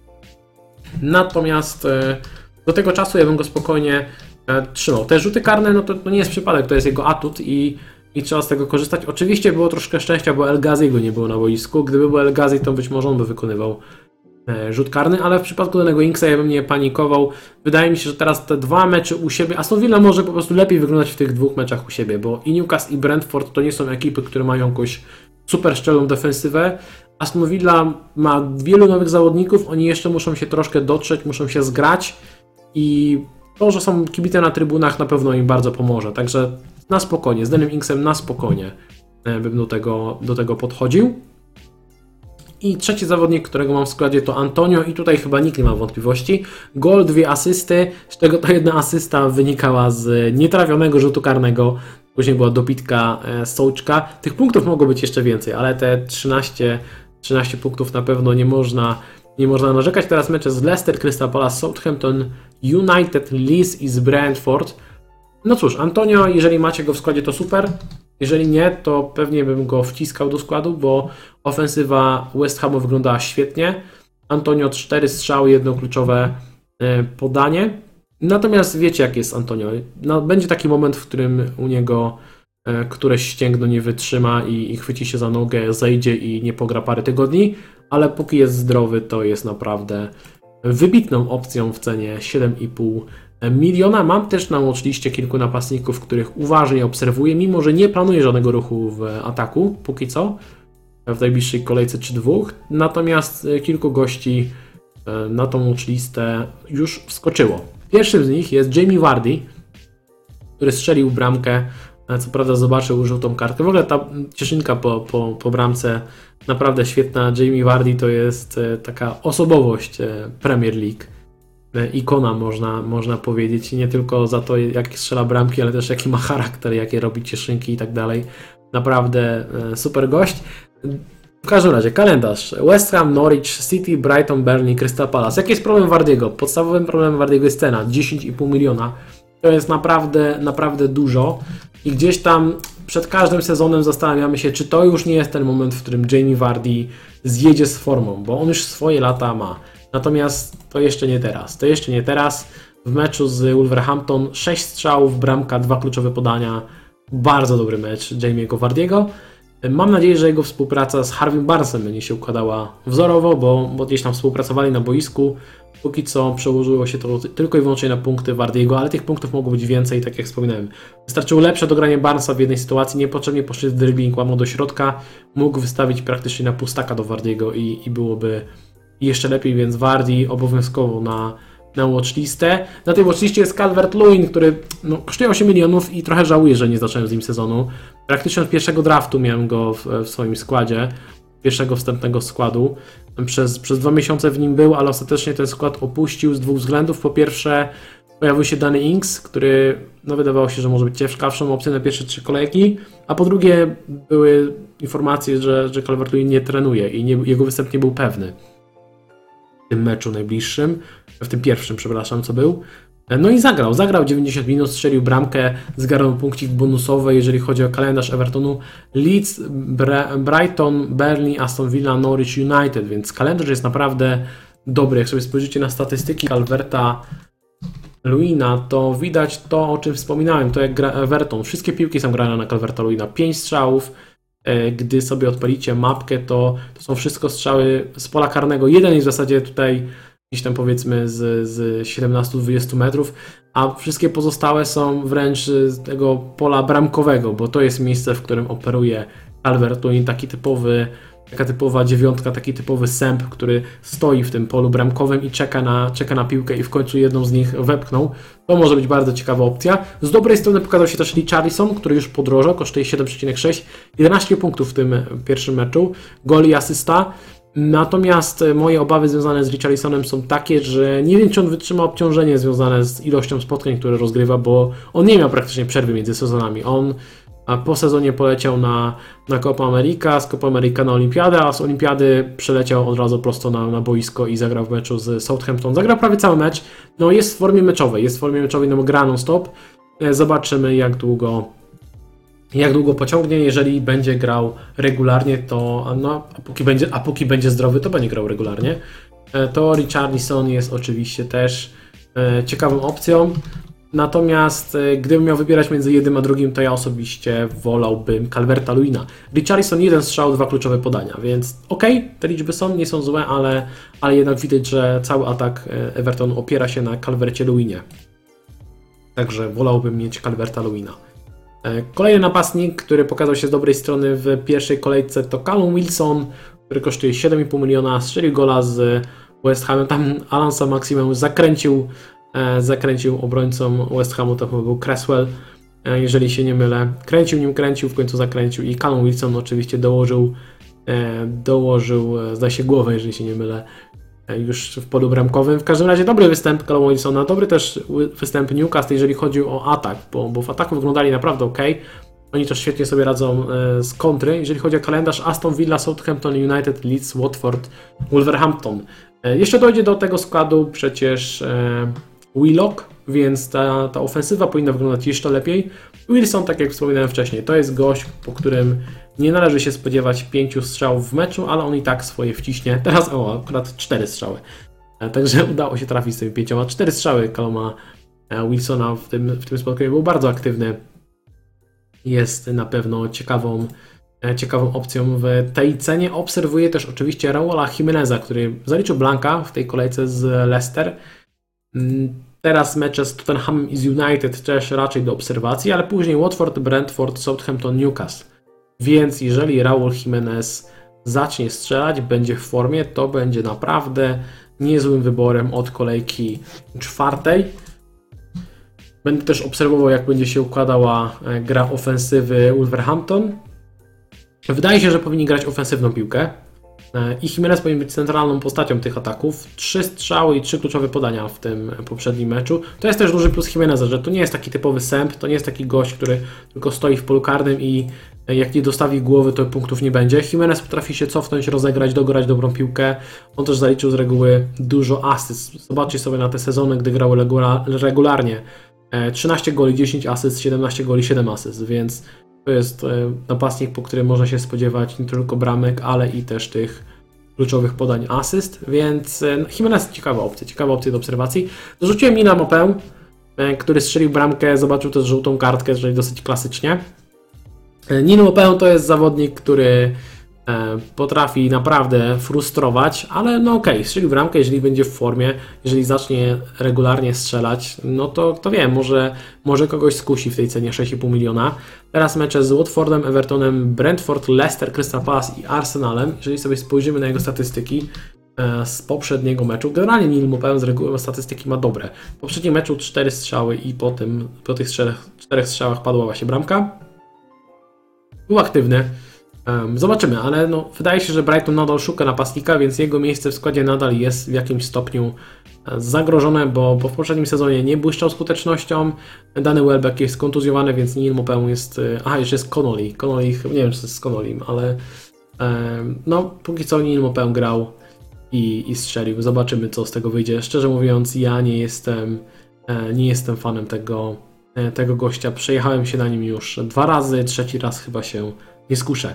Natomiast do tego czasu ja bym go spokojnie trzymał. Te rzuty karne, no to, to nie jest przypadek, to jest jego atut i, i trzeba z tego korzystać. Oczywiście było troszkę szczęścia, bo El Ghaziego nie było na boisku. Gdyby był El Ghazi, to być może on by wykonywał rzut karny, ale w przypadku danego Inksa ja bym nie panikował. Wydaje mi się, że teraz te dwa mecze u siebie, Aston Villa może po prostu lepiej wyglądać w tych dwóch meczach u siebie, bo i Newcastle i Brentford to nie są ekipy, które mają jakąś super szczelną defensywę. Aston Villa ma wielu nowych zawodników, oni jeszcze muszą się troszkę dotrzeć, muszą się zgrać i to, że są kibice na trybunach, na pewno im bardzo pomoże. Także na spokojnie, z Danem Inksem na spokojnie bym do tego, do tego podchodził. I trzeci zawodnik, którego mam w składzie, to Antonio i tutaj chyba nikt nie ma wątpliwości. Gol, dwie asysty, z czego ta jedna asysta wynikała z nietrafionego rzutu karnego. Później była dobitka e, Sołczka. Tych punktów mogło być jeszcze więcej, ale te trzynaście, trzynaście punktów na pewno nie można, nie można narzekać. Teraz mecze z Leicester, Crystal Palace, Southampton, United, Leeds i z Brentford. No cóż, Antonio, jeżeli macie go w składzie, to super. Jeżeli nie, to pewnie bym go wciskał do składu, bo ofensywa West Hamu wyglądała świetnie. Antonio cztery strzały, jedno kluczowe podanie. Natomiast wiecie, jak jest Antonio. No, będzie taki moment, w którym u niego któreś ścięgno nie wytrzyma i, i chwyci się za nogę, zejdzie i nie pogra parę tygodni, ale póki jest zdrowy, to jest naprawdę wybitną opcją w cenie siedem i pół miliona. Mam też na watchliście kilku napastników, których uważnie obserwuję, mimo że nie planuję żadnego ruchu w ataku, póki co, w najbliższej kolejce czy dwóch. Natomiast kilku gości na tą watchlistę już wskoczyło. Pierwszym z nich jest Jamie Vardy, który strzelił bramkę, co prawda zobaczył żółtą kartkę. W ogóle ta cieszynka po, po, po bramce naprawdę świetna. Jamie Vardy to jest taka osobowość Premier League. Ikona można, można powiedzieć, nie tylko za to, jak strzela bramki, ale też jaki ma charakter, jakie robi cieszynki i tak dalej. Naprawdę super gość. W każdym razie kalendarz. West Ham, Norwich, City, Brighton, Burnley, Crystal Palace. Jaki jest problem Vardy'ego? Podstawowym problemem Vardy'ego jest cena, dziesięć i pół miliona. To jest naprawdę, naprawdę dużo i gdzieś tam przed każdym sezonem zastanawiamy się, czy to już nie jest ten moment, w którym Jamie Vardy zjedzie z formą, bo on już swoje lata ma. Natomiast to jeszcze nie teraz. To jeszcze nie teraz. W meczu z Wolverhampton sześć strzałów, bramka, dwa kluczowe podania. Bardzo dobry mecz Jamie'ego Vardy'ego. Mam nadzieję, że jego współpraca z Harvey Barnesem będzie się układała wzorowo, bo, bo gdzieś tam współpracowali na boisku. Póki co przełożyło się to tylko i wyłącznie na punkty Vardy'ego, ale tych punktów mogło być więcej, tak jak wspominałem. Wystarczyło lepsze dogranie Barnesa w jednej sytuacji, niepotrzebnie poszedł dribbling, łamał do środka, mógł wystawić praktycznie na pustaka do Vardy'ego i, i byłoby jeszcze lepiej, więc Vardy obowiązkowo na, na watchlistę. Na tej watchliście jest Calvert-Lewin, który no, kosztuje osiem milionów i trochę żałuję, że nie zacząłem z nim sezonu. Praktycznie od pierwszego draftu miałem go w, w swoim składzie, pierwszego wstępnego składu. Przez, przez dwa miesiące w nim był, ale ostatecznie ten skład opuścił z dwóch względów. Po pierwsze, pojawił się Danny Ings, który no, wydawało się, że może być ciekawszą opcją na pierwsze trzy kolejki, a po drugie były informacje, że, że Calvert-Lewin nie trenuje i nie, jego występ nie był pewny w tym meczu najbliższym, w tym pierwszym, przepraszam, co był. No i zagrał, zagrał dziewięćdziesiąt minut, strzelił bramkę, zgarnął punkcik bonusowy, jeżeli chodzi o kalendarz Evertonu. Leeds, Bra- Brighton, Burnley, Aston Villa, Norwich United, więc kalendarz jest naprawdę dobry. Jak sobie spojrzycie na statystyki Calverta Lewina, to widać to, o czym wspominałem, to jak gra Everton. Wszystkie piłki są grane na Calverta Lewina. pięć strzałów, gdy sobie odpalicie mapkę, to, to są wszystko strzały z pola karnego. Jeden jest w zasadzie tutaj gdzieś tam powiedzmy z, z siedemnastu do dwudziestu metrów, a wszystkie pozostałe są wręcz z tego pola bramkowego, bo to jest miejsce, w którym operuje Calvert-Lewin, taki typowy, taka typowa dziewiątka, taki typowy sęp, który stoi w tym polu bramkowym i czeka na, czeka na piłkę i w końcu jedną z nich wepchnął. To może być bardzo ciekawa opcja. Z dobrej strony pokazał się też Richarlison, który już podrożał, kosztuje siedem przecinek sześć, jedenaście punktów w tym pierwszym meczu, gol i asysta. Natomiast moje obawy związane z Richarlisonem są takie, że nie wiem, czy on wytrzyma obciążenie związane z ilością spotkań, które rozgrywa, bo on nie miał praktycznie przerwy między sezonami. On po sezonie poleciał na, na Copa America, z Copa America na Olimpiadę, a z Olimpiady przeleciał od razu prosto na, na boisko i zagrał w meczu z Southampton. Zagrał prawie cały mecz. No jest w formie meczowej, jest w formie meczowej, no bo gra non-stop. Zobaczymy, jak długo jak długo pociągnie. Jeżeli będzie grał regularnie, to no, a, póki będzie, a póki będzie zdrowy, to będzie grał regularnie. To Richarlison jest oczywiście też e, ciekawą opcją. Natomiast e, gdybym miał wybierać między jednym a drugim, to ja osobiście wolałbym Calverta Lewina. Richarlison jeden strzał, dwa kluczowe podania, więc okej, okay, te liczby są, nie są złe, ale, ale jednak widać, że cały atak Everton opiera się na Calvercie Lewinie. Także wolałbym mieć Calverta Lewina. Kolejny napastnik, który pokazał się z dobrej strony w pierwszej kolejce, to Callum Wilson, który kosztuje siedem i pół miliona, strzelił gola z West Hamem. Tam Alan Saint-Maximin zakręcił, zakręcił obrońcą West Hamu, to chyba był Cresswell, jeżeli się nie mylę. Kręcił nim, kręcił, w końcu zakręcił i Callum Wilson oczywiście dołożył, dołożył, zdaje się, głowę, jeżeli się nie mylę, już w polu bramkowym. W każdym razie dobry występ Calluma Wilsona, dobry też występ Newcastle, jeżeli chodzi o atak, bo, bo w ataku wyglądali naprawdę ok. Oni też świetnie sobie radzą e, z kontry. Jeżeli chodzi o kalendarz, Aston Villa, Southampton United, Leeds, Watford, Wolverhampton. E, jeszcze dojdzie do tego składu przecież e, Willock, więc ta, ta ofensywa powinna wyglądać jeszcze lepiej. Wilson, tak jak wspominałem wcześniej, to jest gość, po którym nie należy się spodziewać pięciu strzałów w meczu, ale on i tak swoje wciśnie. Teraz o, akurat cztery strzały. Także udało się trafić z tymi pięcioma. Cztery strzały Calluma Wilsona w tym, w tym spotkaniu. Był bardzo aktywny. Jest na pewno ciekawą, ciekawą opcją w tej cenie. Obserwuję też oczywiście Raula Jimeneza, który zaliczył blanka w tej kolejce z Leicester. Teraz mecze z Tottenhamem i z United też raczej do obserwacji, ale później Watford, Brentford, Southampton, Newcastle. Więc jeżeli Raul Jimenez zacznie strzelać, będzie w formie, to będzie naprawdę niezłym wyborem od kolejki czwartej. Będę też obserwował, jak będzie się układała gra ofensywy Wolverhampton. Wydaje się, że powinni grać ofensywną piłkę i Jimenez powinien być centralną postacią tych ataków. Trzy strzały i trzy kluczowe podania w tym poprzednim meczu. To jest też duży plus Jimeneza, że to nie jest taki typowy sęp, to nie jest taki gość, który tylko stoi w polu karnym i jak nie dostawi głowy, to punktów nie będzie. Jimenez potrafi się cofnąć, rozegrać, dograć dobrą piłkę. On też zaliczył z reguły dużo asyst. Zobaczcie sobie na te sezony, gdy grał regularnie. trzynaście goli, dziesięć asyst, siedemnaście goli, siedem asyst, więc to jest napastnik, po którym można się spodziewać nie tylko bramek, ale i też tych kluczowych podań asyst, więc no, Jimenez ciekawa opcja, ciekawa opcja do obserwacji. Dorzuciłem Nina Mopę, który strzelił bramkę, zobaczył też żółtą kartkę, czyli dosyć klasycznie. Nino Mopę to jest zawodnik, który potrafi naprawdę frustrować, ale no okej, okay, strzeli bramkę, jeżeli będzie w formie, jeżeli zacznie regularnie strzelać, no to kto wie, może, może kogoś skusi w tej cenie sześć i pół miliona. Teraz mecze z Watfordem, Evertonem, Brentford, Leicester, Crystal Palace i Arsenalem. Jeżeli sobie spojrzymy na jego statystyki z poprzedniego meczu, generalnie Nino Mopę z reguły statystyki ma dobre. W poprzednim meczu cztery strzały i po, tym, po tych czterech, czterech strzałach padła właśnie bramka. Był aktywny. Um, zobaczymy, ale no, wydaje się, że Brighton nadal szuka napastnika, więc jego miejsce w składzie nadal jest w jakimś stopniu zagrożone, bo, bo w poprzednim sezonie nie błyszczał skutecznością. Danny Welbeck jest kontuzjowany, więc Neil Maupay jest... Aha, jeszcze jest Connolly. Connolly, nie wiem, czy to jest z Connollym, ale um, no, póki co Neil Maupay grał i, i strzelił. Zobaczymy, co z tego wyjdzie. Szczerze mówiąc, ja nie jestem, nie jestem fanem tego, tego gościa. Przejechałem się na nim już dwa razy, trzeci raz chyba się nie skuszę.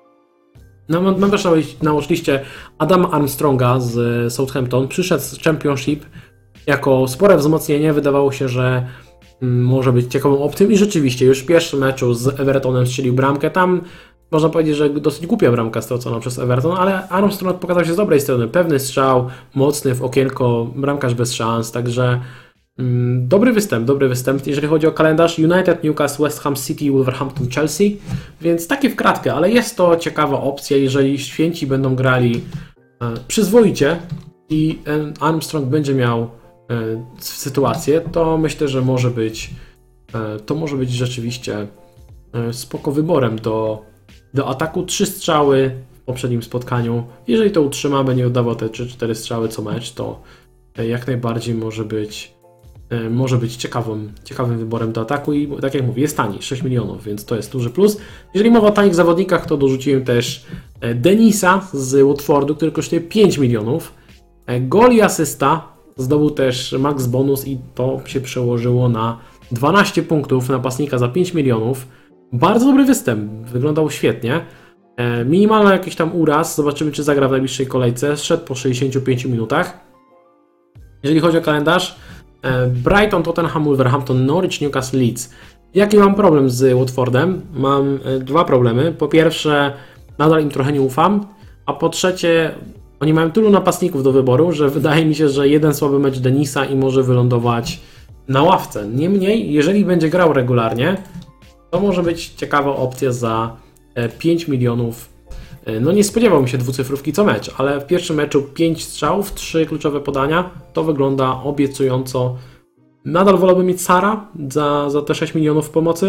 No, mam, mam też na, na watchliście Adama Armstronga z Southampton. Przyszedł z Championship jako spore wzmocnienie. Wydawało się, że mm, może być ciekawą opcją i rzeczywiście już w pierwszym meczu z Evertonem strzelił bramkę. Tam można powiedzieć, że dosyć głupia bramka stracona przez Everton, ale Armstrong pokazał się z dobrej strony. Pewny strzał, mocny w okienko, bramkarz bez szans, także mm, dobry występ, dobry występ. Jeżeli chodzi o kalendarz, United, Newcastle, West Ham City, Wolverhampton, Chelsea, więc takie w kratkę, ale jest to ciekawa opcja, jeżeli święci będą grali e, przyzwoicie i e, Armstrong będzie miał e, sytuację, to myślę, że może być e, to może być rzeczywiście e, spoko wyborem do Do ataku. Trzy strzały w poprzednim spotkaniu. Jeżeli to utrzyma, będzie oddawał te trzy cztery strzały co mecz, to jak najbardziej może być może być ciekawym, ciekawym wyborem do ataku i tak jak mówię, jest tani, sześć milionów, więc to jest duży plus. Jeżeli mowa o tanich zawodnikach, to dorzuciłem też Denisa z Watfordu, który kosztuje pięć milionów. Gol i asysta zdobył też max bonus i to się przełożyło na dwanaście punktów napastnika za pięć milionów. Bardzo dobry występ, wyglądał świetnie. E, minimalny jakiś tam uraz, zobaczymy czy zagra w najbliższej kolejce. Zszedł po sześćdziesięciu pięciu minutach. Jeżeli chodzi o kalendarz, e, Brighton, Tottenham, Wolverhampton, Norwich, Newcastle, Leeds. Jaki mam problem z Watfordem? Mam e, dwa problemy. Po pierwsze, nadal im trochę nie ufam, a po trzecie, oni mają tylu napastników do wyboru, że wydaje mi się, że jeden słaby mecz Denisa i może wylądować na ławce. Niemniej, jeżeli będzie grał regularnie, to może być ciekawa opcja za pięć milionów. No nie spodziewałbym się dwucyfrówki co mecz, ale w pierwszym meczu pięć strzałów, trzy kluczowe podania. To wygląda obiecująco. Nadal wolałbym mieć Sara za, za te sześć milionów pomocy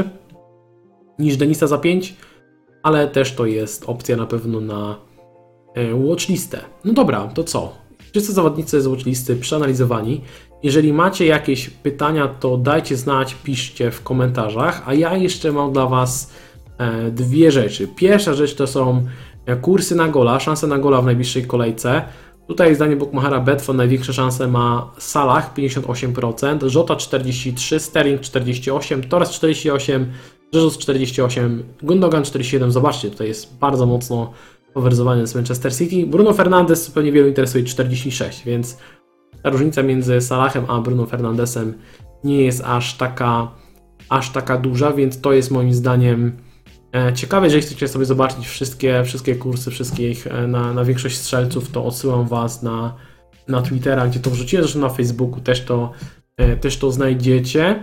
niż Denisa za pięć, ale też to jest opcja na pewno na watchlistę. No dobra, to co? Wszyscy zawodnicy z watchlisty przeanalizowani. Jeżeli macie jakieś pytania, to dajcie znać, piszcie w komentarzach, a ja jeszcze mam dla Was e, dwie rzeczy. Pierwsza rzecz to są kursy na gola, szanse na gola w najbliższej kolejce. Tutaj zdaniem Bookmachera Betfair największe szanse ma Salah pięćdziesiąt osiem procent, Jota czterdzieści trzy procent, Sterling czterdzieści osiem procent, Torres czterdzieści osiem procent, Jesus czterdzieści osiem procent, Gundogan czterdzieści siedem procent. Zobaczcie, tutaj jest bardzo mocno faworyzowany z Manchester City. Bruno Fernandes pewnie wielu interesuje czterdzieści sześć procent, więc ta różnica między Salahem a Bruno Fernandesem nie jest aż taka, aż taka duża, więc to jest moim zdaniem e, ciekawe. Jeżeli chcecie sobie zobaczyć wszystkie, wszystkie kursy, wszystkich e, na, na większość strzelców, to odsyłam Was na, na Twittera, gdzie to wrzuciłem, zresztą na Facebooku też to, e, też to znajdziecie.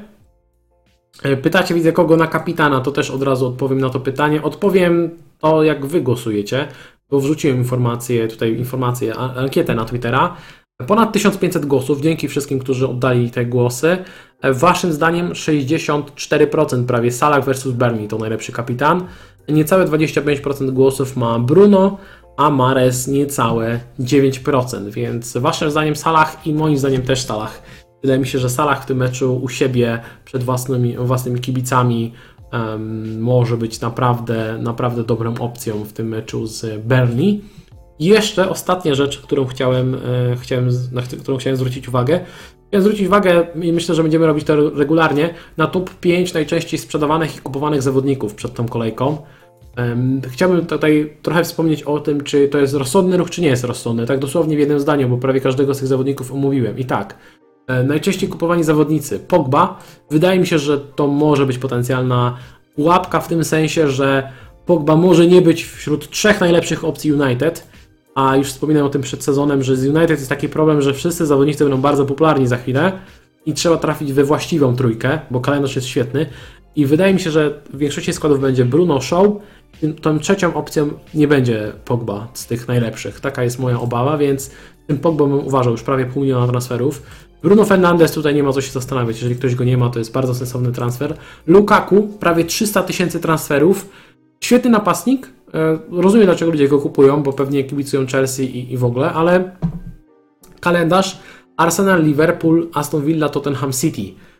E, pytacie, widzę kogo na kapitana, to też od razu odpowiem na to pytanie. Odpowiem to, jak Wy głosujecie, bo wrzuciłem informację, tutaj informację, ankietę na Twittera. Ponad tysiąc pięćset głosów, dzięki wszystkim, którzy oddali te głosy. Waszym zdaniem sześćdziesiąt cztery procent prawie Salah versus Burnley to najlepszy kapitan. Niecałe dwadzieścia pięć procent głosów ma Bruno, a Mahrez niecałe dziewięć procent, więc waszym zdaniem Salah i moim zdaniem też Salah. Wydaje mi się, że Salah w tym meczu u siebie przed własnymi, własnymi kibicami um, może być naprawdę, naprawdę dobrą opcją w tym meczu z Burnley. I jeszcze ostatnia rzecz, którą chciałem, e, chciałem, na którą chciałem zwrócić uwagę. Chciałem zwrócić uwagę i myślę, że będziemy robić to regularnie na top pięć najczęściej sprzedawanych i kupowanych zawodników przed tą kolejką. Um, chciałbym tutaj trochę wspomnieć o tym, czy to jest rozsądny ruch, czy nie jest rozsądny. Tak dosłownie w jednym zdaniu, bo prawie każdego z tych zawodników omówiłem. I tak, e, najczęściej kupowani zawodnicy. Pogba. Wydaje mi się, że to może być potencjalna pułapka w tym sensie, że Pogba może nie być wśród trzech najlepszych opcji United. A już wspominałem o tym przed sezonem, że z United jest taki problem, że wszyscy zawodnicy będą bardzo popularni za chwilę i trzeba trafić we właściwą trójkę, bo kalendarz jest świetny. I wydaje mi się, że w większości składów będzie Bruno, Shaw. Tą trzecią opcją nie będzie Pogba z tych najlepszych. Taka jest moja obawa, więc tym Pogba bym uważał już prawie pół miliona transferów. Bruno Fernandes tutaj nie ma co się zastanawiać. Jeżeli ktoś go nie ma, to jest bardzo sensowny transfer. Lukaku prawie trzysta tysięcy transferów. Świetny napastnik, Rozumiem, dlaczego ludzie go kupują, bo pewnie kibicują Chelsea i, i w ogóle, ale kalendarz Arsenal, Liverpool, Aston Villa, Tottenham City.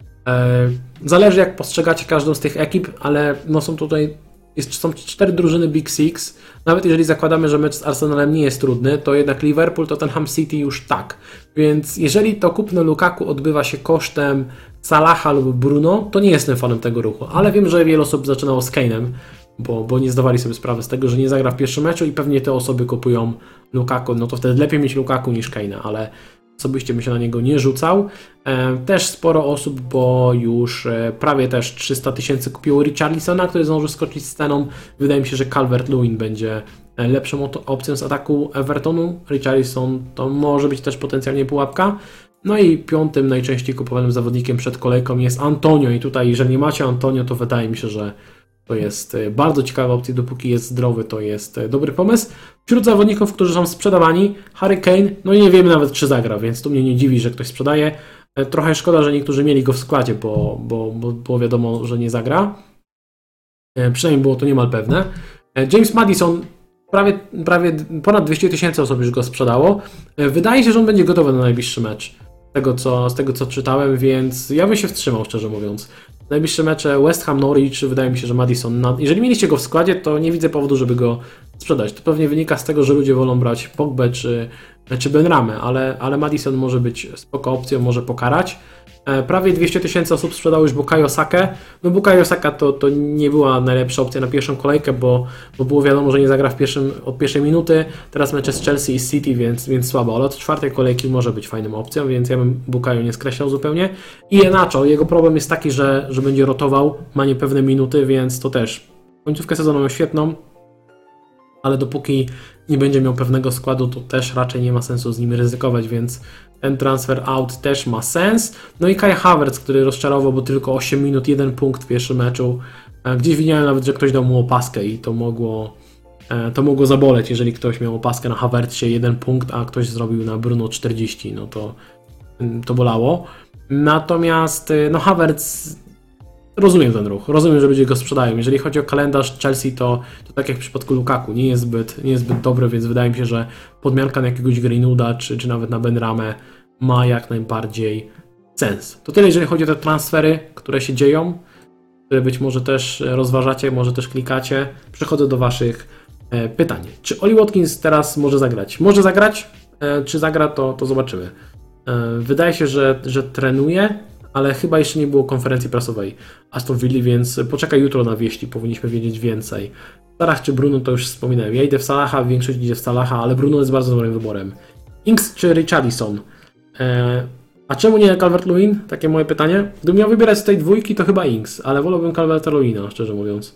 Zależy, jak postrzegacie każdą z tych ekip, ale no są tutaj jest, są cztery drużyny Big Six. Nawet jeżeli zakładamy, że mecz z Arsenalem nie jest trudny, to jednak Liverpool, Tottenham City już tak. Więc jeżeli to kupno Lukaku odbywa się kosztem Salaha lub Bruno, to nie jestem fanem tego ruchu. Ale wiem, że wiele osób zaczynało z Kane'em, bo, bo nie zdawali sobie sprawy z tego, że nie zagra w pierwszym meczu i pewnie te osoby kupują Lukaku. No to wtedy lepiej mieć Lukaku niż Kane'a, ale osobiście bym się na niego nie rzucał. Też sporo osób, bo już prawie też trzysta tysięcy kupiło Richarlisona, który zdążył skoczyć z ceną. Wydaje mi się, że Calvert-Lewin będzie lepszą opcją z ataku Evertonu. Richarlison to może być też potencjalnie pułapka. No i piątym najczęściej kupowanym zawodnikiem przed kolejką jest Antonio i tutaj jeżeli nie macie Antonio, to wydaje mi się, że to jest bardzo ciekawa opcja, dopóki jest zdrowy, to jest dobry pomysł. Wśród zawodników, którzy są sprzedawani, Harry Kane, no i nie wiemy nawet, czy zagra, więc tu mnie nie dziwi, że ktoś sprzedaje. Trochę szkoda, że niektórzy mieli go w składzie, bo, bo, bo było wiadomo, że nie zagra. Przynajmniej było to niemal pewne. James Maddison, prawie, prawie ponad dwieście tysięcy osób już go sprzedało. Wydaje się, że on będzie gotowy na najbliższy mecz, z tego co, z tego co czytałem, więc ja bym się wstrzymał, szczerze mówiąc. Najbliższe mecze West Ham, Norwich, wydaje mi się, że Maddison, nad... jeżeli mieliście go w składzie, to nie widzę powodu, żeby go sprzedać. To pewnie wynika z tego, że ludzie wolą brać Pogbę czy, czy Benramę, ale, ale Maddison może być spoko opcją, może pokarać. Prawie dwieście tysięcy osób sprzedało już Bukayo Sakę. No Bukayo Saka to, to nie była najlepsza opcja na pierwszą kolejkę, bo, bo było wiadomo, że nie zagra w pierwszym, od pierwszej minuty. Teraz mecze z Chelsea i City, więc, więc słabo, ale od czwartej kolejki może być fajną opcją, więc ja bym Bukayo nie skreślał zupełnie. I Iheanacho, jego problem jest taki, że, że będzie rotował, ma niepewne minuty, więc to też końcówkę sezonu ma świetną, ale dopóki nie będzie miał pewnego składu, to też raczej nie ma sensu z nim ryzykować, więc ten transfer out też ma sens. No i Kai Havertz, który rozczarował, bo tylko osiem minut, jeden punkt w pierwszym meczu. Gdzieś widziałem nawet, że ktoś dał mu opaskę i to mogło, to mogło zaboleć, jeżeli ktoś miał opaskę na Havertzie jeden punkt, a ktoś zrobił na Bruno czterdzieści, no to, to bolało. Natomiast no Havertz, rozumiem ten ruch, rozumiem, że ludzie go sprzedają. Jeżeli chodzi o kalendarz Chelsea, to, to tak jak w przypadku Lukaku, nie jest zbyt, nie jest zbyt dobry, więc wydaje mi się, że podmianka na jakiegoś Greenwooda, czy, czy nawet na Benramę ma jak najbardziej sens. To tyle, jeżeli chodzi o te transfery, które się dzieją, które być może też rozważacie, może też klikacie. Przechodzę do Waszych e, pytań. Czy Oli Watkins teraz może zagrać? Może zagrać? E, czy zagra, to, to zobaczymy. E, wydaje się, że, że trenuje, ale chyba jeszcze nie było konferencji prasowej Aston Villa, więc poczekaj jutro na wieści, powinniśmy wiedzieć więcej. Salah czy Bruno, to już wspominałem. Ja idę w Salaha, większość idzie w Salaha, ale Bruno jest bardzo dobrym wyborem. Ings czy Richarlison? Eee, a czemu nie Calvert-Lewin? Takie moje pytanie. Gdybym miał wybierać z tej dwójki, to chyba Ings, ale wolałbym Calvert-Lewina, szczerze mówiąc.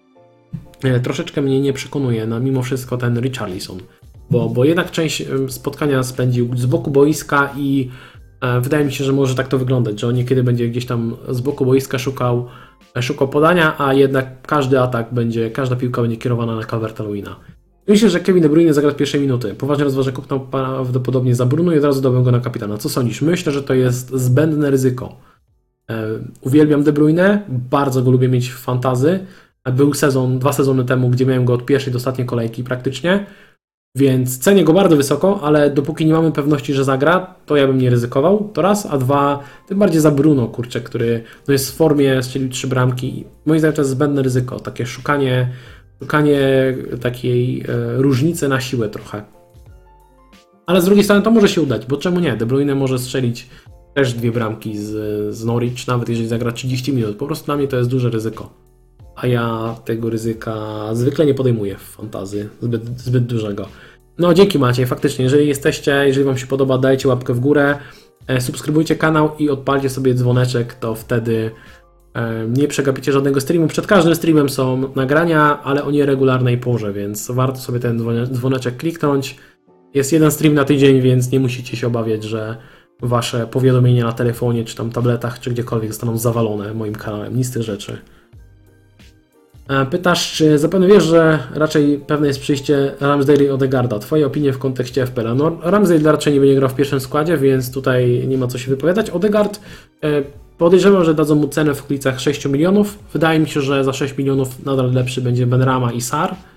Eee, troszeczkę mnie nie przekonuje, no, mimo wszystko ten Richarlison, bo, bo jednak część spotkania spędził z boku boiska i wydaje mi się, że może tak to wyglądać, że on niekiedy będzie gdzieś tam z boku boiska szukał, szukał podania, a jednak każdy atak będzie, każda piłka będzie kierowana na Calvert-Lewina. Myślę, że Kevin De Bruyne zagra z pierwszej minuty. Poważnie rozważę kupno prawdopodobnie za Bruno i od razu dałbym go na kapitana. Co sądzisz? Myślę, że to jest zbędne ryzyko. Uwielbiam De Bruyne, bardzo go lubię mieć w fantasy. Był sezon, dwa sezony temu, gdzie miałem go od pierwszej do ostatniej kolejki praktycznie. Więc cenię go bardzo wysoko, ale dopóki nie mamy pewności, że zagra, to ja bym nie ryzykował, to raz, a dwa, tym bardziej za Bruno, kurczę, który no jest w formie, strzelił trzy bramki. Moim zdaniem to jest zbędne ryzyko, takie szukanie, szukanie takiej e, różnicy na siłę trochę. Ale z drugiej strony to może się udać, bo czemu nie? De Bruyne może strzelić też dwie bramki z, z Norwich, nawet jeżeli zagra trzydzieści minut. Po prostu dla mnie to jest duże ryzyko. A ja tego ryzyka zwykle nie podejmuję w fantasy, zbyt, zbyt dużego. No dzięki Maciej, faktycznie, jeżeli jesteście, jeżeli Wam się podoba, dajcie łapkę w górę, e, subskrybujcie kanał i odpalcie sobie dzwoneczek, to wtedy e, nie przegapicie żadnego streamu. Przed każdym streamem są nagrania, ale o nieregularnej porze, więc warto sobie ten dzwoneczek kliknąć. Jest jeden stream na tydzień, więc nie musicie się obawiać, że Wasze powiadomienia na telefonie, czy tam tabletach, czy gdziekolwiek zostaną zawalone moim kanałem. Nic z tych rzeczy. Pytasz, czy zapewne wiesz, że raczej pewne jest przyjście Ramsdale i Odegaarda. Twoje opinie w kontekście F P L a? No, Ramsdale raczej nie będzie grał w pierwszym składzie, więc tutaj nie ma co się wypowiadać. Odegaard, podejrzewam, że dadzą mu cenę w okolicach sześć milionów. Wydaje mi się, że za sześć milionów nadal lepszy będzie Benrahma i Sarr.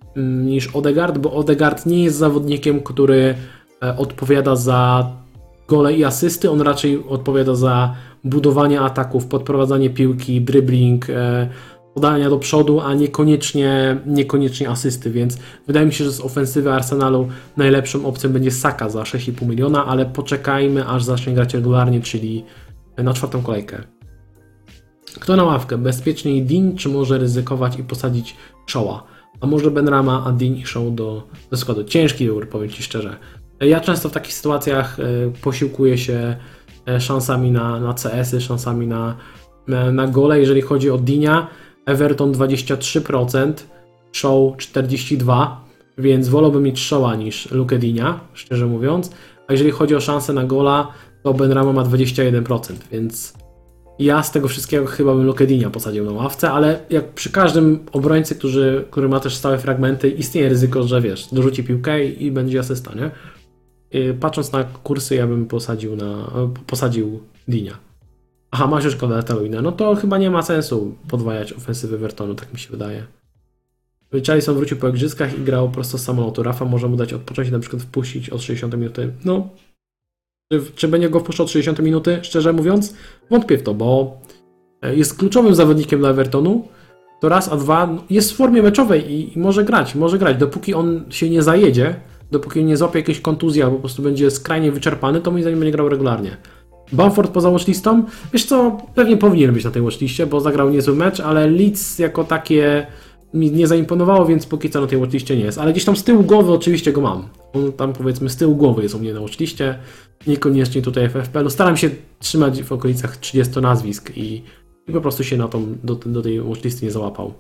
niż Odegaard, bo Odegaard nie jest zawodnikiem, który odpowiada za gole i asysty, on raczej odpowiada za budowanie ataków, podprowadzanie piłki, dribbling, podania do przodu, a niekoniecznie, niekoniecznie asysty, więc wydaje mi się, że z ofensywy Arsenalu najlepszą opcją będzie Saka za sześć i pół miliona, ale poczekajmy, aż zacznie grać regularnie, czyli na czwartą kolejkę. Kto na ławkę? Bezpieczniej Dean, czy może ryzykować i posadzić Shaw'a? A może Benrahma, a Dean i Shaw do, do składu? Ciężki wybór, powiem Ci szczerze. Ja często w takich sytuacjach posiłkuję się szansami na, na C S y, szansami na, na, na gole. Jeżeli chodzi o Deania, Everton dwadzieścia trzy procent, Shaw czterdzieści dwa procent, więc wolałbym mieć Shaw'a niż Luke Deania, szczerze mówiąc. A jeżeli chodzi o szansę na gola, to Benrahma ma dwadzieścia jeden procent, więc ja z tego wszystkiego chyba bym Luke Deania posadził na ławce, ale jak przy każdym obrońcy, który, który ma też stałe fragmenty, istnieje ryzyko, że wiesz, dorzuci piłkę i, i będzie asysta, nie? Patrząc na kursy, ja bym posadził na posadził Deania. Aha, masz już Calvert-Lewina, no to chyba nie ma sensu podwajać ofensywy Evertonu, tak mi się wydaje. Richarlison wrócił po igrzyskach i grał prosto z samolotu. Rafa może mu dać odpocząć i na przykład wpuścić od sześćdziesiątej minuty. No, czy, czy będzie go wpuszczał od sześćdziesiątej minuty? Szczerze mówiąc, wątpię w to, bo jest kluczowym zawodnikiem dla Evertonu. To raz, a dwa, jest w formie meczowej i, i może grać, może grać. Dopóki on się nie zajedzie, dopóki nie złapie jakiejś kontuzji albo po prostu będzie skrajnie wyczerpany, to moim zdaniem będzie grał regularnie. Bamford poza watchlistą? Wiesz co, pewnie powinien być na tej watchliście, bo zagrał niezły mecz, ale Leeds jako takie mi nie zaimponowało, więc póki co na tej watchliście nie jest. Ale gdzieś tam z tyłu głowy oczywiście go mam. On tam powiedzmy z tyłu głowy jest u mnie na watchliście, niekoniecznie tutaj w F P L-u. Staram się trzymać w okolicach trzydziestu nazwisk i, i po prostu się na tą, do, do tej watchlisty nie załapał.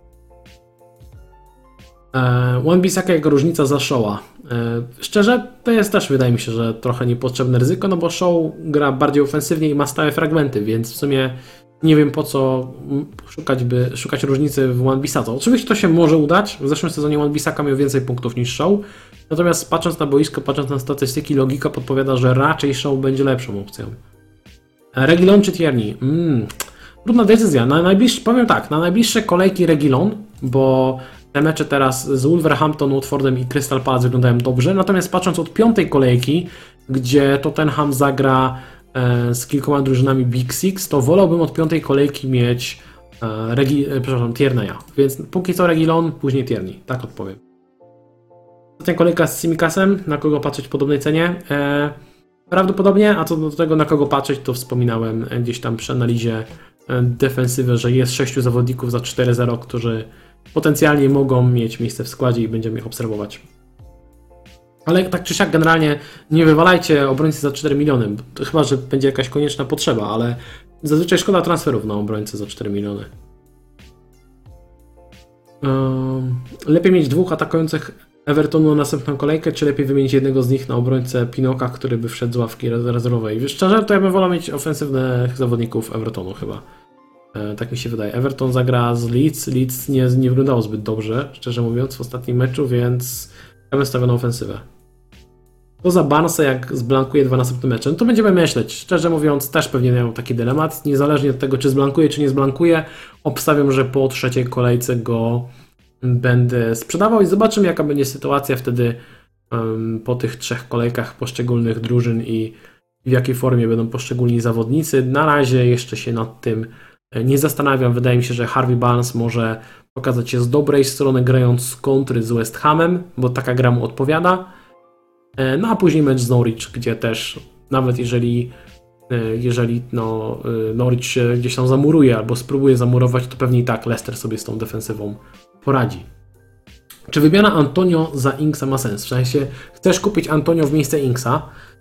Wan-Bissaka jako różnica za Shaw'a. Szczerze, to jest też, wydaje mi się, że trochę niepotrzebne ryzyko, no bo Shaw gra bardziej ofensywnie i ma stałe fragmenty, więc w sumie nie wiem po co szukać, by, szukać różnicy w Wan-Bissace. Oczywiście to się może udać, w zeszłym sezonie Wan-Bissaka miał więcej punktów niż Shaw, natomiast patrząc na boisko, patrząc na statystyki, logika podpowiada, że raczej Shaw będzie lepszą opcją. Reguilon czy Tierney? Mm, trudna decyzja. Na najbliższe, powiem tak, na najbliższe kolejki Reguilon, bo te mecze teraz z Wolverhampton, Watfordem i Crystal Palace wyglądają dobrze, natomiast patrząc od piątej kolejki, gdzie Tottenham zagra e, z kilkoma drużynami Big Six, to wolałbym od piątej kolejki mieć e, Regi, e, przepraszam, Tierneya, więc póki co Reguilon, później Tierney, tak odpowiem. Ostatnia kolejka z Simikasem, na kogo patrzeć w podobnej cenie? E, prawdopodobnie, a co do tego na kogo patrzeć, to wspominałem gdzieś tam przy analizie defensywy, że jest sześciu zawodników za cztery zero, którzy potencjalnie mogą mieć miejsce w składzie i będziemy ich obserwować. Ale tak czy siak generalnie nie wywalajcie obrońcy za cztery miliony, chyba że będzie jakaś konieczna potrzeba, ale zazwyczaj szkoda transferów na obrońcę za cztery miliony. Um, lepiej mieć dwóch atakujących Evertonu na następną kolejkę, czy lepiej wymienić jednego z nich na obrońcę Pinoka, który by wszedł z ławki rezerwowej? Wiesz, szczerze, to ja bym wolał mieć ofensywnych zawodników Evertonu chyba. E, tak mi się wydaje. Everton zagra z Leeds. Leeds nie, nie wyglądało zbyt dobrze, szczerze mówiąc, w ostatnim meczu, więc ja bym stawiał na ofensywę. To za Barnesa, jak zblankuje dwa następne mecze, no to będziemy myśleć. Szczerze mówiąc, też pewnie miał taki dylemat. Niezależnie od tego, czy zblankuje, czy nie zblankuje, obstawiam, że po trzeciej kolejce go będę sprzedawał i zobaczymy, jaka będzie sytuacja wtedy um, po tych trzech kolejkach poszczególnych drużyn i w jakiej formie będą poszczególni zawodnicy. Na razie jeszcze się nad tym nie zastanawiam. Wydaje mi się, że Harvey Barnes może pokazać się z dobrej strony, grając z kontry z West Hamem, bo taka gra mu odpowiada. No a później mecz z Norwich, gdzie też nawet jeżeli, jeżeli no, Norwich się gdzieś tam zamuruje albo spróbuje zamurować, to pewnie i tak Leicester sobie z tą defensywą poradzi. Czy wymiana Antonio za Inksa ma sens? W sensie, chcesz kupić Antonio w miejsce Inksa?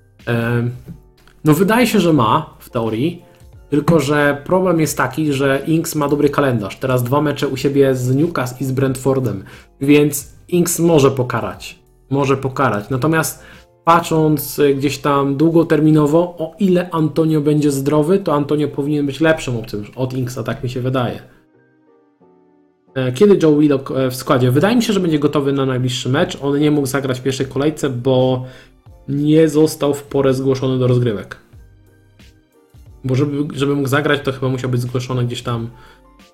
No wydaje się, że ma w teorii, tylko że problem jest taki, że Inks ma dobry kalendarz. Teraz dwa mecze u siebie z Newcastle i z Brentfordem, więc Inks może pokarać. Może pokarać. Natomiast patrząc gdzieś tam długoterminowo, o ile Antonio będzie zdrowy, to Antonio powinien być lepszą opcją od Inksa, tak mi się wydaje. Kiedy Joe Willock w składzie? Wydaje mi się, że będzie gotowy na najbliższy mecz. On nie mógł zagrać w pierwszej kolejce, bo nie został w porę zgłoszony do rozgrywek. Bo żeby, żeby mógł zagrać, to chyba musiał być zgłoszony gdzieś tam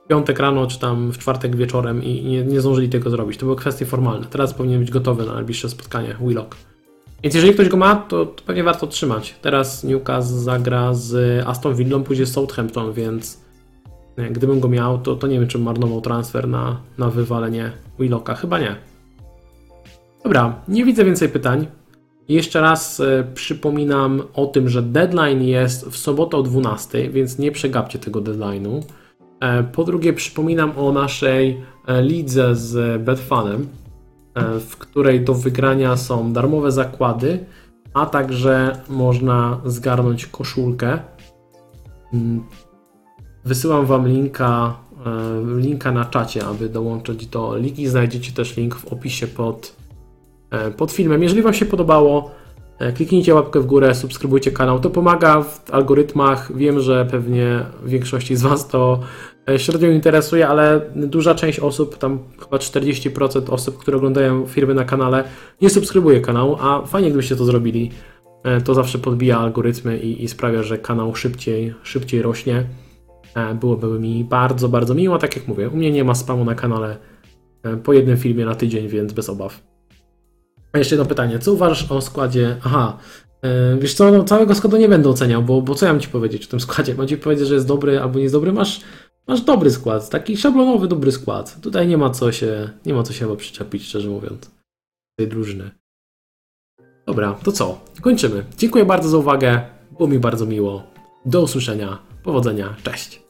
piątek rano, czy tam w czwartek wieczorem i nie, nie zdążyli tego zrobić. To były kwestie formalne. Teraz powinien być gotowy na najbliższe spotkanie Willock. Więc jeżeli ktoś go ma, to, to pewnie warto trzymać. Teraz Newcastle zagra z Aston Villą, później z Southampton, więc nie, gdybym go miał, to, to nie wiem, czy marnował transfer na, na wywalenie Willocka. Chyba nie. Dobra, nie widzę więcej pytań. Jeszcze raz e, przypominam o tym, że deadline jest w sobotę o dwunastej, więc nie przegapcie tego deadline'u. E, po drugie, przypominam o naszej e, lidze z Betfanem, e, w której do wygrania są darmowe zakłady, a także można zgarnąć koszulkę. Mm, Wysyłam Wam linka, e, linka na czacie, aby dołączyć do ligi. Znajdziecie też link w opisie pod pod filmem. Jeżeli Wam się podobało, kliknijcie łapkę w górę, subskrybujcie kanał. To pomaga w algorytmach. Wiem, że pewnie większości z Was to średnio interesuje, ale duża część osób, tam chyba czterdzieści procent osób, które oglądają filmy na kanale, nie subskrybuje kanału, a fajnie gdybyście to zrobili. To zawsze podbija algorytmy i, i sprawia, że kanał szybciej, szybciej rośnie. Byłoby mi bardzo, bardzo miło. Tak jak mówię, u mnie nie ma spamu na kanale, po jednym filmie na tydzień, więc bez obaw. A jeszcze jedno pytanie, co uważasz o składzie? Aha, yy, wiesz co, no, całego składu nie będę oceniał, bo, bo co ja mam Ci powiedzieć o tym składzie? Mam Ci powiedzieć, że jest dobry albo nie jest dobry? Masz, masz dobry skład, taki szablonowy, dobry skład. Tutaj nie ma co się, nie ma co się chyba przyczepić, szczerze mówiąc, tej drużyny. Dobra, to co? Kończymy. Dziękuję bardzo za uwagę, było mi bardzo miło. Do usłyszenia, powodzenia, cześć!